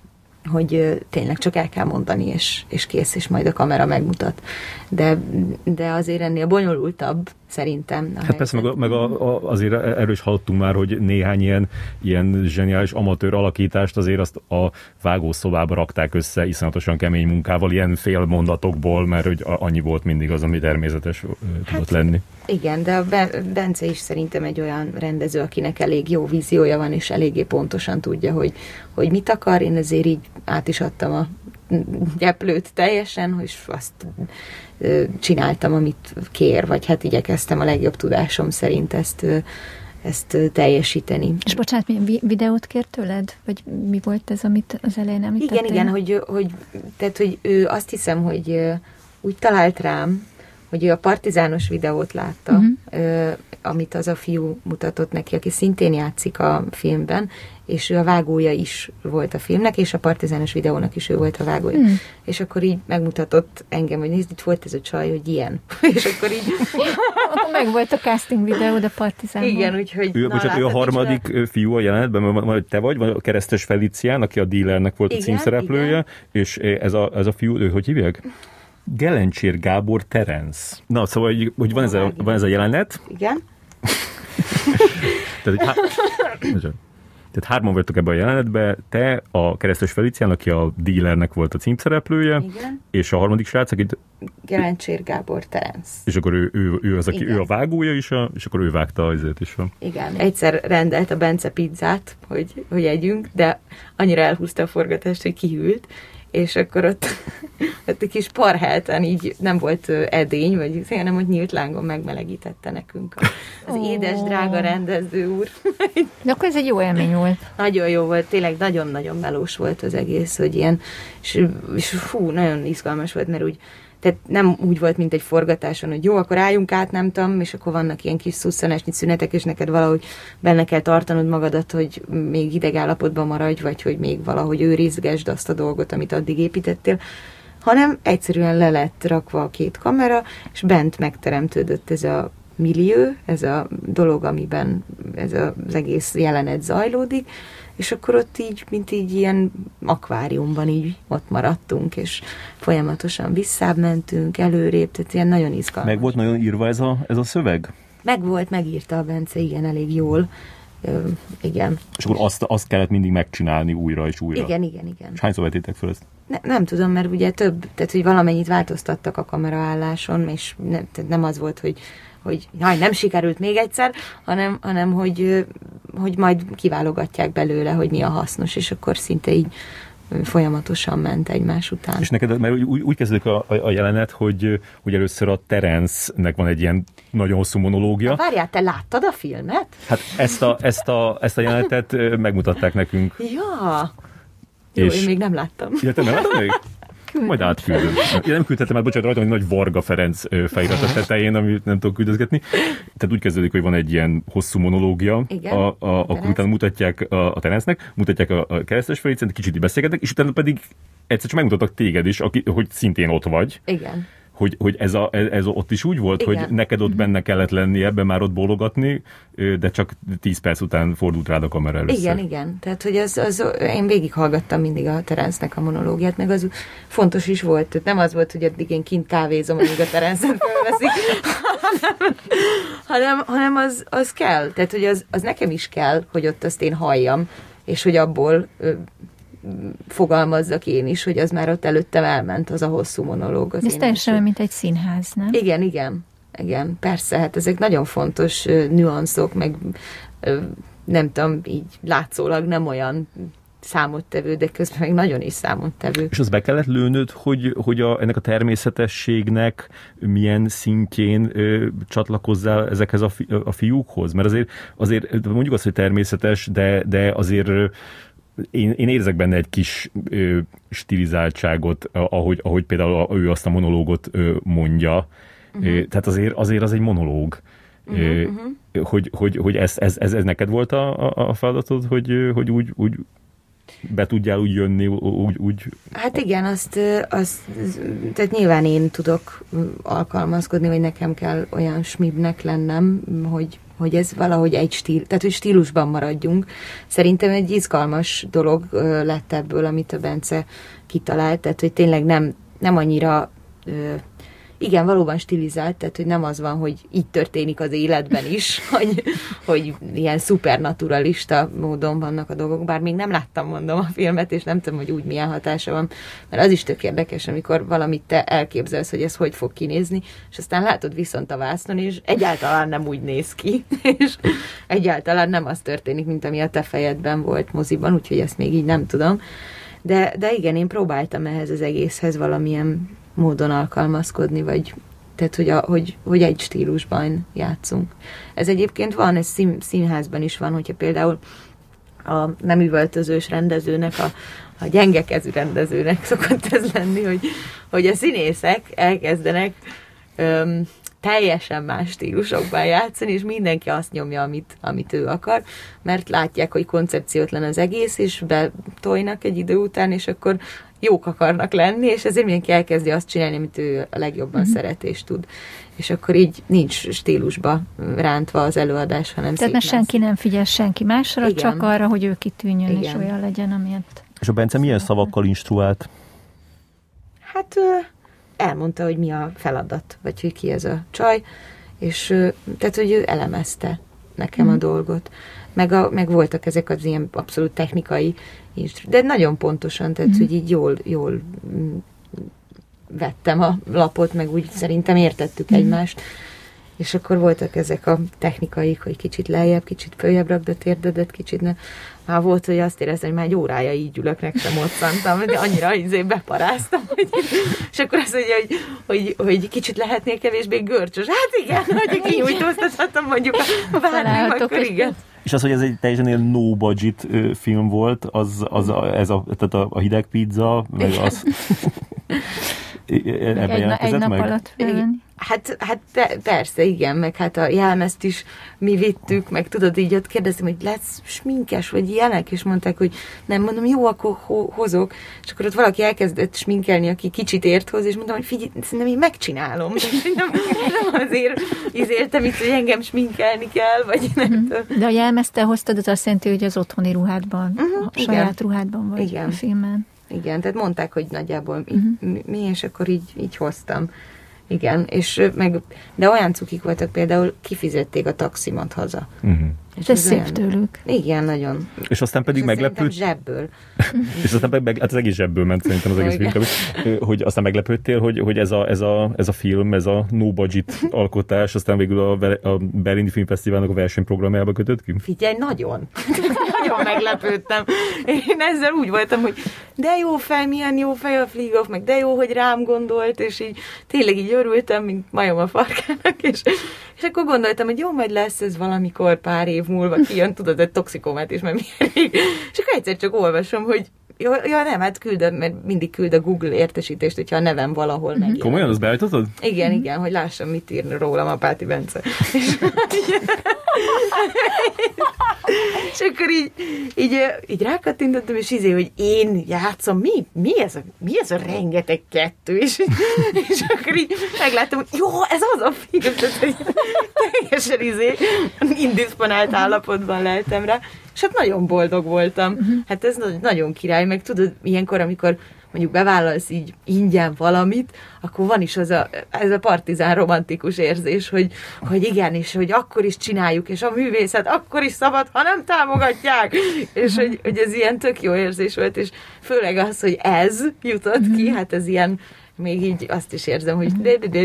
hogy tényleg csak el kell mondani, és, és kész, és majd a kamera megmutat. De, de azért ennél bonyolultabb, szerintem. Hát persze, meg, a, meg a, a, azért erről is hallottunk már, hogy néhány ilyen, ilyen zseniális amatőr alakítást azért azt a vágószobába rakták össze iszonyatosan kemény munkával, ilyen fél mondatokból, mert hogy annyi volt mindig az, ami természetes hát, tudott lenni. Igen, de a Bence is szerintem egy olyan rendező, akinek elég jó víziója van, és eléggé pontosan tudja, hogy, hogy mit akar. Én ezért így át is adtam a gyeplőt teljesen, hogy azt csináltam, amit kér, vagy hát igyekeztem a legjobb tudásom szerint ezt, ezt teljesíteni. És bocsánat, milyen videót kért tőled? Vagy mi volt ez, amit az elején említettél? Igen, igen, hogy, hogy, tehát, hogy ő azt hiszem, hogy úgy talált rám, hogy ő a partizános videót látta, uh-huh. ö, amit az a fiú mutatott neki, aki szintén játszik a filmben, és ő a vágója is volt a filmnek, és a partizános videónak is ő volt a vágója. Uh-huh. És akkor így megmutatott engem, hogy nézd, itt volt ez a csaj, hogy ilyen. És akkor így... Akkor meg volt a casting videó, de partizánban. Igen, úgyhogy... Ő, na, bocsánat, ő a harmadik csinál... fiú a jelenetben, vagy te vagy, vagy a Keresztes Felicián, aki a dílernek volt igen, a címszereplője, igen. És ez a, ez a fiú, ő hogy hívják? Gelencsér Gábor Terenc. Na, szóval, hogy, hogy van, ez a, van ez a jelenet. Igen. Tehát, há... Tehát hárman vagytok ebben a jelenetben, te, a Keresztes Felicián, aki a dílernek volt a címszereplője, igen. És a harmadik srác, akit... Gelencsér Gábor Terenc. És akkor ő, ő, ő az, aki igen. Ő a vágója is, a, és akkor ő vágta azért is. A... Igen. Egyszer rendelt a Bence pizzát, hogy, hogy együnk, de annyira elhúzta a forgatást, hogy kihűlt, és akkor ott, ott egy kis parhelten így nem volt edény, vagy hanem, hogy nyílt lángon megmelegítette nekünk az oh. édes, drága rendező úr. De akkor ez egy jó élmény volt. Nagyon jó volt, tényleg nagyon-nagyon melós volt az egész, hogy ilyen, és, és fú, nagyon izgalmas volt, mert úgy, tehát nem úgy volt, mint egy forgatáson, hogy jó, akkor álljunk át, nem tudom, és akkor vannak ilyen kis szusszanásnyi szünetek, és neked valahogy benne kell tartanod magadat, hogy még hideg állapotban maradj, vagy hogy még valahogy őrizgesd azt a dolgot, amit addig építettél, hanem egyszerűen le lett rakva a két kamera, és bent megteremtődött ez a millió, ez a dolog, amiben ez az egész jelenet zajlódik, és akkor ott így, mint így ilyen akváriumban így ott maradtunk, és folyamatosan visszább mentünk, előrébb, tehát ilyen nagyon izgalmas. Meg volt nagyon írva ez a, ez a szöveg? Meg volt, megírta a Bence, igen, elég jól. Ö, igen. És akkor azt, azt kellett mindig megcsinálni újra és újra? Igen, igen, igen. És hányszor vettétek fel ezt? Ne, nem tudom, mert ugye több, tehát hogy valamennyit változtattak a kameraálláson, és ne, tehát nem az volt, hogy hogy jaj, nem sikerült még egyszer, hanem, hanem hogy, hogy majd kiválogatják belőle, hogy mi a hasznos, és akkor szinte így folyamatosan ment egymás után. És neked, mert úgy, úgy kezdődik a, a jelenet, hogy, hogy először a Terence-nek van egy ilyen nagyon hosszú monológia. Na, várjál, te láttad a filmet? Hát ezt a, ezt a, ezt a jelenetet megmutatták nekünk. Ja, jó, és... én még nem láttam. Ja, te nem láttam még? Majd átküldöm. Én nem küldhetem át, bocsánat, rajta, hogy nagy Varga Ferenc felirat a tetején, amit nem tudok küldözgetni. Tehát úgy kezdődik, hogy van egy ilyen hosszú monológia, igen, a, a, akkor utána mutatják a, a Terencnek, mutatják a, a Keresztes Felicet, kicsit beszélgetnek, és utána pedig egyszer csak megmutattak téged is, aki, hogy szintén ott vagy. Igen. Hogy, hogy ez, a, ez, ez ott is úgy volt, igen, hogy neked ott benne kellett lenni, ebben már ott bólogatni, de csak tíz perc után fordult rád a kamera először. Igen, igen. Tehát, hogy az, az, én végighallgattam mindig a Terencnek a monológiát, meg az fontos is volt. Tehát nem az volt, hogy addig én kint kávézom, amíg a Terencet felveszik, hanem, hanem, hanem az, az kell. Tehát, hogy az, az nekem is kell, hogy ott azt én halljam, és hogy abból fogalmazzak én is, hogy az már ott előttem elment, az a hosszú monológ. Ez teljesen mint egy színház, nem? Igen, igen. Igen, persze, hát ezek nagyon fontos uh, nüanszok, meg uh, nem tudom, így látszólag nem olyan számottevő, de közben meg nagyon is számottevő. És az be kellett lőnöd, hogy, hogy a, ennek a természetességnek milyen szintjén ö, csatlakozzál ezekhez a, fi, a fiúkhoz? Mert azért, azért mondjuk azt, hogy természetes, de, de azért Én, én érzek benne egy kis ö, stilizáltságot, ahogy, ahogy például ő azt a monológot ö, mondja. Uh-huh. Ö, tehát azért, azért az egy monológ. Uh-huh, ö, uh-huh. Hogy, hogy, hogy ez, ez, ez, ez neked volt a, a feladatod, hogy, hogy úgy, úgy be tudjál úgy jönni, úgy... úgy... Hát igen, azt, azt, tehát nyilván én tudok alkalmazkodni, vagy nekem kell olyan smibnek lennem, hogy hogy ez valahogy egy stíl, tehát hogy stílusban maradjunk. Szerintem egy izgalmas dolog lett ebből, amit a Bence kitalált, tehát hogy tényleg nem, nem annyira, igen, valóban stilizált, tehát hogy nem az van, hogy így történik az életben is, hogy, hogy ilyen szupernaturalista módon vannak a dolgok, bár még nem láttam, mondom, a filmet, és nem tudom, hogy úgy milyen hatása van, mert az is tök érdekes, amikor valamit te elképzelsz, hogy ez hogy fog kinézni, és aztán látod viszont a vásznon, és egyáltalán nem úgy néz ki, és egyáltalán nem az történik, mint ami a te fejedben volt moziban, úgyhogy ezt még így nem tudom. De, de igen, én próbáltam ehhez az egészhez valamilyen módon alkalmazkodni, vagy tehát, hogy, a, hogy, hogy egy stílusban játszunk. Ez egyébként van, ez szín, színházban is van, hogyha például a nem üvöltözős rendezőnek, a, a gyengekezű rendezőnek szokott ez lenni, hogy, hogy a színészek elkezdenek öm, teljesen más stílusokban játszani, és mindenki azt nyomja, amit, amit ő akar, mert látják, hogy koncepciótlan az egész, és betojnak egy idő után, és akkor jók akarnak lenni, és ezért mindenki elkezdi azt csinálni, amit ő a legjobban mm-hmm. szeret és tud. És akkor így nincs stílusba rántva az előadás, hanem tehát mert senki nem figyel senki másra, igen. csak arra, hogy ő kitűnjön, igen. és olyan legyen, amilyet... És a Bence milyen szavakkal instruált? Hát elmondta, hogy mi a feladat, vagy hogy ki ez a csaj, és tehát, hogy ő elemezte nekem mm. a dolgot. Meg, a, meg voltak ezek az ilyen abszolút technikai instru- de nagyon pontosan, tehát, mm. hogy így jól, jól vettem a lapot, meg úgy szerintem értettük mm. egymást, és akkor voltak ezek a technikaik, hogy kicsit lejjebb, kicsit följebb rakd a térdedet, kicsit ne. Már volt, hogy azt éreztem, hogy már egy órája így ülök, meg sem moccantam, de annyira izé beparáztam, hogy, és akkor azt mondja, hogy, hogy, hogy kicsit lehetnél kevésbé görcsös. Hát igen, hogy kinyújtóztathatom mondjuk a várném, akkor igen. És az, hogy ez egy teljesen ilyen no budget film volt, az, az a, ez a, tehát a, a hideg pizza, meg az... Ebben egy, na, egy nap meg? Alatt felvenni. Hát, hát persze, igen, meg hát a jelmezt is mi vittük, meg tudod, így ott kérdeztem, hogy lesz sminkes, vagy ilyenek, és mondták, hogy nem, mondom, jó, akkor ho- hozok, és akkor ott valaki elkezdett sminkelni, aki kicsit ért hozzá, és mondtam, hogy figyelj, szerintem én megcsinálom, nem, nem azért ízértem itt, hogy engem sminkelni kell, vagy nem tudom. De a jelmezt te hoztad, az azt jelenti, hogy az otthoni ruhádban, uh-huh, a saját igen. ruhádban vagy igen. a filmen. Igen, tehát mondták, hogy nagyjából uh-huh. mi, és akkor így, így hoztam. Igen, és meg, de olyan cukik voltak, például kifizették a taximat haza. Uh-huh. És ez szép olyan, tőlük. Igen, nagyon. És aztán pedig és meglepőd... zsebből. és aztán pedig, hát az egész zsebből ment szerintem az egész film, hogy aztán meglepődtél, hogy, hogy ez, a, ez, a, ez a film, ez a no budget alkotás, aztán végül a, a Berlini Filmfesztiválnak a versenyprogramjába kötött ki? Figyelj, nagyon. nagyon meglepődtem. Én ezzel úgy voltam, hogy de jó fej, milyen jó fej a Flieghoff, meg de jó, hogy rám gondolt, és így tényleg így örültem, mint majom a farkának, és, és akkor gondoltam, hogy jó, majd lesz ez valamikor pár év múlva kijön, tudod, egy toxikomát is, mert milyen rég. És akkor egyszer csak olvasom, hogy ja, ja nem, hát küldöm, mert mindig küld a Google értesítést, hogyha a nevem valahol megjelenik. Komolyan, azt beállítottad? Igen, igen, hogy lássam, mit ír rólam a Páti Bence. És, és akkor így, így, így rákattintottam, és izé, hogy én játszom, mi, mi, ez a, mi ez a rengeteg kettő, és, és akkor így megláttam, hogy jó, ez az a film, tehát, hogy teljesen izé, indisponált állapotban leltem rá, és hát nagyon boldog voltam. Hát ez nagyon király, meg tudod, ilyenkor, amikor mondjuk bevállalsz így ingyen valamit, akkor van is az a, ez a partizán romantikus érzés, hogy, hogy igen, és hogy akkor is csináljuk, és a művészet akkor is szabad, ha nem támogatják, és hogy, hogy ez ilyen tök jó érzés volt, és főleg az, hogy ez jutott ki, hát ez ilyen, még így azt is érzem, hogy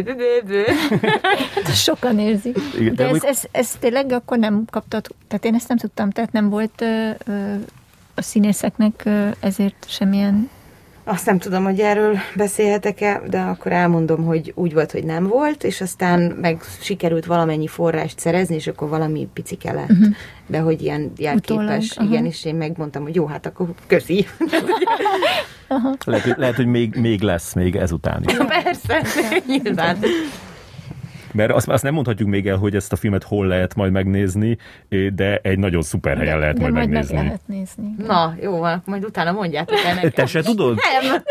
hát sokan érzik. Igen, de ez, ez, ez tényleg akkor nem kaptad, tehát én ezt nem tudtam, tehát nem volt ö, ö, a színészeknek ö, ezért semmilyen... Azt nem tudom, hogy erről beszélhetek-e, de akkor elmondom, hogy úgy volt, hogy nem volt, és aztán meg sikerült valamennyi forrást szerezni, és akkor valami picike lett. Uh-huh. De hogy ilyen jelképes, Utólag, igen, és én megmondtam, hogy jó, hát akkor köszi. lehet, lehet, hogy még, még lesz még ezután is. Persze, nyilván. Mert azt, azt nem mondhatjuk még el, hogy ezt a filmet hol lehet majd megnézni, de egy nagyon szuper helyen lehet de majd, majd megnézni. Meg lehet nézni. Na, jó, majd utána mondjátok el nekem. Te se tudod? Nem.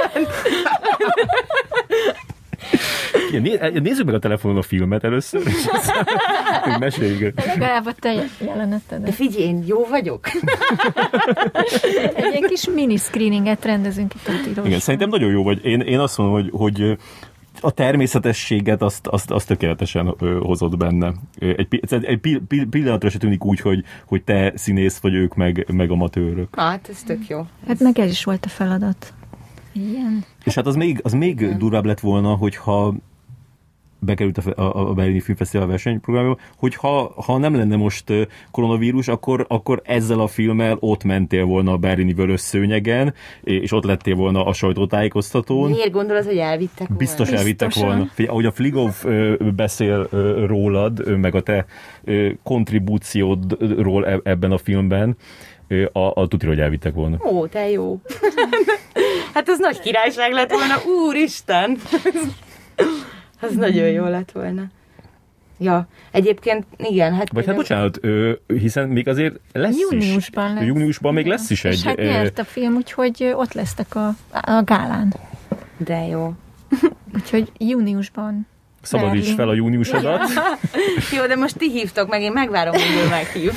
Nézzük meg a telefonon a filmet először, és aztán meséljük. Legalább a te jeleneted. De figyelj, én jó vagyok. Egy ilyen kis mini screeninget rendezünk itt a tilos. Igen, szerintem nagyon jó vagy. Én, én azt mondom, hogy, hogy a természetességet azt, azt, azt tökéletesen hozott benne. Egy, egy pillanatra se tűnik úgy, hogy, hogy te színész vagy, ők meg, meg amatőrök. Hát, ez tök jó. Hát meg ez is volt a feladat. Igen. És hát az még, az még Igen. durvább lett volna, hogyha bekerült a, a, a Berlini Filmfesztivál versenyprogramjába, hogy ha, ha nem lenne most koronavírus, akkor, akkor ezzel a filmmel ott mentél volna a berlini vörös szőnyegen, és ott lettél volna a sajtótájékoztatón. Miért gondolod, hogy elvittek volna? Biztos elvittek Biztosan. volna. Figyelj, ahogy a Flieghoff beszél rólad, meg a te kontribúciódról ebben a filmben, a, a tutira, hogy elvittek volna. Ó, te jó. Hát ez nagy királyság lett volna, úristen! Az mm. nagyon jó lett volna. Ja, egyébként igen. Hát Vagy hát bocsánat, ö, hiszen még azért lesz júniusban is. Lesz. Júniusban még lesz is egy... És hát nyert a film, úgyhogy ott lesztek a, a gálán. De jó. Úgyhogy júniusban. Szabadíts Berlin. Fel a júniusodat. Jó, de most ti hívtok meg, én megvárom, hogy ő meghív.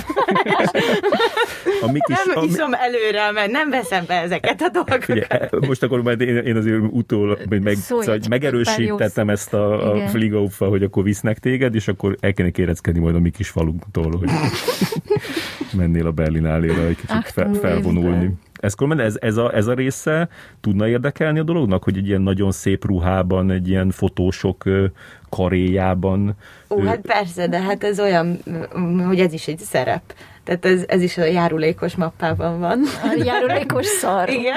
A mi kis, nem a mi... iszom előre, mert nem veszem be ezeket a dolgokat. Ugye, most akkor majd én, én azért utól meg, szóval megerősítettem ezt a, a Fligóffal, hogy akkor visznek téged, és akkor el kéne kéreckedni majd a mi kis falunktól, hogy mennél a Berlinálléra egy kicsit fel, felvonulni. Ez, ez, ez, a, ez a része tudna érdekelni a dolognak, hogy egy ilyen nagyon szép ruhában, egy ilyen fotósok karéjában... Ó, hát persze, de hát ez olyan, hogy ez is egy szerep. Tehát ez, ez is a járulékos mappában van. A járulékos szar. Igen.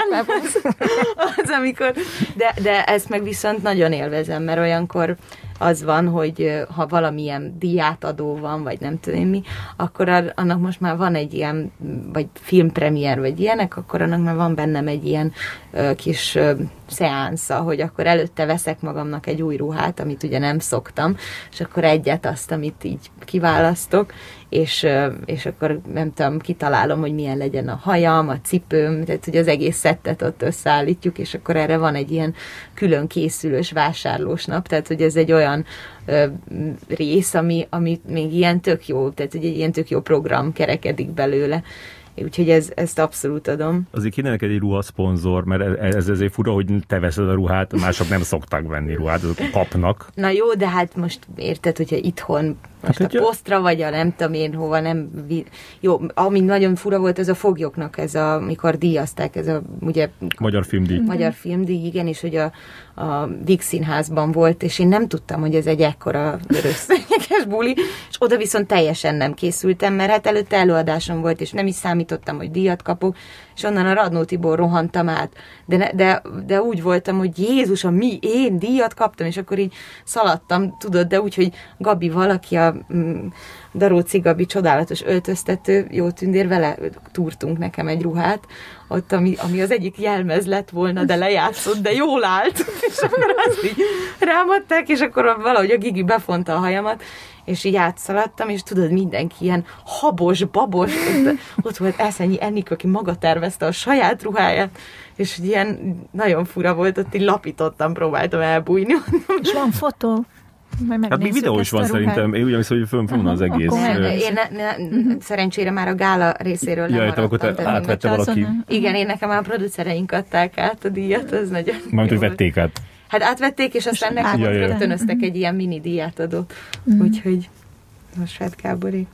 Az, amikor... De, de ezt meg viszont nagyon élvezem, mert olyankor az van, hogy ha valamilyen díjátadó van, vagy nem tudom mi, akkor annak most már van egy ilyen, vagy filmpremiér, vagy ilyenek, akkor annak már van bennem egy ilyen uh, kis uh, szeánsza, hogy akkor előtte veszek magamnak egy új ruhát, amit ugye nem szoktam, és akkor egyet azt, amit így kiválasztok, és, és akkor nem tudom, kitalálom, hogy milyen legyen a hajam, a cipőm, tehát ugye az egész szettet ott összeállítjuk, és akkor erre van egy ilyen külön készülős vásárlós nap, tehát hogy ez egy olyan ö, rész, ami, ami még ilyen tök jó, tehát hogy egy ilyen tök jó program kerekedik belőle. Úgyhogy ez, ezt abszolút adom. Azért kéne neked egy ruhaszponzor, mert ez ezért fura, hogy te veszed a ruhát, mások nem szoktak venni ruhát, azok kapnak. Na jó, de hát most érted, hogyha itthon most hát, a posztra, vagy a nem tudom én hova, nem... Jó, ami nagyon fura volt, ez a foglyoknak, ez a, mikor díjazták, ez a, ugye... Magyar filmdíj. Magyar filmdíj, igen, és hogy a, a Víg Színházban volt, és én nem tudtam, hogy ez egy ekkora összeges buli, és oda viszont teljesen nem készültem, mert hát előtte előadásom volt, és nem is számítottam, hogy díjat kapok, és onnan a Radnótiból rohantam át. De, ne, de, de úgy voltam, hogy Jézusom, mi, én díjat kaptam, és akkor így szaladtam, tudod, de úgy, hogy Gabi valaki, a mm, Daróci Gabi csodálatos öltöztető, jó tündér, vele túrtunk nekem egy ruhát, ott, ami, ami az egyik jelmez lett volna, de lejátszott, de jól állt, és akkor azt így rámadták, és akkor valahogy a Gigi befonta a hajamat, és így átszaladtam, és tudod, mindenki ilyen habos, babos, ott, ott volt Eszenyi Ennik, aki maga tervezte a saját ruháját, és ilyen nagyon fura volt, ott így lapítottam, próbáltam elbújni. És van fotó? Hát még videó is van szerintem. Én úgy hiszem, hogy fönn fönn az egész. Én ne, ne, szerencsére már a gála részéről nem maradtam. Akkor te átvette valaki. Igen, én nekem a producereink adták át a díjat, az nagyon Majd, hogy vették át. Hát átvették, és aztán nekem ott rögtönöztek egy ilyen mini díjátadót. Úgyhogy Hosváth Gáborék.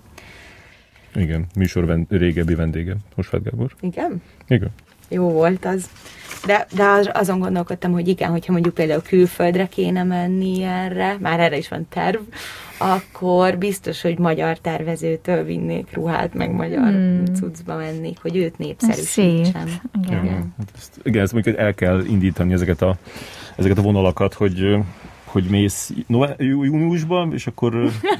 Igen, műsor ven- régebbi vendége, Hosváth Gábor. Igen? Igen. Jó volt az. De, de az, azon gondolkodtam, hogy igen, hogyha mondjuk például külföldre kéne menni erre, már erre is van terv, akkor biztos, hogy magyar tervezőtől vinnék ruhát, meg magyar hmm. cuccba mennék, hogy őt népszerűsítsem. Igen. Igen. Hát ezt, igen, ezt mondjuk el kell indítani ezeket a, ezeket a vonalakat, hogy hogy mész júniusban, és akkor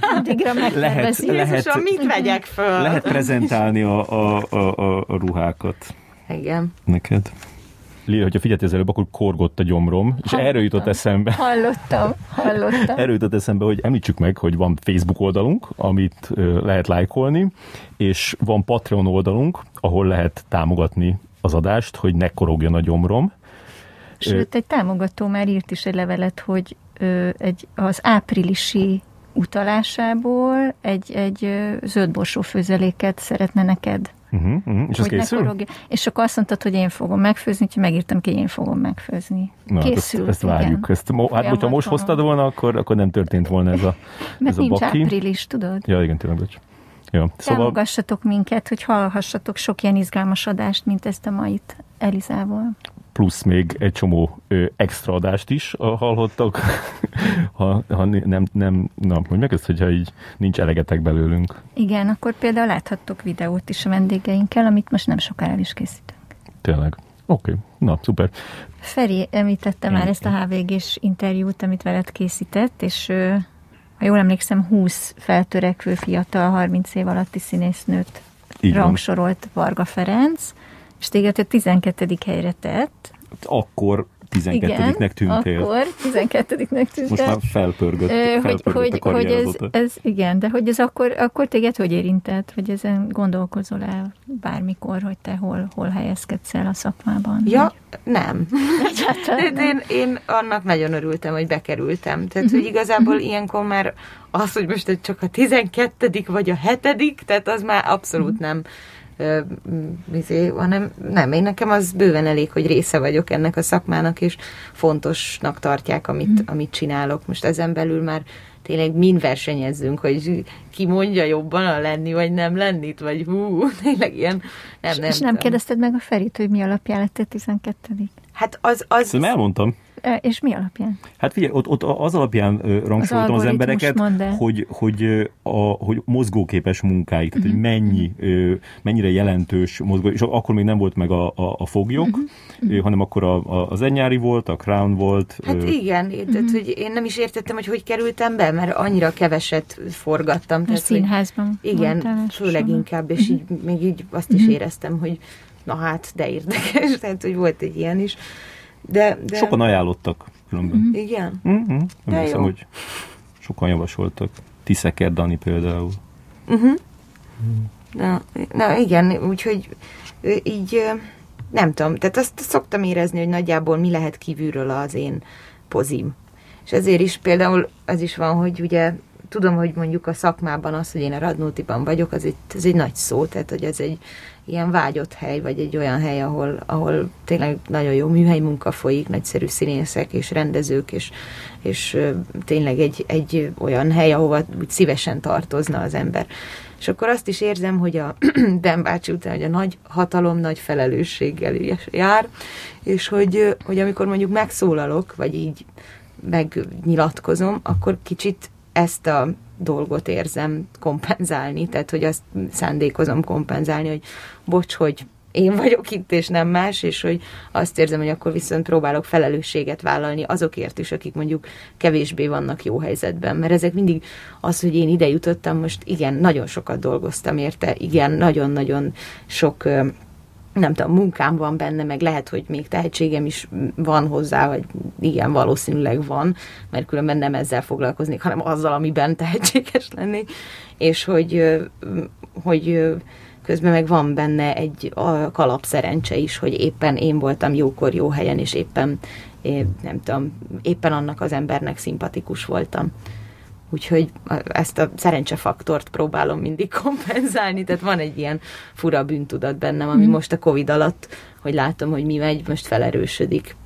lehet, lehet, mit vegyek föl? Lehet prezentálni a, a, a, a ruhákat. Igen. Neked. Lila, hogyha figyeltél az előbb, akkor korgott a gyomrom, és hallottam. Erről jutott eszembe. Hallottam, hallottam. Erről jutott eszembe, hogy említsük meg, hogy van Facebook oldalunk, amit uh, lehet lájkolni, és van Patreon oldalunk, ahol lehet támogatni az adást, hogy ne korogjon a gyomrom. Sőt, egy támogató már írt is egy levelet, hogy ö, egy, az áprilisi utalásából egy, egy zöldborsó főzeléket szeretne neked. Uh-huh, uh-huh. És ez készül? És akkor azt mondtad, hogy én fogom megfőzni, úgyhogy megírtam ki, én fogom megfőzni. Na, készül. Ezt, ezt várjuk. Ezt, hát, hogyha most hoztad volna, akkor, akkor nem történt volna ez a Mert ez a nincs baki. Április, tudod? Ja, igen, tényleg. Ja. Szóval... Támogassatok minket, hogy hallhassatok sok ilyen izgalmas adást, mint ezt a mait Elizával. Plusz még egy csomó ö, extra adást is hallhattak, ha, ha nem, nem, na, hogy meg ezt, hogyha így nincs elegetek belőlünk. Igen, akkor például láthattok videót is a vendégeinkkel, amit most nem sokára is készítünk. Tényleg. Oké, okay. Na, szuper. Feri említette már ezt a há vé gés interjút, amit veled készített, és ö, ha jól emlékszem, húsz feltörekvő fiatal, harminc év alatti színésznőt így rangsorolt Varga Ferenc, és téged a tizenkettedik helyre tett. Akkor tizenkettediknek tűntél. Akkor tizenkettediknek tűntél. Most már felpörgött, felpörgött hogy, a karrier hogy ez, azóta. ez, igen, de hogy ez akkor, akkor téged hogy érintett, hogy ezen gondolkozol el bármikor, hogy te hol, hol helyezkedsz el a szakmában? Ja, hogy... nem. Egyáltalán nem. Én, én annak nagyon örültem, hogy bekerültem. Tehát, hogy igazából ilyenkor már az, hogy most csak a tizenkettedik vagy a hetedik, tehát az már abszolút nem Izé, hanem nem, én nekem az bőven elég, hogy része vagyok ennek a szakmának, és fontosnak tartják, amit, mm. amit csinálok. Most ezen belül már tényleg mind versenyezzünk, hogy ki mondja jobban a lenni, vagy nem lennit, vagy hú, tényleg ilyen. Nem, nem, és nem kérdezted meg a Ferit, hogy mi alapján lettél tizenkettedik? Hát az... az Szerintem elmondtam. És mi alapján? Hát figyelj, ott, ott az alapján rangsoroltam az, az embereket, hogy, hogy, a, hogy mozgóképes munkáik, tehát uh-huh. hogy mennyi, mennyire jelentős mozgó, és akkor még nem volt meg a, a, a foglyok, uh-huh. hanem akkor a, a, az Ennyári volt, a Crown volt. Hát igen, uh-huh. tehát, hogy én nem is értettem, hogy hogy kerültem be, mert annyira keveset forgattam. Tehát, színházban. Igen, főleg inkább, és uh-huh. így, még így azt is uh-huh. éreztem, hogy na hát, de érdekes, tehát, hogy volt egy ilyen is. De, de... Sokan ajánlottak különben. Mm-hmm. Igen? Mm-hmm. Nem hiszem, hogy sokan javasoltak. Tiszeker Dani például. Uh-huh. Mm. Na, na igen, úgyhogy így nem tudom, tehát azt szoktam érezni, hogy nagyjából mi lehet kívülről az én pozim. És ezért is például az is van, hogy ugye tudom, hogy mondjuk a szakmában az, hogy én a Radnótiban vagyok, az egy, az egy nagy szó, tehát hogy ez egy ilyen vágyott hely, vagy egy olyan hely, ahol, ahol tényleg nagyon jó műhelyi munka folyik, nagyszerű színészek és rendezők, és, és tényleg egy, egy olyan hely, ahova úgy szívesen tartozna az ember. És akkor azt is érzem, hogy a Ben bácsi után, hogy a nagy hatalom nagy felelősséggel jár, és hogy, hogy amikor mondjuk megszólalok, vagy így megnyilatkozom, akkor kicsit ezt a dolgot érzem kompenzálni, tehát hogy azt szándékozom kompenzálni, hogy bocs, hogy én vagyok itt, és nem más, és hogy azt érzem, hogy akkor viszont próbálok felelősséget vállalni azokért is, akik mondjuk kevésbé vannak jó helyzetben, mert ezek mindig az, hogy én ide jutottam, most igen, nagyon sokat dolgoztam érte, igen, nagyon-nagyon sok nem tudom, munkám van benne, meg lehet, hogy még tehetségem is van hozzá, vagy igen, valószínűleg van, mert különben nem ezzel foglalkoznék, hanem azzal, amiben tehetséges lennék, és hogy, hogy közben meg van benne egy kalapszerencse is, hogy éppen én voltam jókor, jó helyen, és éppen, nem tudom, éppen annak az embernek szimpatikus voltam. Úgyhogy ezt a szerencsefaktort próbálom mindig kompenzálni, tehát van egy ilyen fura bűntudat bennem, ami mm. most a Covid alatt, hogy látom, hogy mi megy, most felerősödik.